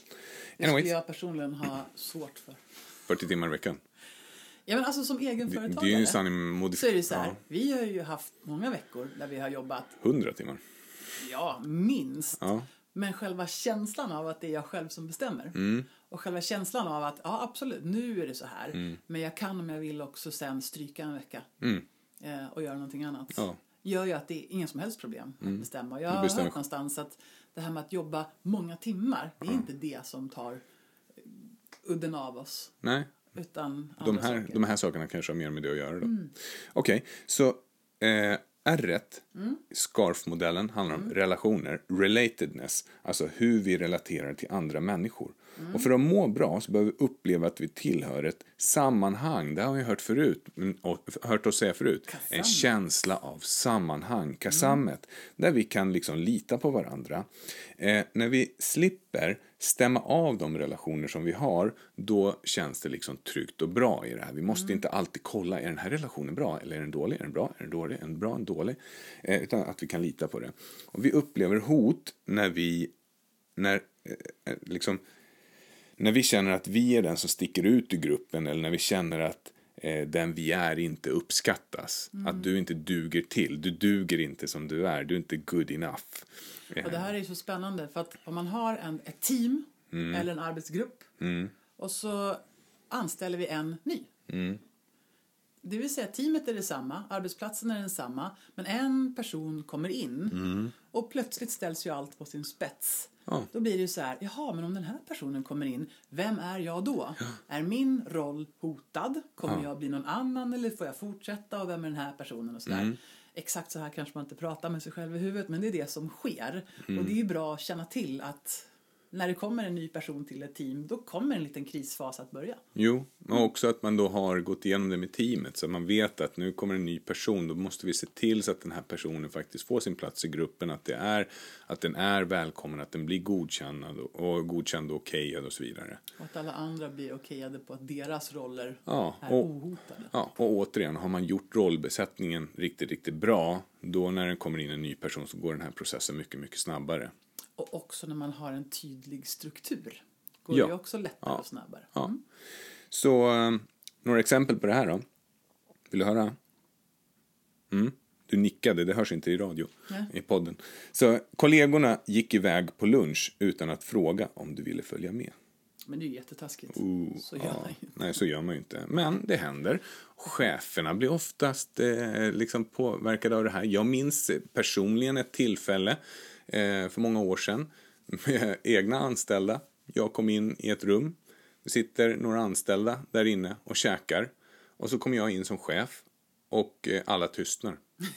Det skulle jag personligen ha svårt för. fyrtio timmar i veckan? Ja, men alltså som egenföretagare. Det är ju en sanning modif- så är det så här. Ja. Vi har ju haft många veckor där vi har jobbat. hundra timmar? Ja, minst. Ja. Men själva känslan av att det är jag själv som bestämmer. Mm. Och själva känslan av att, ja absolut, nu är det så här. Mm. Men jag kan om jag vill också sen stryka en vecka. Mm. Eh, och göra någonting annat. Ja. Gör ju att det är ingen som helst problem Mm. att bestämma. Och jag har bestämmer. hört någonstans att det här med att jobba många timmar, det är Ja. inte det som tar udden av oss. Nej, Utan de andra här, saker. de här sakerna kanske har mer med det att göra då. Mm. Okej, så eh, R, Mm. SCARF-modellen, handlar om relationer, relatedness, alltså hur vi relaterar till andra människor. Mm. Och för att må bra så behöver vi uppleva att vi tillhör ett sammanhang. Det har vi hört förut, och hört oss säga förut. Kassamet. En känsla av sammanhang, kasammet, mm. där vi kan liksom lita på varandra. Eh, när vi slipper stämma av de relationer som vi har, då känns det liksom tryggt och bra i det här. Vi måste mm. inte alltid kolla, är den här relationen bra eller är den dålig? Är den bra? Är den dålig? Är den bra? Är den dålig? Eh, utan att vi kan lita på det. Och vi upplever hot när vi när eh, liksom när vi känner att vi är den som sticker ut i gruppen, eller när vi känner att eh, den vi är inte uppskattas. Mm. Att du inte duger till. Du duger inte som du är. Du är inte good enough. Och det här är ju så spännande, för att om man har en, ett team mm. eller en arbetsgrupp mm. och så anställer vi en ny. Mm. Det vill säga teamet är detsamma, arbetsplatsen är densamma, men en person kommer in mm. och plötsligt ställs ju allt på sin spets. Ja. Då blir det ju så här, jaha, men om den här personen kommer in, vem är jag då? Ja. Är min roll hotad? Kommer ja. jag bli någon annan, eller får jag fortsätta? Och vem är den här personen? Och så där. Mm. Exakt så här kanske man inte pratar med sig själv i huvudet, men det är det som sker. Mm. Och det är ju bra att känna till att när det kommer en ny person till ett team, då kommer en liten krisfas att börja. Jo, och också att man då har gått igenom det med teamet, så att man vet att nu kommer en ny person, då måste vi se till så att den här personen faktiskt får sin plats i gruppen, att det är, att den är välkommen, att den blir godkänd och godkänd och okejad och så vidare. Och att alla andra blir okejade på att deras roller ja, är och, ohotade. Ja, och återigen, har man gjort rollbesättningen riktigt, riktigt bra, då när det kommer in en ny person så går den här processen mycket, mycket snabbare. Och också när man har en tydlig struktur går ja. det också lättare ja. och snabbare. Ja. Mm. Så um, några exempel på det här då. Vill du höra? Mm. Du nickade, det hörs inte i radio, ja. i podden. Så kollegorna gick iväg på lunch utan att fråga om du ville följa med. Men det är ju jättetaskigt. Oh, så gör ja. man ju. Nej, så gör man ju inte. Men det händer. Cheferna blir oftast eh, liksom påverkade av det här. Jag minns personligen ett tillfälle eh, för många år sedan med egna anställda. Jag kom in i ett rum. Det sitter några anställda där inne och käkar. Och så kommer jag in som chef och eh, alla tystnar.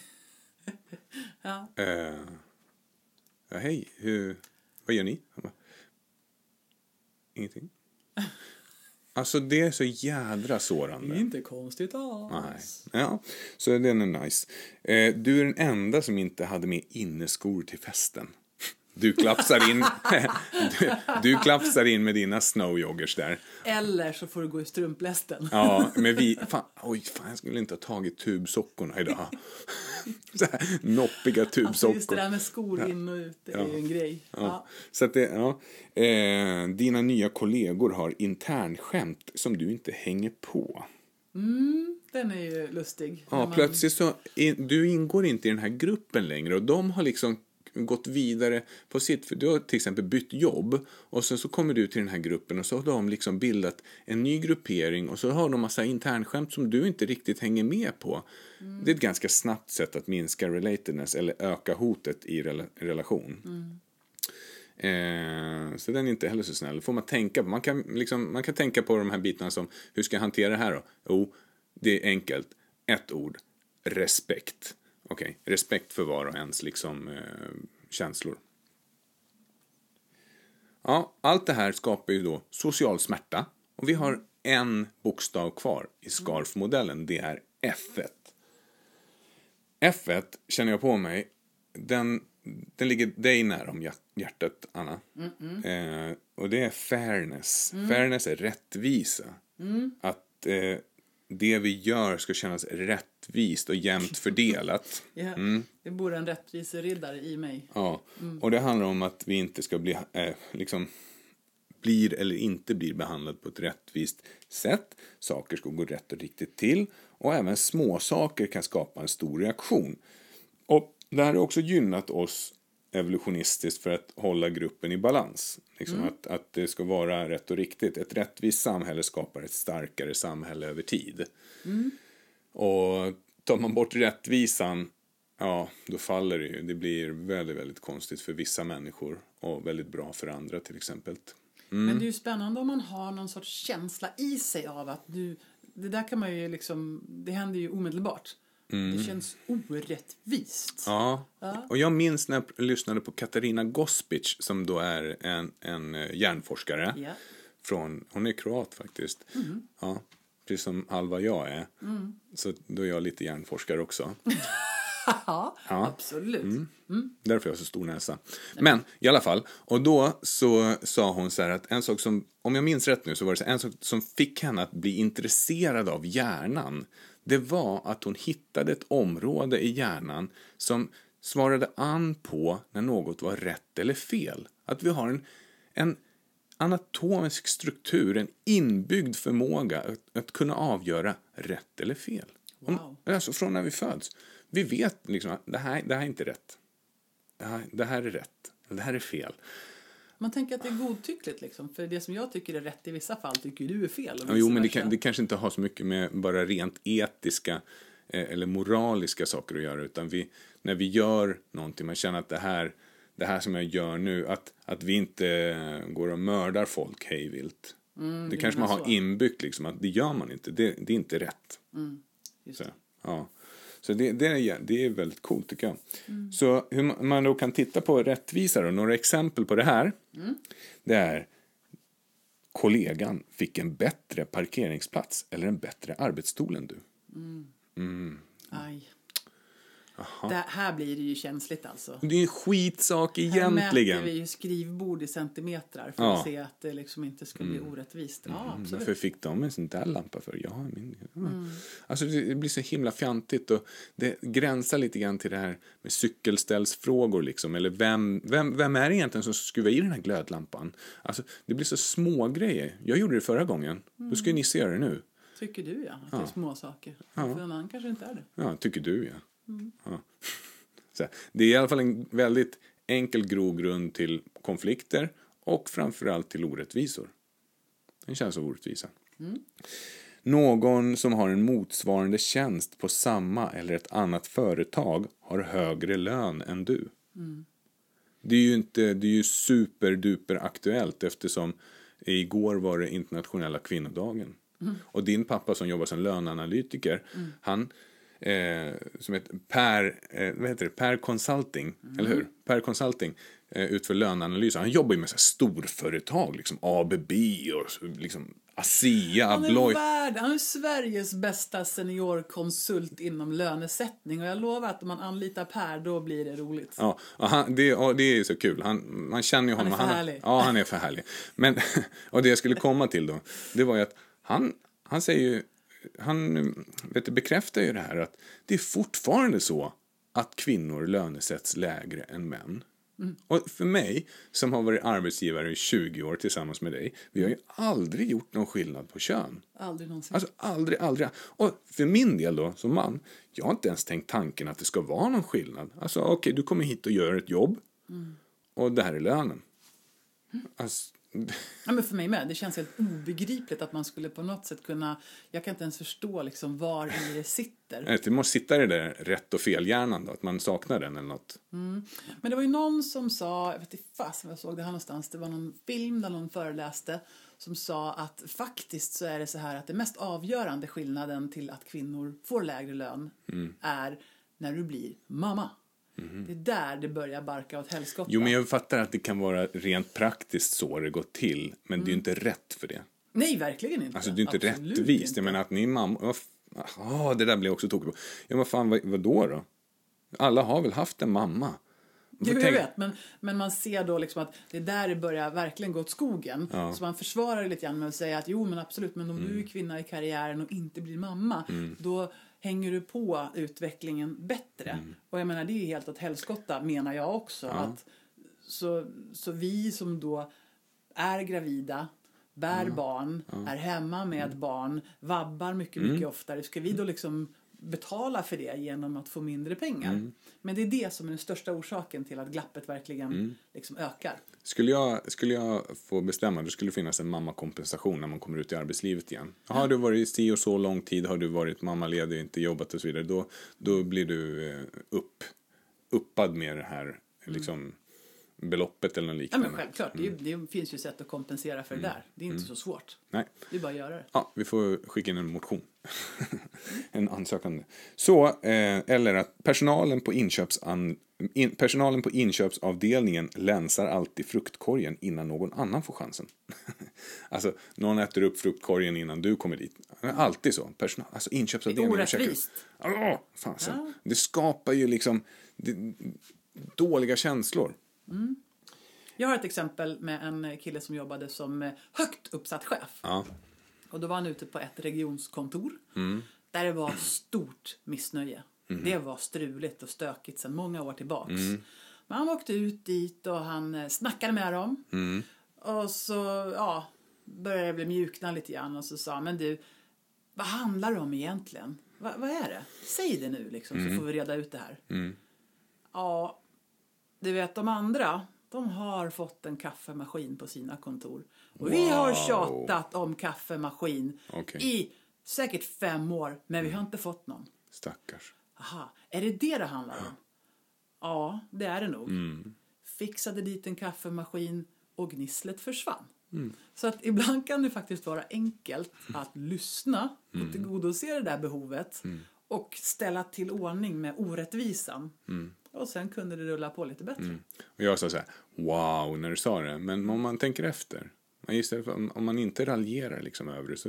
ja. Eh, ja, hej, hur, vad gör ni? Ingenting. Alltså det är så jädra sårande. Det är inte konstigt alls. Nej. Ja, så den är nice. Eh, du är den enda som inte hade med inneskor till festen. Du klapsar in du, du klapsar in med dina snowjoggers där. Eller så får du gå i strumplästen. Ja, men vi fan, oj fan, jag skulle inte ha tagit tubsockorna idag. Så här, noppiga tubsockor. Alltså just det där med skor in och ut, det ja. är ju en grej. Ja. Ja. Så att det, ja. Eh, dina nya kollegor har internskämt som du inte hänger på. Mm, den är ju lustig. Ja, man... plötsligt så in, du ingår inte i den här gruppen längre och de har liksom gått vidare på sitt, för du har till exempel bytt jobb och sen så kommer du till den här gruppen och så har de liksom bildat en ny gruppering och så har de massa internskämt som du inte riktigt hänger med på. Mm. Det är ett ganska snabbt sätt att minska relatedness eller öka hotet i rela- relation. Mm. Eh, så den är inte heller så snäll. Får man tänka på, man kan, liksom, man kan tänka på de här bitarna som, hur ska jag hantera det här då? Jo, det är enkelt. Ett ord. Respekt. Okej, okay. Respekt för var och ens liksom, eh, känslor. Ja, allt det här skapar ju då social smärta. Och vi har en bokstav kvar i SCARF-modellen. Det är F ett. F ett känner jag på mig. Den, den ligger dig nära om hjärtat, Anna. Eh, och det är fairness. Mm. Fairness är rättvisa. Mm. Att... Eh, det vi gör ska kännas rättvist och jämnt fördelat. Ja, mm. Det bor en rättviseriddare i mig. Ja, mm. och det handlar om att vi inte ska bli, eh, liksom, blir eller inte blir behandlad på ett rättvist sätt. Saker ska gå rätt och riktigt till. Och även små saker kan skapa en stor reaktion. Och det här har också gynnat oss evolutionistiskt för att hålla gruppen i balans. Liksom mm. att, att det ska vara rätt och riktigt. Ett rättvist samhälle skapar ett starkare samhälle över tid. Mm. Och tar man bort rättvisan, ja, då faller det ju. Det blir väldigt, väldigt konstigt för vissa människor och väldigt bra för andra till exempel. Mm. Men det är ju spännande om man har någon sorts känsla i sig av att du, det där kan man ju liksom, det händer ju omedelbart. Mm. Det känns orättvist. Ja. ja, och jag minns när jag lyssnade på Katarina Gospic som då är en, en hjärnforskare. Yeah. Från, hon är kroat faktiskt. Mm. Ja, precis som Alva jag är. Mm. Så då är jag lite hjärnforskare också. ja, ja, absolut. Mm. Mm. Därför har jag så stor näsa. Men i alla fall, och då så sa hon så här att en sak som, om jag minns rätt nu så var det så, en sak som fick henne att bli intresserad av hjärnan. Det var att hon hittade ett område i hjärnan som svarade an på när något var rätt eller fel. Att vi har en, en anatomisk struktur, en inbyggd förmåga att, att kunna avgöra rätt eller fel. Wow. Om, alltså från när vi föds. Vi vet liksom att det här, det här är inte rätt. Det här, det här är rätt. Det här är fel. Man tänker att det är godtyckligt liksom. För det som jag tycker är rätt i vissa fall tycker du är fel. Ja, jo, men det, kan, det kanske inte har så mycket med bara rent etiska eh, eller moraliska saker att göra. Utan vi, när vi gör någonting, man känner att det här, det här som jag gör nu, att, att vi inte går och mördar folk hejvilt. Mm, det kanske man har så. inbyggt liksom, att det gör man inte. Det, det är inte rätt. Mm, just så, ja. Så det, det, är, det är väldigt coolt tycker jag. Mm. Så hur man då kan titta på rättvisa och några exempel på det här. Mm. Det är kollegan fick en bättre parkeringsplats eller en bättre arbetsstol än du. Mm. Mm. Aj. Det här blir det ju känsligt alltså. Det är en skitsak egentligen. Här mäter vi ju skrivbord i centimetrar för ja. att se att det liksom inte ska bli mm. orättvist. Ja, mm. absolut. Varför fick de en sån där lampa för? Ja, min, ja. Mm. Alltså det blir så himla fjantigt och det gränsar lite grann till det här med cykelställsfrågor liksom. Eller vem, vem, vem är det egentligen som skruvar i den här glödlampan? Alltså det blir så små grejer. Jag gjorde det förra gången. Mm. Då ska ju Nisse göra det nu. Tycker du ja, att ja. det är små saker. Ja. För en annan kanske inte är det. Ja, tycker du ja. Mm. Ja. Så, det är i alla fall en väldigt enkel grogrund till konflikter och framförallt till orättvisor. En känsla av orättvisa. Mm. Någon som har en motsvarande tjänst på samma eller ett annat företag har högre lön än du. Mm. Det är ju inte, det är ju superduper aktuellt eftersom igår var det internationella kvinnodagen. Mm. Och din pappa som jobbar som löneanalytiker, mm. han Eh, som heter Per, eh, vad heter det? Per Consulting, mm. eller hur? Per Consulting eh, utför löneanalyser. Han jobbar ju med så här storföretag, liksom A B B och liksom ASEA, han är Abloy. Värld, han är Sveriges bästa seniorkonsult inom lönesättning och jag lovar att om man anlitar Per då blir det roligt. Ja, och han, det, och det är så kul. Han, man känner ju honom. Han är för han, härlig. Ja, han är för härlig. Men, och det jag skulle komma till då, det var ju att han, han säger ju han vet du, bekräftar ju det här att det är fortfarande så att kvinnor lönesätts lägre än män. Mm. Och för mig som har varit arbetsgivare i tjugo år tillsammans med dig, vi har ju aldrig gjort någon skillnad på kön. Aldrig någonsin. Alltså aldrig, aldrig. Och för min del då, som man, jag har inte ens tänkt tanken att det ska vara någon skillnad. Alltså okej, okay, du kommer hit och gör ett jobb mm. och det här är lönen. Mm. Alltså, ja, men för mig med, det känns helt obegripligt att man skulle på något sätt kunna, jag kan inte ens förstå liksom var i det sitter. Det måste sitta i det där rätt och fel hjärnan då, att man saknar den eller något. Mm. Men det var ju någon som sa, jag vet inte fast jag såg det här någonstans, det var någon film där någon föreläste som sa att faktiskt så är det så här att det mest avgörande skillnaden till att kvinnor får lägre lön mm. är när du blir mamma. Mm. Det är där det börjar barka åt helskotta. Jo, men jag fattar att det kan vara rent praktiskt så det går till. Men mm. det är ju inte rätt för det. Nej, verkligen inte. Alltså det är inte Absolut rättvist. Inte. Jag menar att ni mamma... Åh, det där blir jag också tokig på. Ja, men fan, vad, vad då då? Alla har väl haft en mamma? Jo, jag tänk... vet, men, men man ser då liksom att det är där det börjar verkligen gå åt skogen. Ja. Så man försvarar det lite grann med att säga att jo, men absolut, men om mm. du är kvinna i karriären och inte blir mamma, mm. då hänger du på utvecklingen bättre. Mm. Och jag menar, det är helt åt helskotta, menar jag också. Ja. Att, så, så vi som då är gravida, bär ja. barn, ja. är hemma med mm. barn, vabbar mycket, mycket mm. oftare. Ska vi då liksom betala för det genom att få mindre pengar. Mm. Men det är det som är den största orsaken till att glappet verkligen mm. liksom ökar. Skulle jag, skulle jag få bestämma, då skulle det finnas en mammakompensation när man kommer ut i arbetslivet igen. Mm. Har du varit si och så lång tid, har du varit mammaledig, inte jobbat och så vidare, då, då blir du upp, uppad med det här liksom, mm. beloppet eller något liknande. Ja, men självklart. Mm. Det, det finns ju sätt att kompensera för det mm. där. Det är inte mm. så svårt. Nej. Det är bara att göra det. Ja, vi får skicka in en motion. en ansökan. Så, eh, eller att personalen på, inköpsan, in, personalen på inköpsavdelningen länsar alltid fruktkorgen innan någon annan får chansen. Alltså, någon äter upp fruktkorgen innan du kommer dit. Alltid så. Personal, alltså inköpsavdelningen. Det är orättvist. Åh, fan, så. Ja. Det skapar ju liksom det, dåliga känslor. Mm. Jag har ett exempel med en kille som jobbade som högt uppsatt chef. Ja. Och då var han ute på ett regionskontor mm. där det var stort missnöje. Mm. Det var struligt och stökigt sedan många år tillbaks. Mm. Men han åkte ut dit och han snackade med dem. Mm. Och så ja, började det bli mjukna lite grann och så sa, men du, vad handlar det om egentligen? Va, vad är det? Säg det nu liksom, mm. så får vi reda ut det här. Mm. Ja, du vet, de andra, de har fått en kaffemaskin på sina kontor. Och wow. vi har tjatat om kaffemaskin okay. i säkert fem år, men vi har inte fått någon. Stackars. Aha, är det det det handlar om? Ja, ja det är det nog. Mm. Fixade dit en kaffemaskin och gnisslet försvann. Mm. Så att ibland kan det faktiskt vara enkelt att lyssna och mm. tillgodose det där behovet mm. och ställa till ordning med orättvisan. Mm. Och sen kunde det rulla på lite bättre. Mm. Och jag sa så här, wow, när du sa det. Men om man tänker efter, istället för, om man inte raljerar liksom över det, så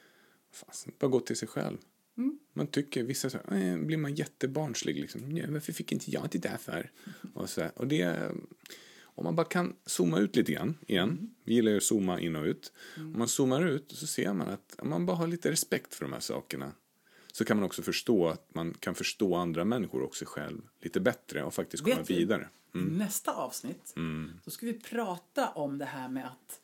fan, bara gå till sig själv. Mm. Man tycker, vissa så här, blir man jättebarnslig liksom. Ja, varför fick inte jag det där för? Och, så här, och det, om man bara kan zooma ut lite grann igen. Mm. Vi gillar ju att zooma in och ut. Mm. Om man zoomar ut så ser man att om man bara har lite respekt för de här sakerna, så kan man också förstå att man kan förstå andra människor och sig själv lite bättre och faktiskt komma vidare. Mm. I nästa avsnitt mm. så ska vi prata om det här med att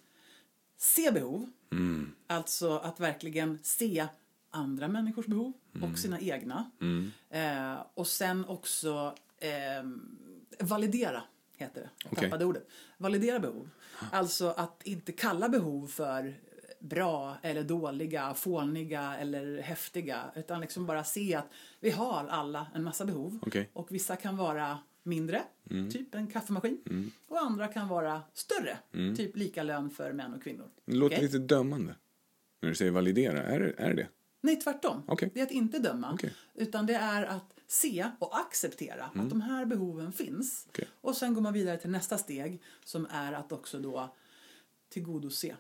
se behov. Mm. Alltså att verkligen se andra människors behov mm. och sina egna. Mm. Eh, och sen också eh, validera, heter det. Jag tappade okay. ordet. Validera behov. Alltså att inte kalla behov för bra eller dåliga, fåniga eller häftiga, utan liksom bara se att vi har alla en massa behov okay. och vissa kan vara mindre, mm. typ en kaffemaskin mm. och andra kan vara större, mm. typ lika lön för män och kvinnor. Det låter okay? lite dömande när du säger validera, är det är det? Nej, tvärtom. Okay. Det är att inte döma, okay. utan det är att se och acceptera mm. att de här behoven finns okay. och sen går man vidare till nästa steg som är att också då tillgodose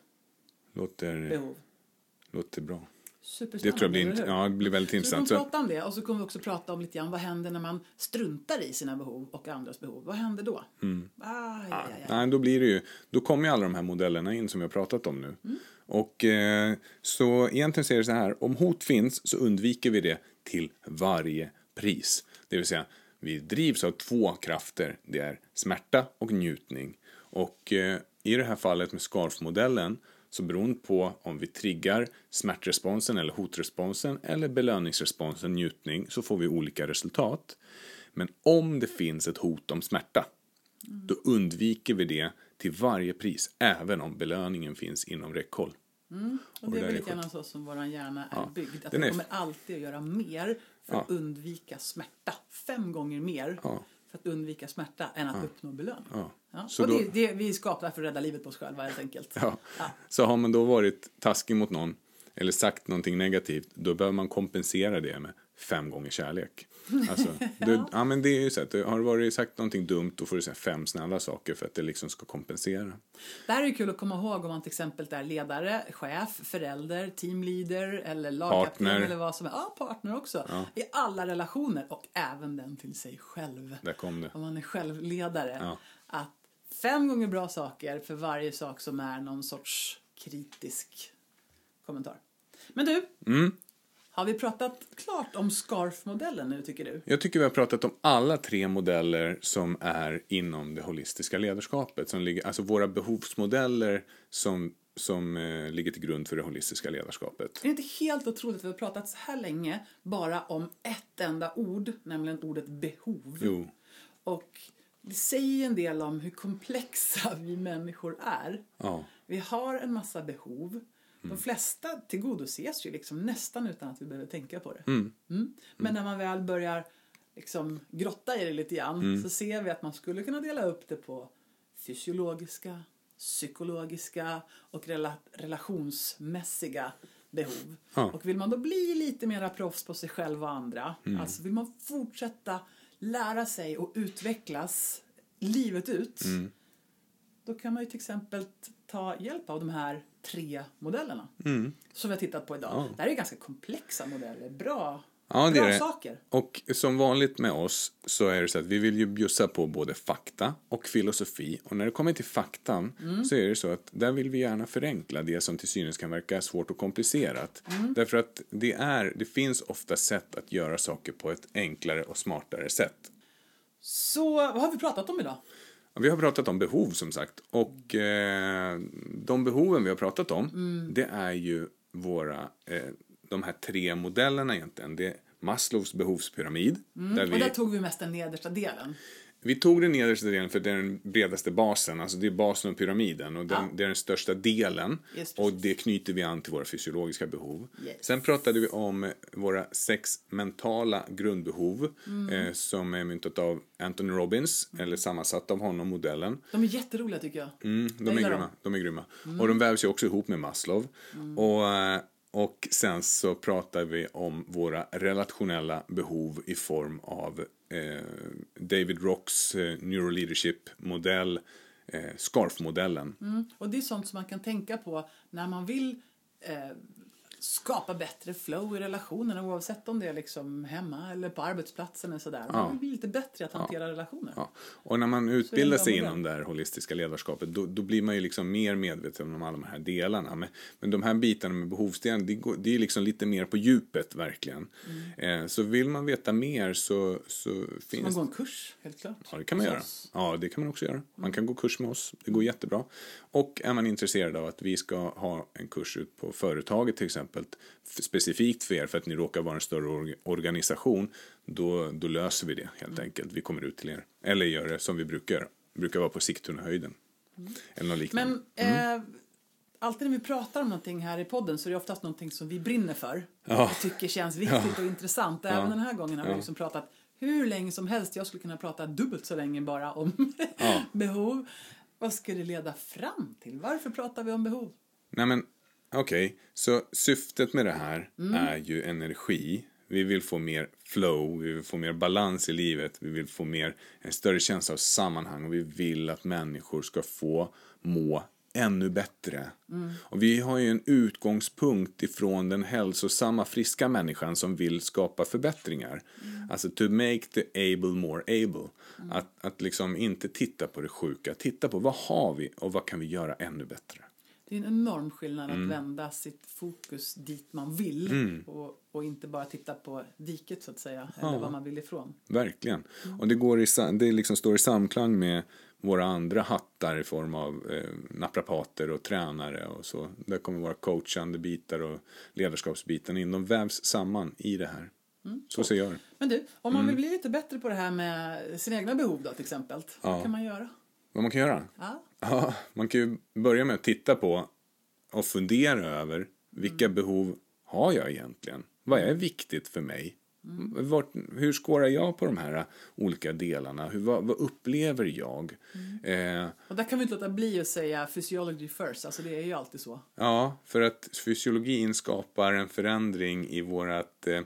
Låter, behov. Låter bra. Superspännande. Det tror jag blir, ja, det blir väldigt intressant. Så vi kommer prata om det och så kommer vi också prata om lite grann vad händer när man struntar i sina behov och andras behov. Vad händer då? Mm. Ah, ja, ja, ja. Nej, då blir det ju, då kommer ju alla de här modellerna in som vi har pratat om nu. Mm. Och eh, så egentligen säger det så här, om hot finns så undviker vi det till varje pris. Det vill säga, vi drivs av två krafter. Det är smärta och njutning. Och eh, i det här fallet med scarf-modellen, så beroende på om vi triggar smärtresponsen eller hotresponsen eller belöningsresponsen, njutning, så får vi olika resultat. Men om det finns ett hot om smärta, mm. då undviker vi det till varje pris, även om belöningen finns inom räckhåll. Mm. Och, och det är väl lite grann så som vår hjärna är ja. byggd. Att vi kommer alltid att göra mer för ja. att undvika smärta. Fem gånger mer ja. för att undvika smärta än att ja. uppnå belöning. Ja. Ja. Så och då, det, det, vi skapar för att rädda livet på oss själva helt enkelt. Ja. Ja. Så har man då varit taskig mot någon eller sagt någonting negativt, då bör man kompensera det med fem gånger kärlek. Alltså, ja. Du, ja, men det är ju så att har du varit sagt någonting dumt, då får du säga fem snälla saker för att det liksom ska kompensera. Det här är ju kul att komma ihåg om man till exempel är ledare, chef, förälder, teamleader eller lagkapten eller vad som är. Ja, partner också. Ja. I alla relationer och även den till sig själv. Där kom det. Om man är självledare. Ja. Att fem gånger bra saker för varje sak som är någon sorts kritisk kommentar. Men du, mm. har vi pratat klart om scarf-modellen nu, tycker du? Jag tycker vi har pratat om alla tre modeller som är inom det holistiska ledarskapet. Som ligger, alltså våra behovsmodeller som, som eh, ligger till grund för det holistiska ledarskapet. Är det inte helt otroligt att vi har pratat så här länge bara om ett enda ord, nämligen ordet behov? Jo. Och det säger en del om hur komplexa vi människor är. Ja. Vi har en massa behov. De flesta tillgodoses ju liksom nästan utan att vi behöver tänka på det. Mm. Mm. Men när man väl börjar liksom grotta i det lite grann Mm. så ser vi att man skulle kunna dela upp det på fysiologiska, psykologiska och rela- relationsmässiga behov. Ja. Och vill man då bli lite mera proffs på sig själv och andra, Mm. alltså vill man fortsätta lära sig och utvecklas livet ut, Mm. då kan man ju till exempel ta hjälp av de här tre modellerna Mm. som vi har tittat på idag. Ja. Det här är ju ganska komplexa modeller, bra, Ja, det bra är det. saker. Och som vanligt med oss så är det så att vi vill ju bjussa på både fakta och filosofi. Och när det kommer till faktan Mm. så är det så att där vill vi gärna förenkla det som till synes kan verka svårt och komplicerat. Mm. Därför att det, är, det finns ofta sätt att göra saker på ett enklare och smartare sätt. Så vad har vi pratat om idag? Vi har pratat om behov som sagt. Och eh, de behoven vi har pratat om, Mm. det är ju våra, eh, de här tre modellerna egentligen. Det är Maslows behovspyramid. Där vi, Och där tog vi mest den nedersta delen. vi tog den nedersta delen för det är den bredaste basen. Alltså det är basen av pyramiden och den, Ja. det är den största delen. Yes, precis. Och det knyter vi an till våra fysiologiska behov. Yes. Sen pratade vi om våra sex mentala grundbehov. Mm. Eh, som är myntat av Anthony Robbins. Eller sammansatt av honom, modellen. De är jätteroliga tycker jag. Mm, de, Jag är gillar grymma. de är grymma. Och de vävs ju också ihop med Maslow. Och, eh, och sen så pratar vi om våra relationella behov i form av eh, David Rocks eh, neuroleadership-modell, eh, SCARF-modellen. Mm. Och det är sånt som man kan tänka på när man vill eh, skapa bättre flow i relationerna, oavsett om det är liksom hemma eller på arbetsplatsen eller sådär. Man vill bli lite bättre att hantera relationer. Ja. Och när man utbildar bra sig modell. inom det här holistiska ledarskapet då, då blir man ju liksom mer medveten om alla de här delarna. Men, men de här bitarna med behovsdelen, det, går, det är liksom lite mer på djupet verkligen. Eh, så vill man veta mer så, så finns Man går en kurs, helt klart. Ja, det kan man Hos göra. oss. Ja, det kan man också göra. Man kan gå kurs med oss. Det går jättebra. Och är man intresserad av att vi ska ha en kurs ut på företaget till exempel, f- specifikt för er för att ni råkar vara en större org- organisation, då, då löser vi det helt enkelt. Vi kommer ut till er. Eller gör det som vi brukar göra. Brukar vara på Sigtunahöjden. Eller något liknande. Men eh, alltid när vi pratar om någonting här i podden så är det oftast någonting som vi brinner för. Ja. Och tycker känns viktigt och intressant. Även Ja. den här gången har vi Ja. liksom pratat hur länge som helst. Jag skulle kunna prata dubbelt så länge bara om Ja. behov. Vad ska det leda fram till? Varför pratar vi om behov? Nej men, okej. Så syftet med det här är ju energi. Vi vill få mer flow, vi vill få mer balans i livet, vi vill få mer, en större känsla av sammanhang och vi vill att människor ska få må ännu bättre. Och vi har ju en utgångspunkt ifrån den hälsosamma, friska människan som vill skapa förbättringar. Alltså to make the able more able. Att, att liksom inte titta på det sjuka, titta på vad har vi och vad kan vi göra ännu bättre. Det är en enorm skillnad Mm. att vända sitt fokus dit man vill och, och inte bara titta på diket så att säga, eller Ja. vad man vill ifrån. Verkligen. Och det, går i, sam- det liksom står i samklang med våra andra hattar i form av eh, naprapater och tränare och så. Där kommer våra coachande bitar och ledarskapsbiten in. De vävs samman i det här. Så ser jag det. Men du, om man vill bli lite bättre på det här med sina egna behov då till exempel, Ja. vad kan man göra? Vad man kan göra? Ja. Ja, man kan ju börja med att titta på och fundera över vilka behov har jag egentligen? Vad är viktigt för mig? Vart, hur skårar jag på de här olika delarna? Hur, vad, vad upplever jag? Eh, Och där kan vi inte låta bli att säga physiology first, alltså det är ju alltid så. ja, för att fysiologin skapar en förändring i vårat eh,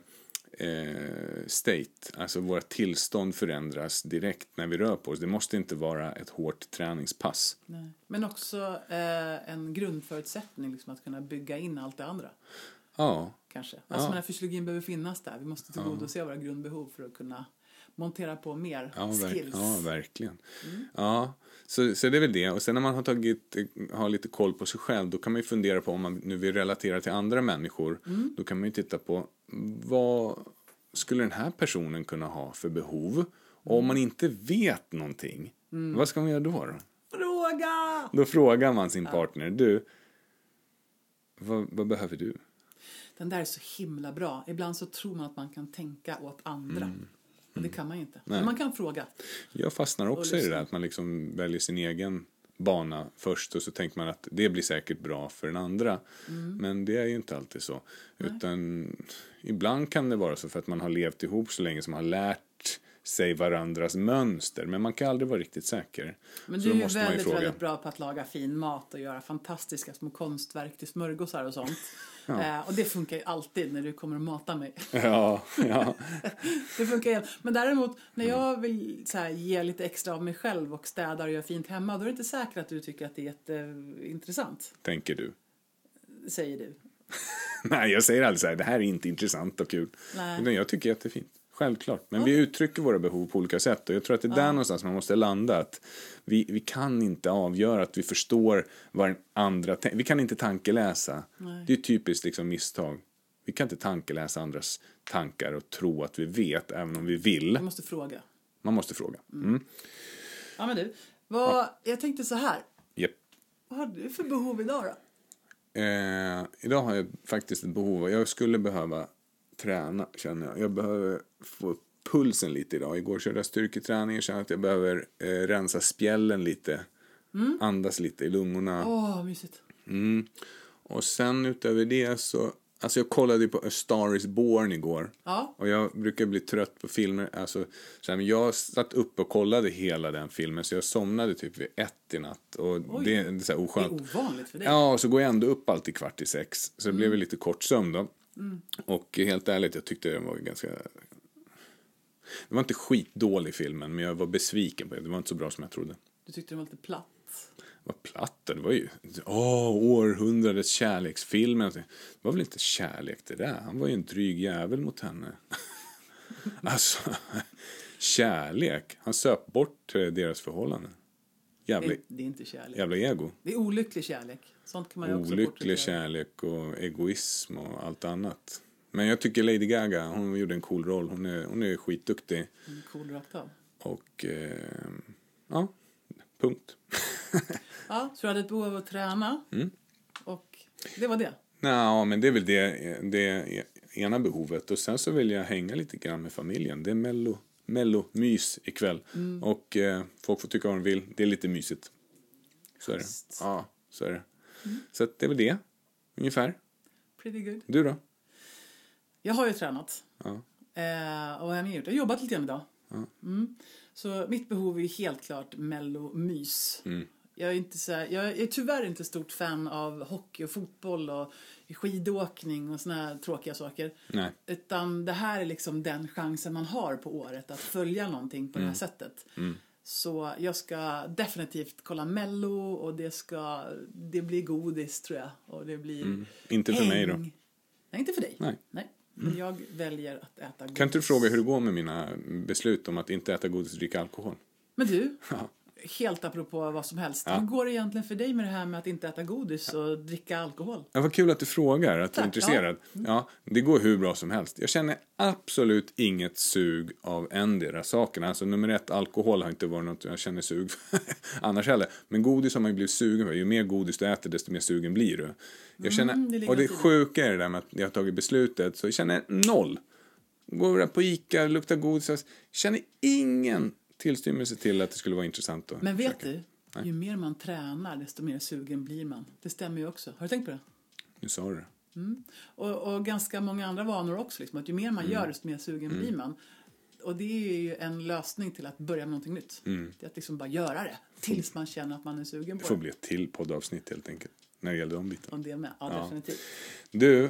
eh, state. Alltså våra tillstånd förändras direkt när vi rör på oss. Det måste inte vara ett hårt träningspass. Nej. Men också eh, en grundförutsättning liksom, att kunna bygga in allt det andra. Ja, Kanske. Alltså Ja. den här fysiologin behöver finnas där. Vi måste tillgodose våra grundbehov för att kunna montera på mer ja, verk, skills. ja verkligen. Ja, så, så det är väl det. Och sen när man har tagit, har lite koll på sig själv, då kan man ju fundera på om man nu vill relatera till andra människor. Då kan man ju titta på vad skulle den här personen kunna ha för behov? Och om man inte vet någonting, vad ska man göra då? Då, Fråga! då frågar man sin partner, du, Vad, vad behöver du? Den där är så himla bra. Ibland så tror man att man kan tänka åt andra. Mm. Och det kan man inte. Nej. Men man kan fråga. Jag fastnar också i det där att man liksom väljer sin egen bana först och så tänker man att det blir säkert bra för den andra. Mm. Men det är ju inte alltid så. Nej. Utan ibland kan det vara så för att man har levt ihop så länge som man har lärt sig varandras mönster. Men man kan aldrig vara riktigt säker. Men du är ju väldigt, väldigt bra på att laga fin mat och göra fantastiska små konstverk till smörgåsar och sånt. Ja. Eh, och det funkar ju alltid när du kommer att mata mig. Ja, ja. Det funkar ju. Men däremot, när jag vill så här, ge lite extra av mig själv och städar och gör fint hemma, då är det inte säkert att du tycker att det är jätteintressant. Tänker du? Säger du. Nej, jag säger aldrig så här, det här är inte intressant och kul. Nej. Men jag tycker att det är fint. Självklart. Men ja. Vi uttrycker våra behov på olika sätt. Och jag tror att det är ja. där någonstans man måste landa. Att vi, vi kan inte avgöra att vi förstår vad den andra... Vi kan inte tankeläsa. Nej. Det är typiskt liksom misstag. Vi kan inte tankeläsa andras tankar och tro att vi vet, även om vi vill. Man måste fråga. Man måste fråga. Mm. Mm. Ja, men du. Vad, ja. Jag tänkte så här. Yep. Vad har du för behov idag då? Eh, idag har jag faktiskt ett behov. Jag skulle behöva träna, känner jag. Jag behöver få pulsen lite idag. Igår körde jag styrketräning. Jag känner att jag behöver eh, rensa spjällen lite. Mm. Andas lite i lungorna. Åh, oh, mysigt. Mm. Och sen utöver det så... Alltså jag kollade på A Star is Born igår. Ja. Och jag brukar bli trött på filmer. Alltså, så här, men jag satt upp och kollade hela den filmen. Så jag somnade typ vid ett i natt. Och det, det är så här oskönt. Det är ovanligt för dig. Ja, och så går jag ändå upp alltid kvart i sex. Så det mm. blev lite kort sömn då. Mm. Och helt ärligt, jag tyckte det var ganska... Det var inte skitdålig filmen, men jag var besviken på det. Det var inte så bra som jag trodde. Du tyckte det var lite platt? Vad platt det var ju. Åh, århundradets kärleksfilmen. Det var väl inte kärlek det där. Han var ju en dryg jävel mot henne. Alltså, kärlek. Han söp bort deras förhållanden. Jävla, det, det är inte kärlek. Jävla ego. Det är olycklig kärlek. Sånt kan man ju också olycklig kärlek och egoism och allt annat. Men jag tycker Lady Gaga, hon gjorde en cool roll. Hon är, hon är skitduktig. Hon är cool rakt av. Och, eh, ja, punkt. Ja, så du hade ett behov av att träna. Mm. Och det var det. Nej, men det är väl det, det ena behovet. Och sen så vill jag hänga lite grann med familjen. Det är mello, mello mys ikväll. Mm. Och eh, folk får tycka vad de vill. Det är lite mysigt. Så är det. Ja, så är det. Mm. Så att det är väl det, ungefär. Pretty good. Du då? Jag har ju tränat. Ja. Eh, och vad har jag gjort? Jag har jobbat lite grann idag. Ja. Mm. Så mitt behov är helt klart mello-mys. Mm. Jag är, inte så här, jag är tyvärr inte stort fan av hockey och fotboll och skidåkning och såna här tråkiga saker. Nej. Utan det här är liksom den chansen man har på året att följa någonting på mm. det här sättet. Mm. Så jag ska definitivt kolla mello och det ska det blir godis tror jag. Och det blir mm. Inte för häng. mig då? Nej, inte för dig. Nej. Nej. Men jag väljer att äta godis. Kan inte du fråga hur det går med mina beslut om att inte äta godis och dricka alkohol? Men du, ja. Helt apropå vad som helst. Ja. Hur går det egentligen för dig med det här med att inte äta godis och dricka alkohol? Ja, vad kul att du frågar, att Tack. du är intresserad. Ja. Mm. Ja, det går hur bra som helst. Jag känner absolut inget sug av endera sakerna. Alltså nummer ett, alkohol har inte varit något jag känner sug annars heller. Men godis har man ju blivit sugen för. Ju mer godis du äter, desto mer sugen blir du. Jag känner, mm, det och det sjuka är det där med att jag har tagit beslutet. Så jag känner noll. Går där på Ica, luktar godis. Jag känner ingen tillstymmelse till att det skulle vara intressant. Då. Men vet du, Nej. ju mer man tränar, desto mer sugen blir man. Det stämmer ju också. Har du tänkt på det? Nu sa du det. Mm. Och, och ganska många andra vanor också. Liksom, att ju mer man mm. gör, desto mer sugen mm. blir man. Och det är ju en lösning till att börja med någonting nytt. Mm. Det är att liksom bara göra det. Tills man känner att man är sugen på det. Det får bli ett till poddavsnitt helt enkelt. När det gäller de bitarna. Och det med, ja, ja. definitivt. Du,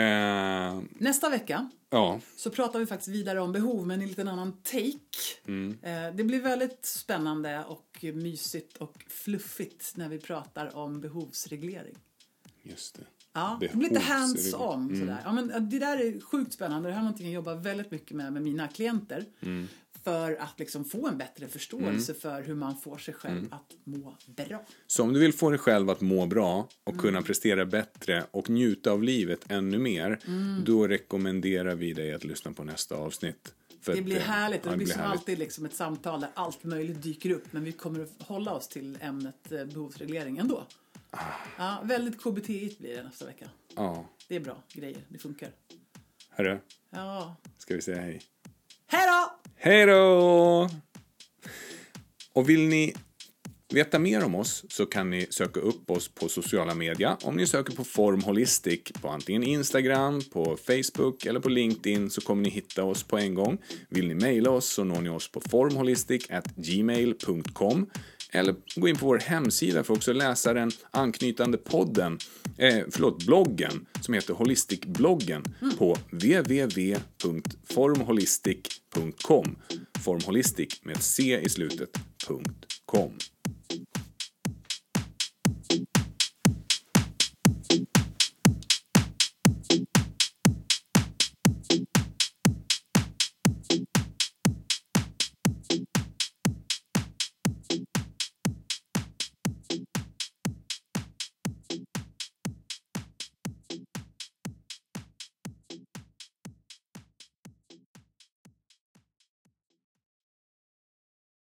eh... nästa vecka ja. så pratar vi faktiskt vidare om behov, men i en liten annan take. Mm. Eh, det blir väldigt spännande och mysigt och fluffigt när vi pratar om behovsreglering. Just det. Ja, det blir lite hands-on mm. sådär. Ja, men det där är sjukt spännande. Det här är någonting jag jobbar väldigt mycket med med mina klienter. Mm. För att liksom få en bättre förståelse mm. för hur man får sig själv mm. att må bra. Så om du vill få dig själv att må bra och mm. kunna prestera bättre och njuta av livet ännu mer, mm. då rekommenderar vi dig att lyssna på nästa avsnitt. För det blir att, härligt. Ja, det blir blir som härligt. alltid liksom ett samtal där allt möjligt dyker upp. Men vi kommer att hålla oss till ämnet behovsreglering ändå. Ah. Ja, väldigt K B T-igt blir det nästa vecka. Ja. Det är bra grejer, det funkar. Hörru, Ja. ska vi säga hej? Hej då! Hej då! Och vill ni veta mer om oss så kan ni söka upp oss på sociala medier. Om ni söker på Form Holistic på antingen Instagram, på Facebook eller på LinkedIn så kommer ni hitta oss på en gång. Vill ni mejla oss så når ni oss på formholistic at gmail dot com eller gå in på vår hemsida för att också läsa den anknytande podden, eh, förlåt, bloggen som heter Holistic-bloggen mm. på w w w punkt formholistic punkt com. Formholistic med C i slutet, .com.